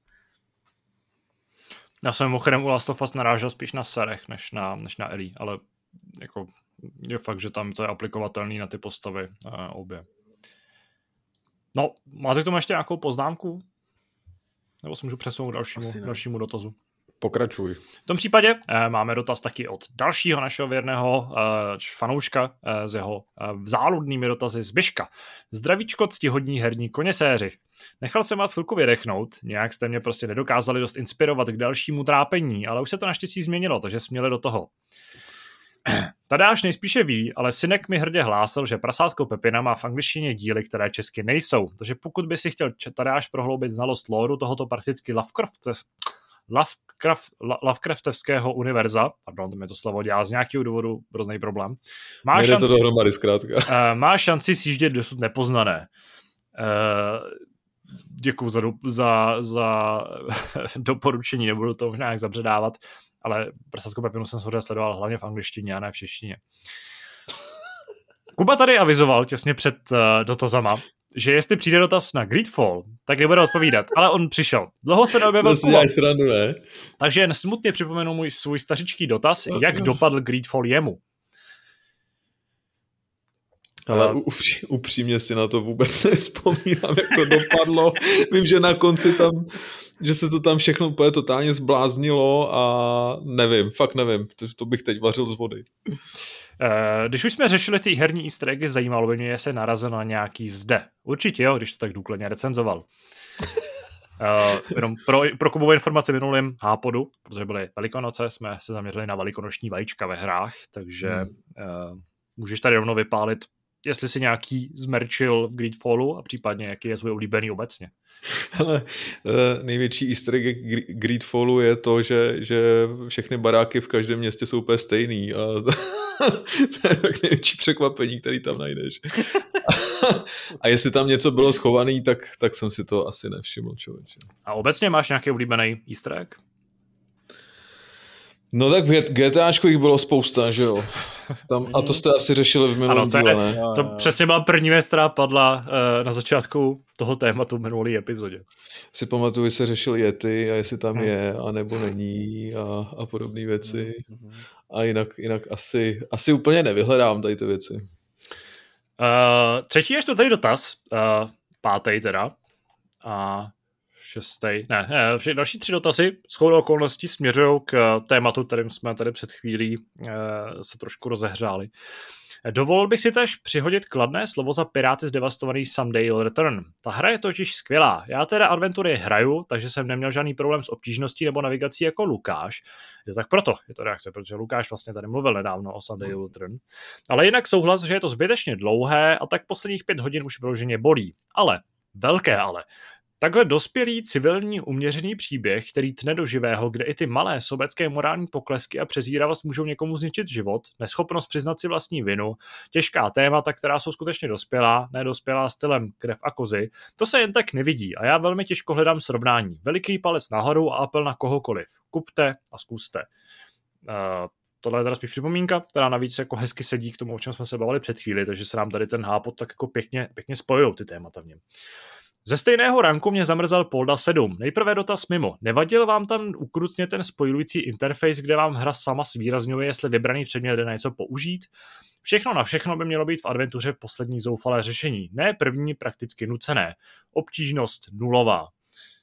Speaker 1: Já jsem mimochodem u Last of Us narážel spíš na Sarech, než na, než na Ellie, ale jako je fakt, že tam to je aplikovatelný na ty postavy uh, obě. No, máte k tomu ještě nějakou poznámku? Nebo se můžu přesunout k dalšímu, dalšímu dotazu?
Speaker 3: Pokračuj.
Speaker 1: V tom případě eh, máme dotaz taky od dalšího našeho věrného eh, fanouška eh, s jeho eh, záludnými dotazy Zbyška. Zdravíčko, ctihodní herní koněséři. Nechal jsem vás chvilku vydechnout, nějak jste mě prostě nedokázali dost inspirovat k dalšímu trápení, ale už se to naštěstí změnilo, takže směli do toho. Tadáš nejspíše ví, ale synek mi hrdě hlásal, že Prasátko Pepina má v angličtině díly, které česky nejsou, takže pokud by si chtěl Tadáš prohloubit znalost lóru tohoto prakticky Lovecraft Lovecraft, Lovecraftevského univerza, pardon, to mi to slovo dělá z nějakého důvodu hrozný problém, má šanci,
Speaker 3: to dohromady zkrátka.
Speaker 1: Uh, má šanci sjíždět dosud nepoznané. Uh, děkuju za, za, za doporučení, nebudu to možná nějak zabředávat, ale Prasáckou Pepinu jsem samozřejmě sledoval hlavně v angličtině a ne v češtině. Kuba tady avizoval těsně před uh, dotazama, že jestli přijde dotaz na Greedfall, tak nebude odpovídat, ale on přišel. Dlouho se neobjevil Kuba.
Speaker 3: Stranu, ne?
Speaker 1: Takže jen smutně připomenu můj svůj stařičký dotaz, jak dopadl Greedfall jemu.
Speaker 3: Ale upří, upřímně si na to vůbec nevzpomínám, jak to dopadlo. Vím, že na konci tam, že se to tam všechno úplně totálně zbláznilo a nevím, fakt nevím, to, to bych teď vařil z vody.
Speaker 1: Když už jsme řešili ty herní easter eggy, zajímalo by mě, jestli narazil na nějaký zde. Určitě jo, když to tak důkladně recenzoval. Uh, jenom pro, pro Kubovu informaci minulým Hápodu, protože byly Velikonoce, jsme se zaměřili na velikonoční vajíčka ve hrách, takže hmm. uh, můžeš tady rovnou vypálit, jestli si nějaký zmerčil v Greedfallu a případně jaký je svůj oblíbený obecně.
Speaker 3: Ale uh, největší easter egg Greedfallu je to, že, že všechny baráky v každém městě jsou úplně stejný a to je tak největší překvapení, který tam najdeš. A jestli tam něco bylo schovaný, tak, tak jsem si to asi nevšiml, člověče.
Speaker 1: A obecně máš nějaký oblíbený easter egg?
Speaker 3: No tak v GTAčku jich bylo spousta, že jo. Tam, a to jste asi řešili v minulém díle, ne?
Speaker 1: To přesně byla první věc, která padla uh, na začátku toho tématu v minulý epizodě.
Speaker 3: Si pamatuju, že se řešil Yeti a jestli tam hmm. je, a nebo není a, a podobné věci. Hmm. A jinak, jinak asi, asi úplně nevyhledám tady ty věci.
Speaker 1: Uh, třetí je to tady dotaz, uh, pátý teda. A šestý, ne, ne, další tři dotazy shodou okolností směřují k tématu, kterým jsme tady před chvílí uh, se trošku rozehřáli. Dovolil bych si též přihodit kladné slovo za Piráty zdevastovaný Someday Return. Ta hra je totiž skvělá. Já teda adventury hraju, takže jsem neměl žádný problém s obtížností nebo navigací jako Lukáš. Je tak proto je to reakce, protože Lukáš vlastně tady mluvil nedávno o Someday Return. Ale jinak souhlas, že je to zbytečně dlouhé a tak posledních pět hodin už vyloženě bolí. Ale, velké ale. Takhle dospělý civilní uměřený příběh, který tne do živého, kde i ty malé sobecké morální poklesky a přezíravost můžou někomu zničit život, neschopnost přiznat si vlastní vinu, těžká témata, která jsou skutečně dospělá, nedospělá stylem krev a kozy, to se jen tak nevidí a já velmi těžko hledám srovnání. Veliký palec nahoru a apel na kohokoliv. Kupte a zkuste. Uh, Tohle je teda spíš připomínka, která navíc jako hezky sedí k tomu, o čem jsme se bavili před chvíli, takže se nám tady ten hápot tak jako pěkně, pěkně spojujou ty témata v něm. Ze stejného ranku mě zamrzal Polda sedm. Nejprve dotaz mimo. Nevadil vám tam ukrutně ten spojující interface, kde vám hra sama zvýrazňuje, jestli vybraný předmět jde na něco použít? Všechno na všechno by mělo být v adventuře poslední zoufalé řešení. Ne první, prakticky nucené. Obtížnost nulová.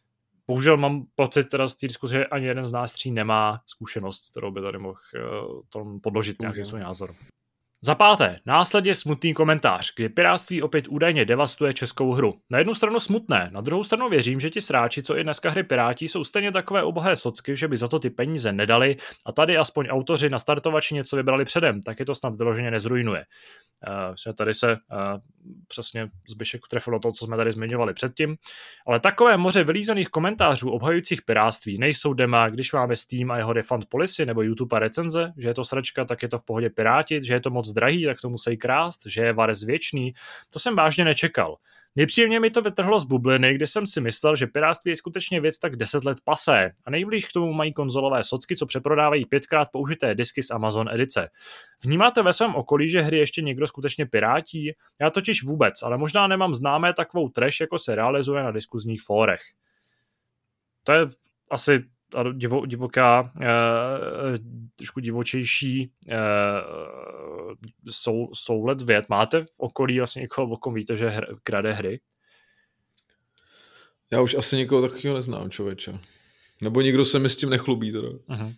Speaker 1: bohužel mám pocit teda z té diskuse, že ani jeden z nás tří nemá zkušenost, kterou by tady mohl uh, tom podložit nějaký svůj názor. Za páté, následně smutný komentář, kdy pirátství opět údajně devastuje českou hru. Na jednu stranu smutné, na druhou stranu věřím, že ti sráči, co i dneska hry Piráti, jsou stejně takové ubohé socky, že by za to ty peníze nedali a tady aspoň autoři na startovači něco vybrali předem, tak je to snad vyloženě nezrujnuje. Uh, tady se uh, přesně Zbyšek trefilo to, co jsme tady zmiňovali předtím, ale takové moře vylízaných komentářů obhajujících pirátství nejsou dema, když máme Steam a jeho refund policy nebo YouTube a recenze, že je to sračka, tak je to v pohodě pirátit, že je to moc drahý, tak to musí krást, že je Varez věčný, to jsem vážně nečekal. Nepříjemně mi to vytrhlo z bubliny, kde jsem si myslel, že pirátství je skutečně věc tak deset let pasé a nejblíž k tomu mají konzolové socky, co přeprodávají pětkrát použité disky z Amazon edice. Vnímáte ve svém okolí, že hry ještě někdo skutečně pirátí? Já totiž vůbec, ale možná nemám známé takovou trash, jako se realizuje na diskuzních fórech. To je asi divo, divoká, eh, trošku divočejší eh, sou, soulet věd. Máte v okolí vlastně někoho, o kom víte, že hr, krade hry?
Speaker 3: Já už asi někoho takového neznám, člověče. Nebo nikdo se mi s tím nechlubí teda. Uh-huh.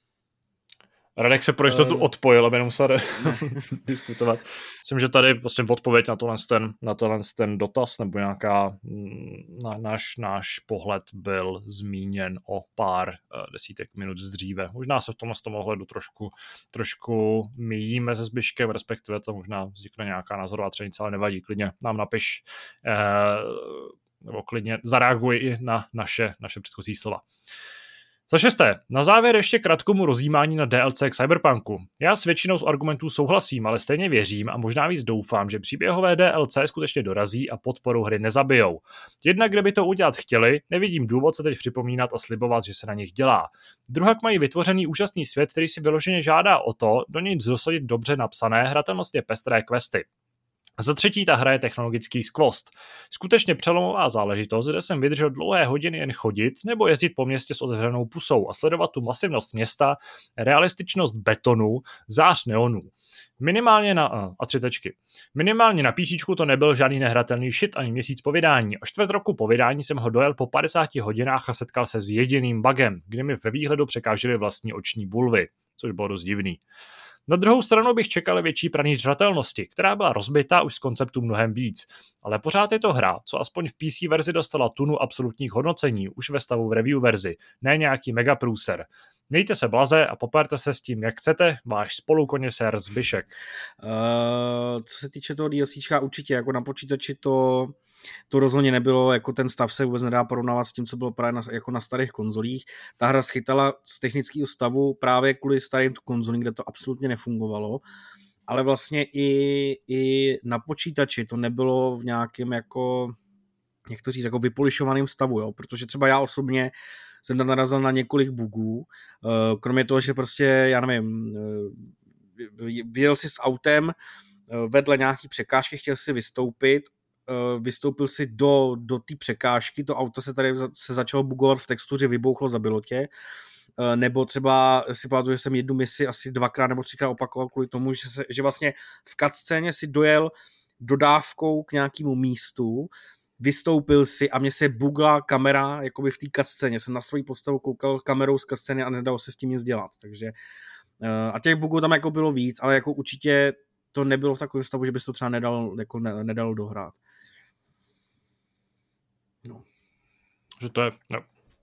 Speaker 1: Radek se pro jistotu uh, odpojil, aby nemusel ne. diskutovat. Myslím, že tady vlastně odpověď na tohle ten, na tohle ten dotaz nebo nějaká na, náš, náš pohled byl zmíněn o pár uh, desítek minut dříve. Možná se v tomhle tom ohledu trošku, trošku míjíme se Zbyškem, respektive to možná vznikne nějaká názorová třenice, ale nevadí, klidně nám napiš uh, nebo klidně zareaguj i na naše, naše předchozí slova. Za šesté, na závěr ještě krátkomu rozjímání na D L C k Cyberpunku. Já s většinou z argumentů souhlasím, ale stejně věřím a možná víc doufám, že příběhové D L C skutečně dorazí a podporu hry nezabijou. Jednak, kdyby to udělat chtěli, nevidím důvod se teď připomínat a slibovat, že se na nich dělá. Druhak mají vytvořený úžasný svět, který si vyloženě žádá o to, do něj dosadit dobře napsané, hratelnostně pestré questy. Za třetí, ta hra je technologický skvost. Skutečně přelomová záležitost, kde jsem vydržel dlouhé hodiny jen chodit nebo jezdit po městě s otevřenou pusou a sledovat tu masivnost města, realističnost betonu, zář neonů. Minimálně na a tři tečky. Minimálně na PCčku to nebyl žádný nehratelný shit ani měsíc po vydání. A čtvrt roku po vydání jsem ho dojel po padesáti hodinách a setkal se s jediným bugem, kdy mi ve výhledu překážely vlastní oční bulvy, což bylo dost divný. Na druhou stranu bych čekal větší pranýř hratelnosti, která byla rozbitá už z konceptu mnohem víc, ale pořád je to hra, co aspoň v P C verzi dostala tunu absolutních hodnocení, už ve stavu v review verzi, ne nějaký megaprůser. Mějte se blaze a poperte se s tím, jak chcete, váš spolukoněsér Zbyšek.
Speaker 2: Uh, co se týče toho DLCčka, určitě, jako na počítači to... To rozhodně nebylo, jako ten stav se vůbec nedá porovnávat s tím, co bylo právě na, jako na starých konzolích. Ta hra schytala z technického stavu právě kvůli starým konzolím, kde to absolutně nefungovalo, ale vlastně i, i na počítači to nebylo v nějakém jako, jak to říct, jako vypolišovaném stavu, jo? Protože třeba já osobně jsem tam narazil na několik bugů, kromě toho, že prostě, já nevím, vyjel si s autem vedle nějaký překážky, chtěl si vystoupit, vystoupil si do, do té překážky, to auto se tady se začalo bugovat v textuře, vybouchlo, zabilo tě, nebo třeba si pamatuju, že jsem jednu misi asi dvakrát nebo třikrát opakoval kvůli tomu, že, se, že vlastně v cutscéně si dojel dodávkou k nějakému místu, vystoupil si a mě se bugla kamera jakoby v té cutscéně, jsem na svoji postavu koukal kamerou z cutscény a nedalo se s tím nic dělat, takže a těch bugů tam jako bylo víc, ale jako určitě to nebylo v takovém stavu, že bys to třeba nedal, jako ne, nedal dohrát.
Speaker 1: No. Že to je... No.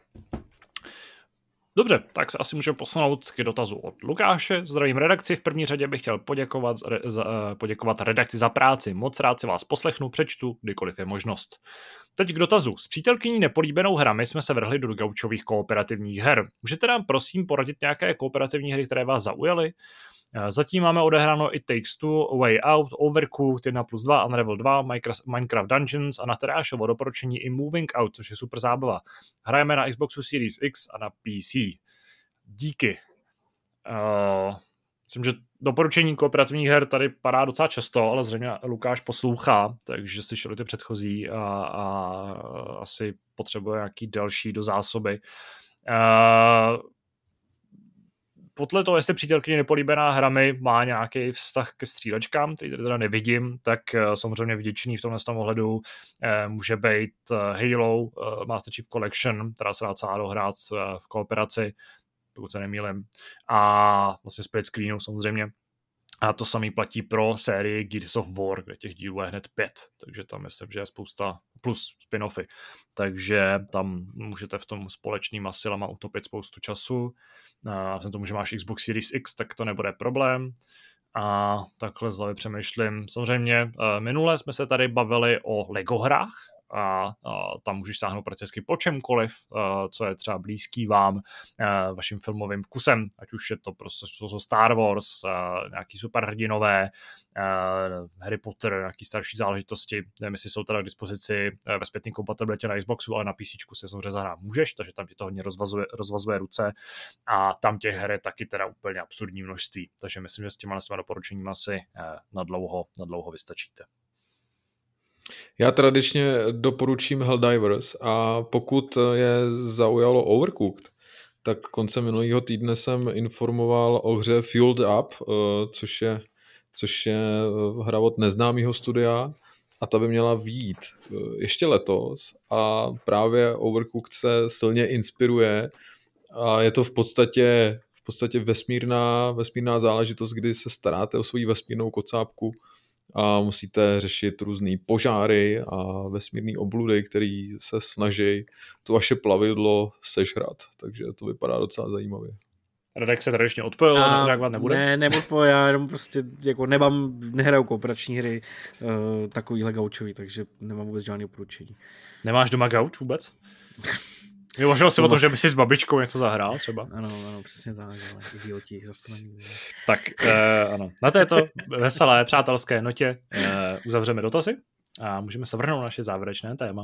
Speaker 1: Dobře, tak se asi můžeme posunout k dotazu od Lukáše. Zdravím redakci. V první řadě bych chtěl poděkovat, za, poděkovat redakci za práci. Moc rád si vás poslechnu, přečtu, kdykoliv je možnost. Teď k dotazu. S přítelkyní nepolíbenou hrami jsme se vrhli do gaučových kooperativních her. Můžete nám prosím poradit nějaké kooperativní hry, které vás zaujaly? Zatím máme odehráno i Takes Two, A Way Out, Overcooked, jedna plus dva, Unravel dva, Minecraft Dungeons a na Terášovo doporučení i Moving Out, což je super zábava. Hrajeme na Xboxu Series X a na P C. Díky. Uh, myslím, že doporučení kooperativních her tady padá docela často, ale zřejmě Lukáš poslouchá, takže slyšeli ty předchozí a, a asi potřebuje nějaký další do zásoby. Uh, podle toho, jestli přítelkyně nepolíbená hrami má nějaký vztah ke střílečkám, který teda nevidím, tak samozřejmě vděčný v tomhle ohledu může být Halo Master Chief Collection, která se dá celá dohrát v kooperaci, pokud se nemýlím, a vlastně split screenu samozřejmě. A to samý platí pro sérii Gears of War, kde těch dílů je hned pět, takže tam myslím, že je spousta plus spin-offy. Takže tam můžete v tom společnýma silama utopit spoustu času. A vzhledem tomu, že máš Xbox Series X, tak to nebude problém. A takhle z hlavy přemýšlím. Samozřejmě minule jsme se tady bavili o Lego hrách, a, a tam můžeš sáhnout prakticky po čemkoliv, a, co je třeba blízký vám, a, vašim filmovým vkusem, ať už je to prostě to Star Wars, a, nějaký superhrdinové, a, Harry Potter, nějaký starší záležitosti, nevím, jestli jsou teda k dispozici ve zpětné kompatibilitě na Xboxu, ale na PCčku se samozřejmě zahrát můžeš, takže tam ti to hodně rozvazuje, rozvazuje ruce a tam těch her je taky teda úplně absurdní množství, takže myslím, že s těma svými doporučeními asi na dlouho, na dlouho vystačíte.
Speaker 3: Já tradičně doporučím Helldivers a pokud je zaujalo Overcooked, tak koncem minulého týdne jsem informoval o hře Fueled Up, což je, což je hra od neznámého studia a ta by měla vyjít ještě letos a právě Overcooked se silně inspiruje a je to v podstatě, v podstatě vesmírná, vesmírná záležitost, kdy se staráte o svou vesmírnou kocápku a musíte řešit různý požáry a vesmírný obludy, který se snaží to vaše plavidlo sežrat. Takže to vypadá docela zajímavě.
Speaker 1: Radek se tradičně odpojil, a reagovat nebude?
Speaker 2: Ne, neodpojil, já jenom prostě jako nemám, nehraju kooperační hry uh, takovýhle gaučový, takže nemám vůbec žádný doporučení.
Speaker 1: Nemáš doma gauč vůbec? Uvažoval jsi o tom, že by si s babičkou něco zahrál třeba?
Speaker 2: Ano, ano, přesně tak, ale idioti zase není.
Speaker 1: Tak, uh, ano. Na této veselé, přátelské notě uh, uzavřeme dotazy a můžeme se vrhnout na naše závěrečné téma.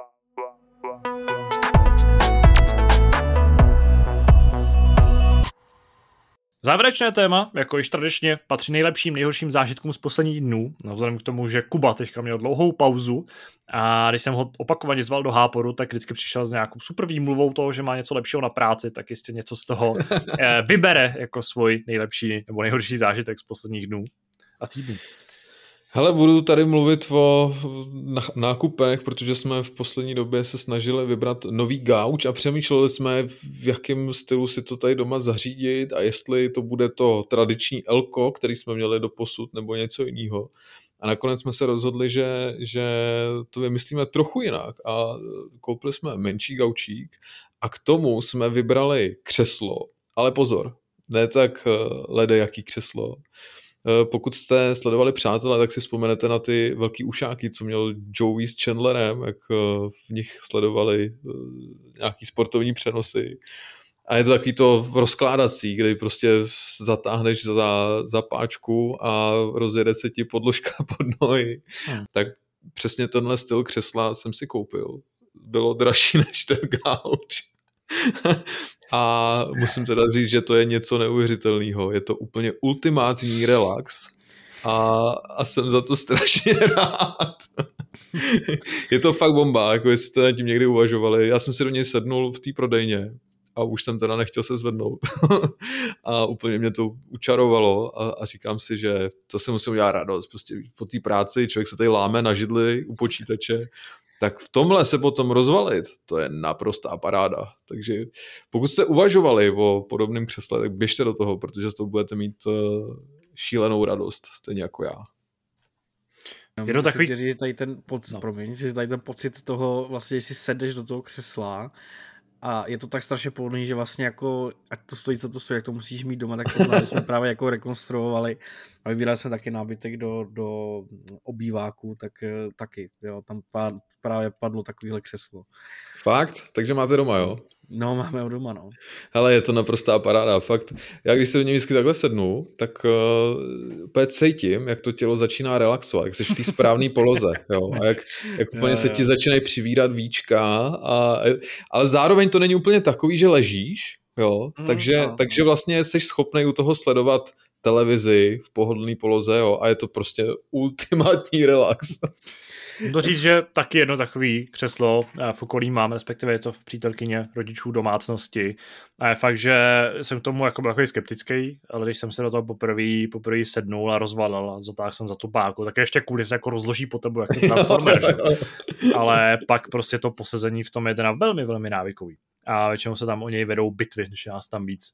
Speaker 1: Závěrečné téma, jako již tradičně, patří nejlepším, nejhorším zážitkům z posledních dnů, no vzhledem k tomu, že Kuba teďka měl dlouhou pauzu a když jsem ho opakovaně zval do Háporu, tak vždycky přišel s nějakou super výmluvou toho, že má něco lepšího na práci, tak jistě něco z toho eh, vybere jako svůj nejlepší nebo nejhorší zážitek z posledních dnů a týdnů.
Speaker 3: Hele, budu tady mluvit o nákupech, protože jsme v poslední době se snažili vybrat nový gauč a přemýšleli jsme, v jakém stylu si to tady doma zařídit a jestli to bude to tradiční Elko, který jsme měli doposud, nebo něco jiného. A nakonec jsme se rozhodli, že, že to vymyslíme trochu jinak a koupili jsme menší gaučík a k tomu jsme vybrali křeslo. Ale pozor, ne tak ledejaký křeslo. Pokud jste sledovali Přátelé, tak si vzpomenete na ty velký ušáky, co měl Joey s Chandlerem, jak v nich sledovali nějaký sportovní přenosy. A je to takový to rozkládací, kdy prostě zatáhneš za, za páčku a rozjede se ti podložka pod nohy. Hmm. Tak přesně tenhle styl křesla jsem si koupil. Bylo dražší než ten gauč. A musím teda říct, že to je něco neuvěřitelného. Je to úplně ultimátní relax a, a jsem za to strašně rád. Je to fakt bomba, jako jestli jste tím někdy uvažovali. Já jsem si do něj sednul v té prodejně a už jsem teda nechtěl se zvednout. A úplně mě to učarovalo a, a říkám si, že to si musím udělat radost. Prostě po té práci člověk se tady láme na židli u počítače, tak v tomhle se potom rozvalit, to je naprostá paráda. Takže pokud jste uvažovali o podobném křesle, tak běžte do toho, protože z toho budete mít šílenou radost, stejně jako já.
Speaker 2: Je to takový... Říct, tady ten pocit, no. promiň, tady ten pocit toho, vlastně, že si sedneš do toho křesla a je to tak strašně pohodlný, že vlastně jako, ať to stojí, co to stojí, jak to musíš mít doma, tak to znamená, jsme právě jako rekonstruovali a vybírali jsme taky nábytek do, do obýváku, tak taky, jo, tam právě padlo takovýhle křeslo.
Speaker 3: Fakt? Takže máte doma, jo?
Speaker 2: No, máme ho doma, no.
Speaker 3: Hele, je to naprostá paráda, fakt. Já když se do něj vždycky takhle sednu, tak uh, úplně cítím, jak to tělo začíná relaxovat, jak jsi v té správné poloze, jo, a jak, jak úplně jo, se jo. ti začínají přivírat víčka, a, ale zároveň to není úplně takový, že ležíš, jo, mm, takže, no, takže vlastně jsi schopnej u toho sledovat televizi v pohodlný poloze, jo, a je to prostě ultimátní relax.
Speaker 1: To říct, že taky jedno takový křeslo v okolí mám, respektive je to v přítelkyně rodičů domácnosti. A je fakt, že jsem k tomu jako byl takový skeptický, ale když jsem se do toho poprvé poprvé sednul a rozvalil a zatáhl jsem za tu páku, tak ještě kvůli se jako rozloží po tebe, jak to Transformer, že? Ale pak prostě to posezení v tom je teda velmi, velmi návykový. A většinou se tam o něj vedou bitvy, když je nás tam víc.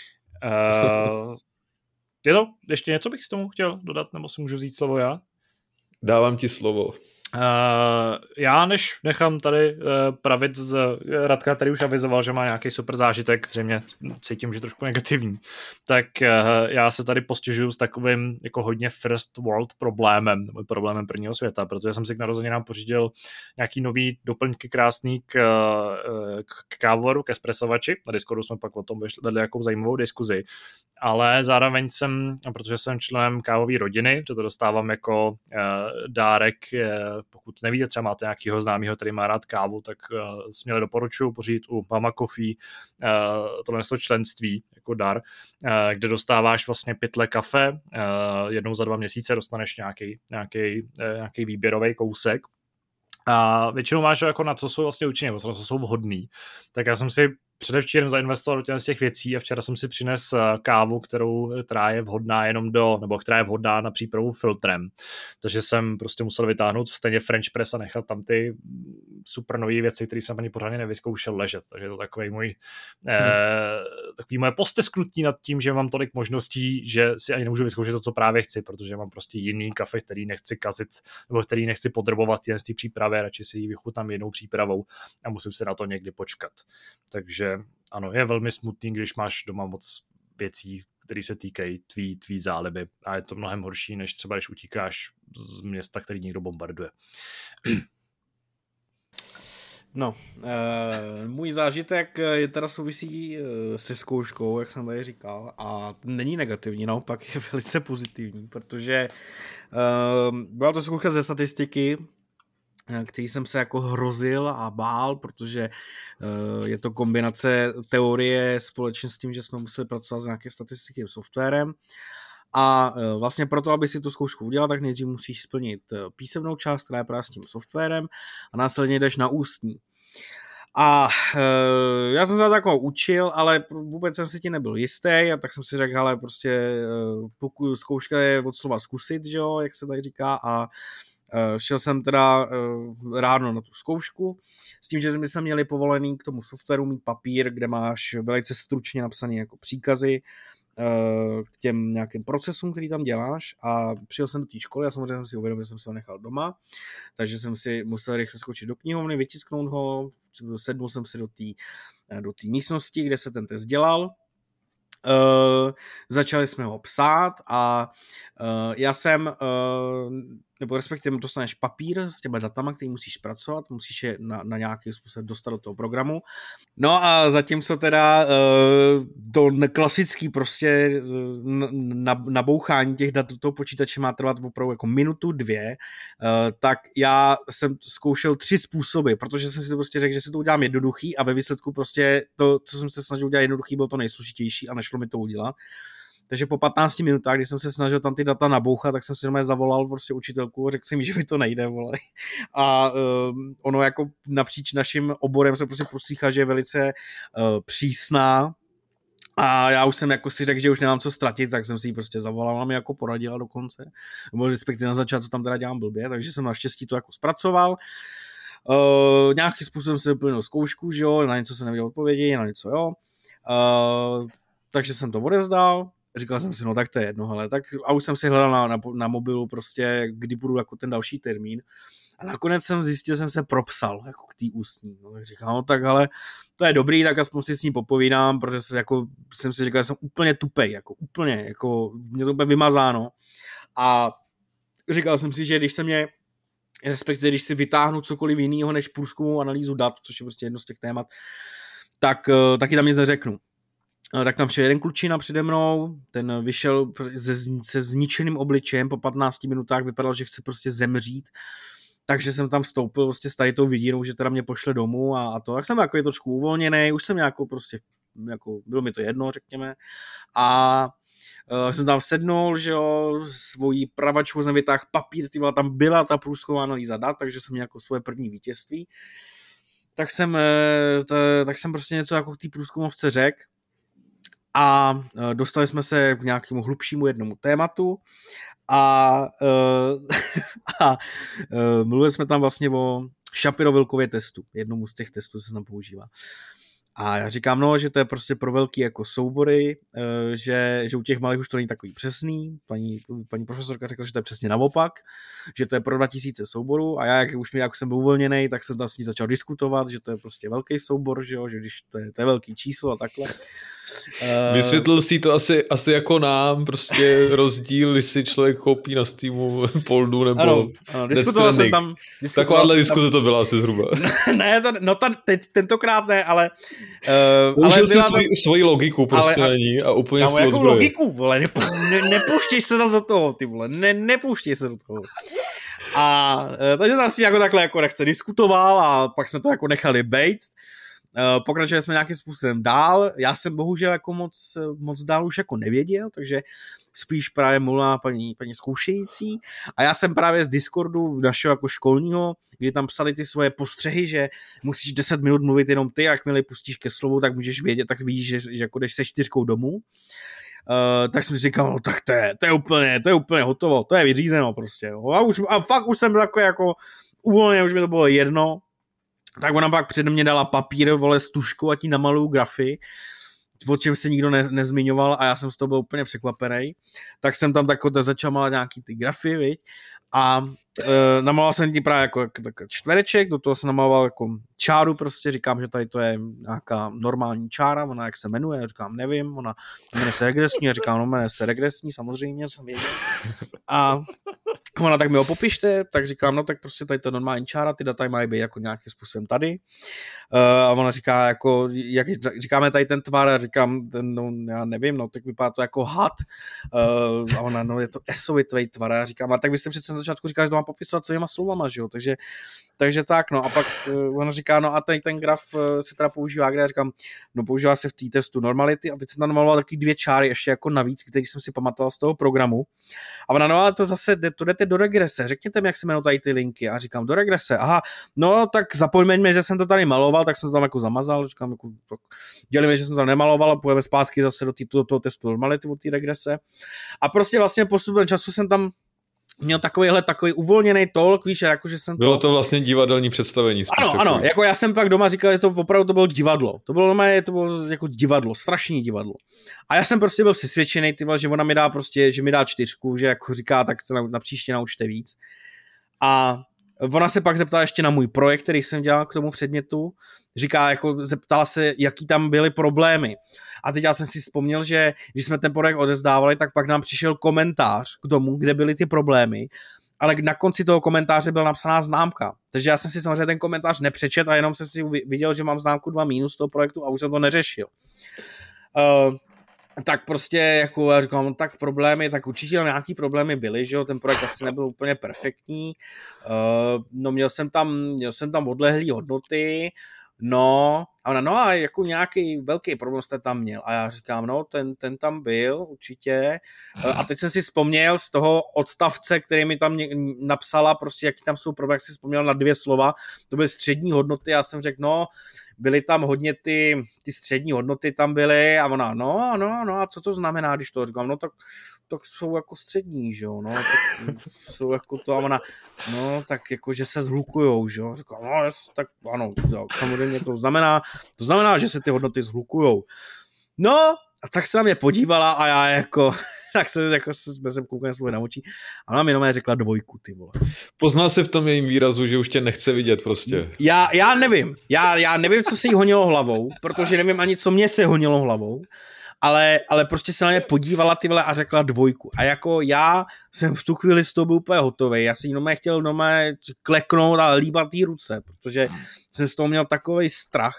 Speaker 1: Uh, je to ještě něco bych s tomu chtěl dodat, nebo si můžu vzít slovo já?
Speaker 3: Dávám ti slovo.
Speaker 1: Uh, já než nechám tady uh, pravit z Radka, který už avizoval, že má nějaký super zážitek, zřejmě cítím, že trošku negativní, tak uh, já se tady postěžuju s takovým jako hodně first world problémem, nebo problémem prvního světa, protože jsem si k narozeninám pořídil nějaký nový doplňky krásný k, uh, k kávovaru, k espresovači. Na Discordu jsme pak o tom vedli jakou zajímavou diskuzi, ale zároveň jsem, protože jsem členem kávové rodiny, že to dostávám jako uh, dárek, uh, pokud nevíte, třeba máte nějakého známého, který má rád kávu, tak uh, směle doporučuji pořídit u Mama Coffee uh, tohle členství jako dar, uh, kde dostáváš vlastně pytle kafe, uh, jednou za dva měsíce dostaneš nějaký, nějaký, uh, nějaký výběrový kousek a většinou máš jako na co jsou vlastně určeně, na co jsou vhodný. Tak já jsem si předevčírem zainvestoval do těch věcí a včera jsem si přines kávu, kterou, která je vhodná jenom do, nebo která je vhodná na přípravu filtrem. Takže jsem prostě musel vytáhnout stejně French press a nechat tam ty super nové věci, které jsem ani pořádně nevyzkoušel ležet. Takže je to takový můj hmm. eh, takový moje postesknutí nad tím, že mám tolik možností, že si ani nemůžu vyzkoušet to, co právě chci, protože mám prostě jiný kafe, který nechci kazit, nebo který nechci podrobovat jen z té přípravy, radši si ji vychutnám jednou přípravou a musím se na to někdy počkat. Takže ano, je velmi smutný, když máš doma moc věcí, které se týkají tvý, tvý záliby a je to mnohem horší, než třeba když utíkáš z města, který někdo bombarduje.
Speaker 2: No, e, můj zážitek je teda souvisí se zkouškou, jak jsem tady říkal, a není negativní, naopak je velice pozitivní, protože e, byla to zkouška ze statistiky, který jsem se jako hrozil a bál, protože uh, je to kombinace teorie společně s tím, že jsme museli pracovat s nějakým statistickým softwarem a uh, vlastně proto, aby si tu zkoušku udělal, tak nejdřív musíš splnit písemnou část, která je právě s tím softwarem a následně jdeš na ústní. A uh, já jsem se tako učil, ale vůbec jsem si tím nebyl jistý a tak jsem si řekl, ale prostě uh, pokud zkouška je od slova zkusit, že jo, jak se tady říká, a Uh, šel jsem teda uh, ráno na tu zkoušku s tím, že my jsme měli povolený k tomu softwaru mít papír, kde máš velice stručně napsané jako příkazy uh, k těm nějakým procesům, který tam děláš, a přijel jsem do té školy a samozřejmě jsem si uvědomil, že jsem se ho nechal doma, takže jsem si musel rychle skočit do knihovny, vytisknout ho, sednul jsem si do té do té místnosti, kde se ten test dělal. Uh, začali jsme ho psát a uh, já jsem, uh, nebo respektive dostaneš papír s těma datama, který musíš zpracovat, musíš je na, na nějaký způsob dostat do toho programu. No a zatímco teda uh, to klasický prostě uh, nabouchání těch dat do toho počítače má trvat opravdu jako minutu, dvě, uh, tak já jsem zkoušel tři způsoby, protože jsem si to prostě řekl, že si to udělám jednoduchý a ve výsledku prostě to, co jsem se snažil udělat jednoduchý, bylo to nejsložitější a nešlo mi to udělat. Takže po patnácti minutách, když jsem se snažil tam ty data nabouchat, tak jsem si doma zavolal prostě učitelku a řekl jsem mi, že mi to nejde, vole. A um, ono jako napříč naším oborem se prostě proslýchá, že je velice uh, přísná a já už jsem jako si řekl, že už nemám co ztratit, tak jsem si ji prostě zavolal a mi jako poradila dokonce. Nebo respektive na začátku tam teda dělám blbě, takže jsem naštěstí to jako zpracoval. Uh, nějakým způsobem jsem vyplnil zkoušku, že jo, na něco jsem nevěděl odpovědi, na něco jo. Uh, takže jsem to odevzdal. Říkal jsem si, no tak to je jedno, hele, tak a už jsem si hledal na, na, na mobilu prostě, kdy budu jako ten další termín. A nakonec jsem zjistil, že jsem se propsal jako k té ústní. No, tak říkám, no tak ale to je dobrý, tak aspoň si s ní popovídám, protože se, jako, jsem si říkal, že jsem úplně tupej, jako úplně, jako mě to úplně vymazáno. A říkal jsem si, že když se mě, respektive když si vytáhnu cokoliv jiného než průzkumovou analýzu dat, což je prostě jedno z těch témat, tak taky tam nic neřeknu. Tak tam přišel jeden klučina přede mnou, ten vyšel se, se zničeným obličejem, po patnácti minutách vypadal, že chce prostě zemřít, takže jsem tam vstoupil prostě s tady tou vidínou, že teda mě pošle domů a, a to, tak jsem jako je trošku uvolněný, už jsem nějakou prostě, jako, bylo mi to jedno, řekněme, a uh, jsem tam sednul, že jo, svojí pravačkou jsem vytáhl papír, ty vole, tam byla ta průzkumová analýza dat, takže jsem měl jako svoje první vítězství. Tak jsem, t, tak jsem prostě něco jako k té průzkumovce řekl a dostali jsme se k nějakému hlubšímu jednomu tématu a, a mluvili jsme tam vlastně o Shapiro-Wilkově testu, jednomu z těch testů, co se tam používá. A já říkám, no, že to je prostě pro velký jako soubory, že, že u těch malých už to není takový přesný. Paní, paní profesorka řekla, že to je přesně naopak, že to je pro dva tisíce souborů a já, jak už mi, jak jsem byl uvolněný, tak jsem tam s ní začal diskutovat, že to je prostě velký soubor, že, jo, že když to je, to je velký číslo a takhle.
Speaker 3: Vysvětlil si to asi, asi jako nám, prostě rozdíl, když si člověk koupí na Steamu Poldu nebo
Speaker 2: ano, ano, diskutoval jsem tam.
Speaker 3: Takováhle diskuze to byla asi zhruba.
Speaker 2: Ne, to, no ta, teď, tentokrát ne, ale...
Speaker 3: Uh, Použil si svoji, svoji logiku prostě
Speaker 2: ale,
Speaker 3: na ní a úplně
Speaker 2: kámo,
Speaker 3: si
Speaker 2: jakou
Speaker 3: odzbrojil.
Speaker 2: logiku, vole, nepu, ne, nepouštěj se zase do toho, ty vole, ne, nepouštěj se do toho. A uh, takže tam si jako takhle jako nechce diskutoval a pak jsme to jako nechali bejt. Uh, pokračovali jsme nějakým způsobem dál, já jsem bohužel jako moc, moc dál už jako nevěděl, takže spíš právě mluvila paní, paní zkoušející a já jsem právě z Discordu našeho jako školního, kdy tam psali ty svoje postřehy, že musíš deset minut mluvit jenom ty, jakmile pustíš ke slovu, tak můžeš vědět, tak vidíš, že, že jako jdeš se čtyřkou domů. Uh, tak jsem si říkal, no tak to je, to je úplně, to je úplně hotovo, to je vyřízeno prostě. Jo. A, už, a fakt už jsem byl takový jako uvolněný, už mi to bylo jedno. Tak ona pak přede mě dala papír, vole, s tužkou a tí namaluju grafy, o čem se nikdo ne, nezmiňoval a já jsem z toho byl úplně překvapený. Tak jsem tam tak začal malovat nějaký ty grafy, viď? A e, namaloval jsem ti právě jako, jako, jako čtvereček, do toho jsem namaloval jako čáru prostě, říkám, že tady to je nějaká normální čára, ona jak se jmenuje, říkám, nevím, ona jmenuje se regresní, a říkám, no jmenuje se regresní, samozřejmě, jsem věděl. A ona tak mi ho popište, tak říkám, no tak prostě tady to je normální čára, ty data mají být jako nějakým způsobem tady. Uh, a ona říká, jako, jak říkáme tady ten tvar, a říkám, ten, no, já nevím, no tak vypadá to jako had. Uh, a ona, no je to esovitvej tvar, a já říkám, a tak vy jste přece na začátku říkali, že to mám popisovat svýma slovama, že jo, takže, takže tak, no a pak uh, ona říká, no a ten, ten graf uh, se teda používá, kde já říkám, no používá se v té testu normality a teď jsem tam namaloval taky dvě čáry ještě jako navíc, které jsem si pamatoval z toho programu. A ona, no ale to zase, to jdete do regrese, řekněte mi, jak se jmenují tady ty linky. A říkám, do regrese, aha, no tak zapomeňme, že jsem to tady maloval, tak jsem to tam jako zamazal, říkám, jako, dělíme, že jsem to tam nemaloval a půjdeme zpátky zase do, tý, do toho testu normality od té regrese. A prostě vlastně postupem času jsem tam měl takovýhle takový uvolněný talk, víš, jako že jsem to...
Speaker 3: Bylo to vlastně divadelní představení.
Speaker 2: Ano,
Speaker 3: takový.
Speaker 2: ano, jako já jsem pak doma říkal, že to opravdu to bylo divadlo. To bylo normálně, to bylo jako divadlo, strašný divadlo. A já jsem prostě byl přesvědčený, tyhle, že ona mi dá prostě, že mi dá čtyřku, že jako říká, tak se na, na příště naučte víc. A ona se pak zeptala ještě na můj projekt, který jsem dělal k tomu předmětu. Říká, jako zeptala se, jaký tam byly problémy. A teď já jsem si vzpomněl, že když jsme ten projekt odezdávali, tak pak nám přišel komentář k tomu, kde byly ty problémy, ale na konci toho komentáře byla napsaná známka. Takže já jsem si samozřejmě ten komentář nepřečet a jenom jsem si viděl, že mám známku dva mínus toho projektu a už jsem to neřešil. Uh, tak prostě, jako já říkám, no tak problémy, tak určitě nějaký problémy byly, že jo, ten projekt asi nebyl úplně perfektní. Uh, no měl jsem tam, měl jsem tam odlehlý hodnoty, no, a ona, no a jako nějaký velký problém jste tam měl. A já říkám, no, ten, ten tam byl určitě. A teď jsem si vzpomněl z toho odstavce, který mi tam napsala, prostě jaký tam jsou problémy, jak si vzpomněl na dvě slova, to byly střední hodnoty, já jsem řekl, no, byly tam hodně ty, ty střední hodnoty tam byly a ona, no, no, no, a co to znamená, když to říkám, no, tak, tak jsou jako střední, že jo, no, tak jsou jako to a ona, no, tak jako, že se zhlukujou, že jo, říkám, no, tak ano, samozřejmě to znamená, to znamená, že se ty hodnoty zhlukujou. No, a tak se na mě podívala a já jako, tak se jako jsem koukal svůj na oči a ona mi jenom řekla dvojku, ty vole.
Speaker 3: Poznal jsi v tom jejím výrazu, že už tě nechce vidět prostě.
Speaker 2: Já, já nevím, já, já nevím, co se jí honilo hlavou, protože nevím ani, co mě se honilo hlavou, ale, ale prostě se na mě podívala, ty vole, a řekla dvojku. A jako já jsem v tu chvíli z toho byl úplně hotový, já si jenom chtěl doma kleknout a líbat tý ruce, protože jsem z toho měl takovej strach.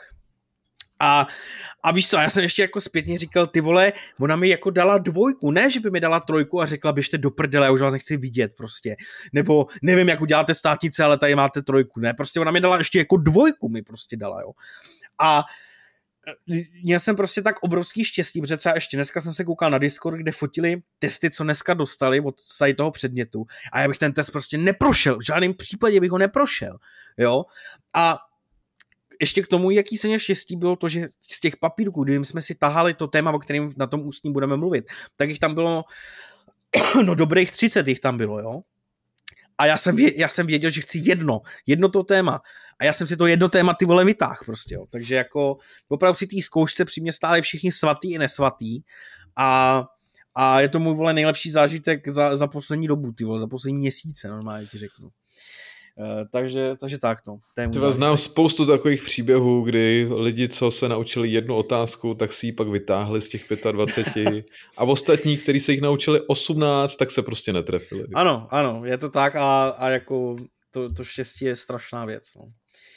Speaker 2: A, a víš co, já jsem ještě jako zpětně říkal, ty vole, ona mi jako dala dvojku, ne, že by mi dala trojku a řekla, běžte do prdele, já už vás nechci vidět prostě, nebo nevím, jak uděláte státnice, ale tady máte trojku, ne, prostě ona mi dala ještě jako dvojku mi prostě dala, jo. A měl jsem prostě tak obrovský štěstí, protože třeba ještě dneska jsem se koukal na Discord, kde fotili testy, co dneska dostali od tady toho předmětu a já bych ten test prostě neprošel, v žádném případě bych ho neprošel, jo, a ještě k tomu, jaký se mě štěstí bylo to, že z těch papírků, kdy jsme si tahali to téma, o kterém na tom ústním budeme mluvit, tak jich tam bylo, no dobrých třicet jich tam bylo, jo. A já jsem, vě, já jsem věděl, že chci jedno, jedno to téma. A já jsem si to jedno téma ty vole vytáhl prostě, jo. Takže jako opravdu si tý zkoušce při mě stále všichni svatý i nesvatý. A, a je to můj vole nejlepší zážitek za, za poslední dobu, ty vole, za poslední měsíce, normálně ti řeknu. Uh, takže, takže tak, no.
Speaker 3: Třeba znám spoustu takových příběhů, kdy lidi, co se naučili jednu otázku, tak si ji pak vytáhli z těch dvacet pět a ostatní, kteří se jich naučili osmnáct, tak se prostě netrefili.
Speaker 2: Ano, ano, je to tak a, a jako to, to štěstí je strašná věc, no.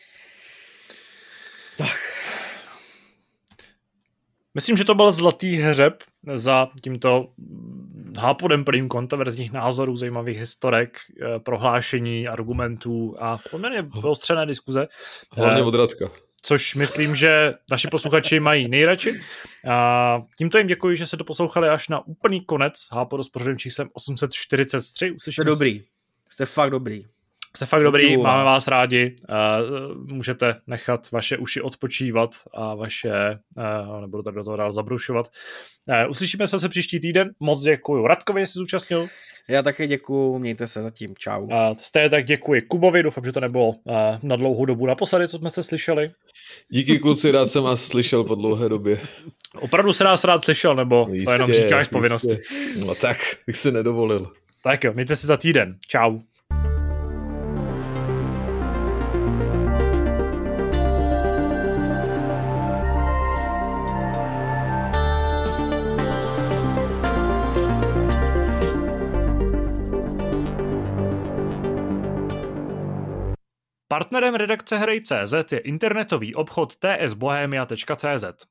Speaker 2: Tak.
Speaker 1: Myslím, že to byl zlatý hřeb za tímto hápodem plným kontroverzních názorů, zajímavých historek, prohlášení, argumentů a poměrně prostřené diskuze.
Speaker 3: Hlavně od Radka.
Speaker 1: Což myslím, že naši posluchači mají nejradši. A tímto jim děkuji, že se doposlouchali až na úplný konec Hápodu s pořadem číslem osm set čtyřicet tři.
Speaker 2: Jste dobrý. Jste fakt dobrý.
Speaker 1: Jste fakt dobrý, máme vás rádi, můžete nechat vaše uši odpočívat a vaše, nebudu tak do toho dál zabrušovat. Uslyšíme se se příští týden, moc děkuji Radkovi, že jsi zúčastnil.
Speaker 2: Já také děkuji, mějte se zatím, čau.
Speaker 1: Stejně tak děkuji Kubovi, doufám, že to nebylo na dlouhou dobu naposledy, co jsme se slyšeli.
Speaker 3: Díky kluci, rád jsem vás slyšel po dlouhé době.
Speaker 1: Opravdu se nás rád slyšel, nebo jistě, to jenom říkáš z povinnosti?
Speaker 3: No tak, bych si nedovolil.
Speaker 1: Tak jo, mějte se za týden, čau. Partnerem redakce Hrej tečka cé zet je internetový obchod t s bohemia tečka cé zet.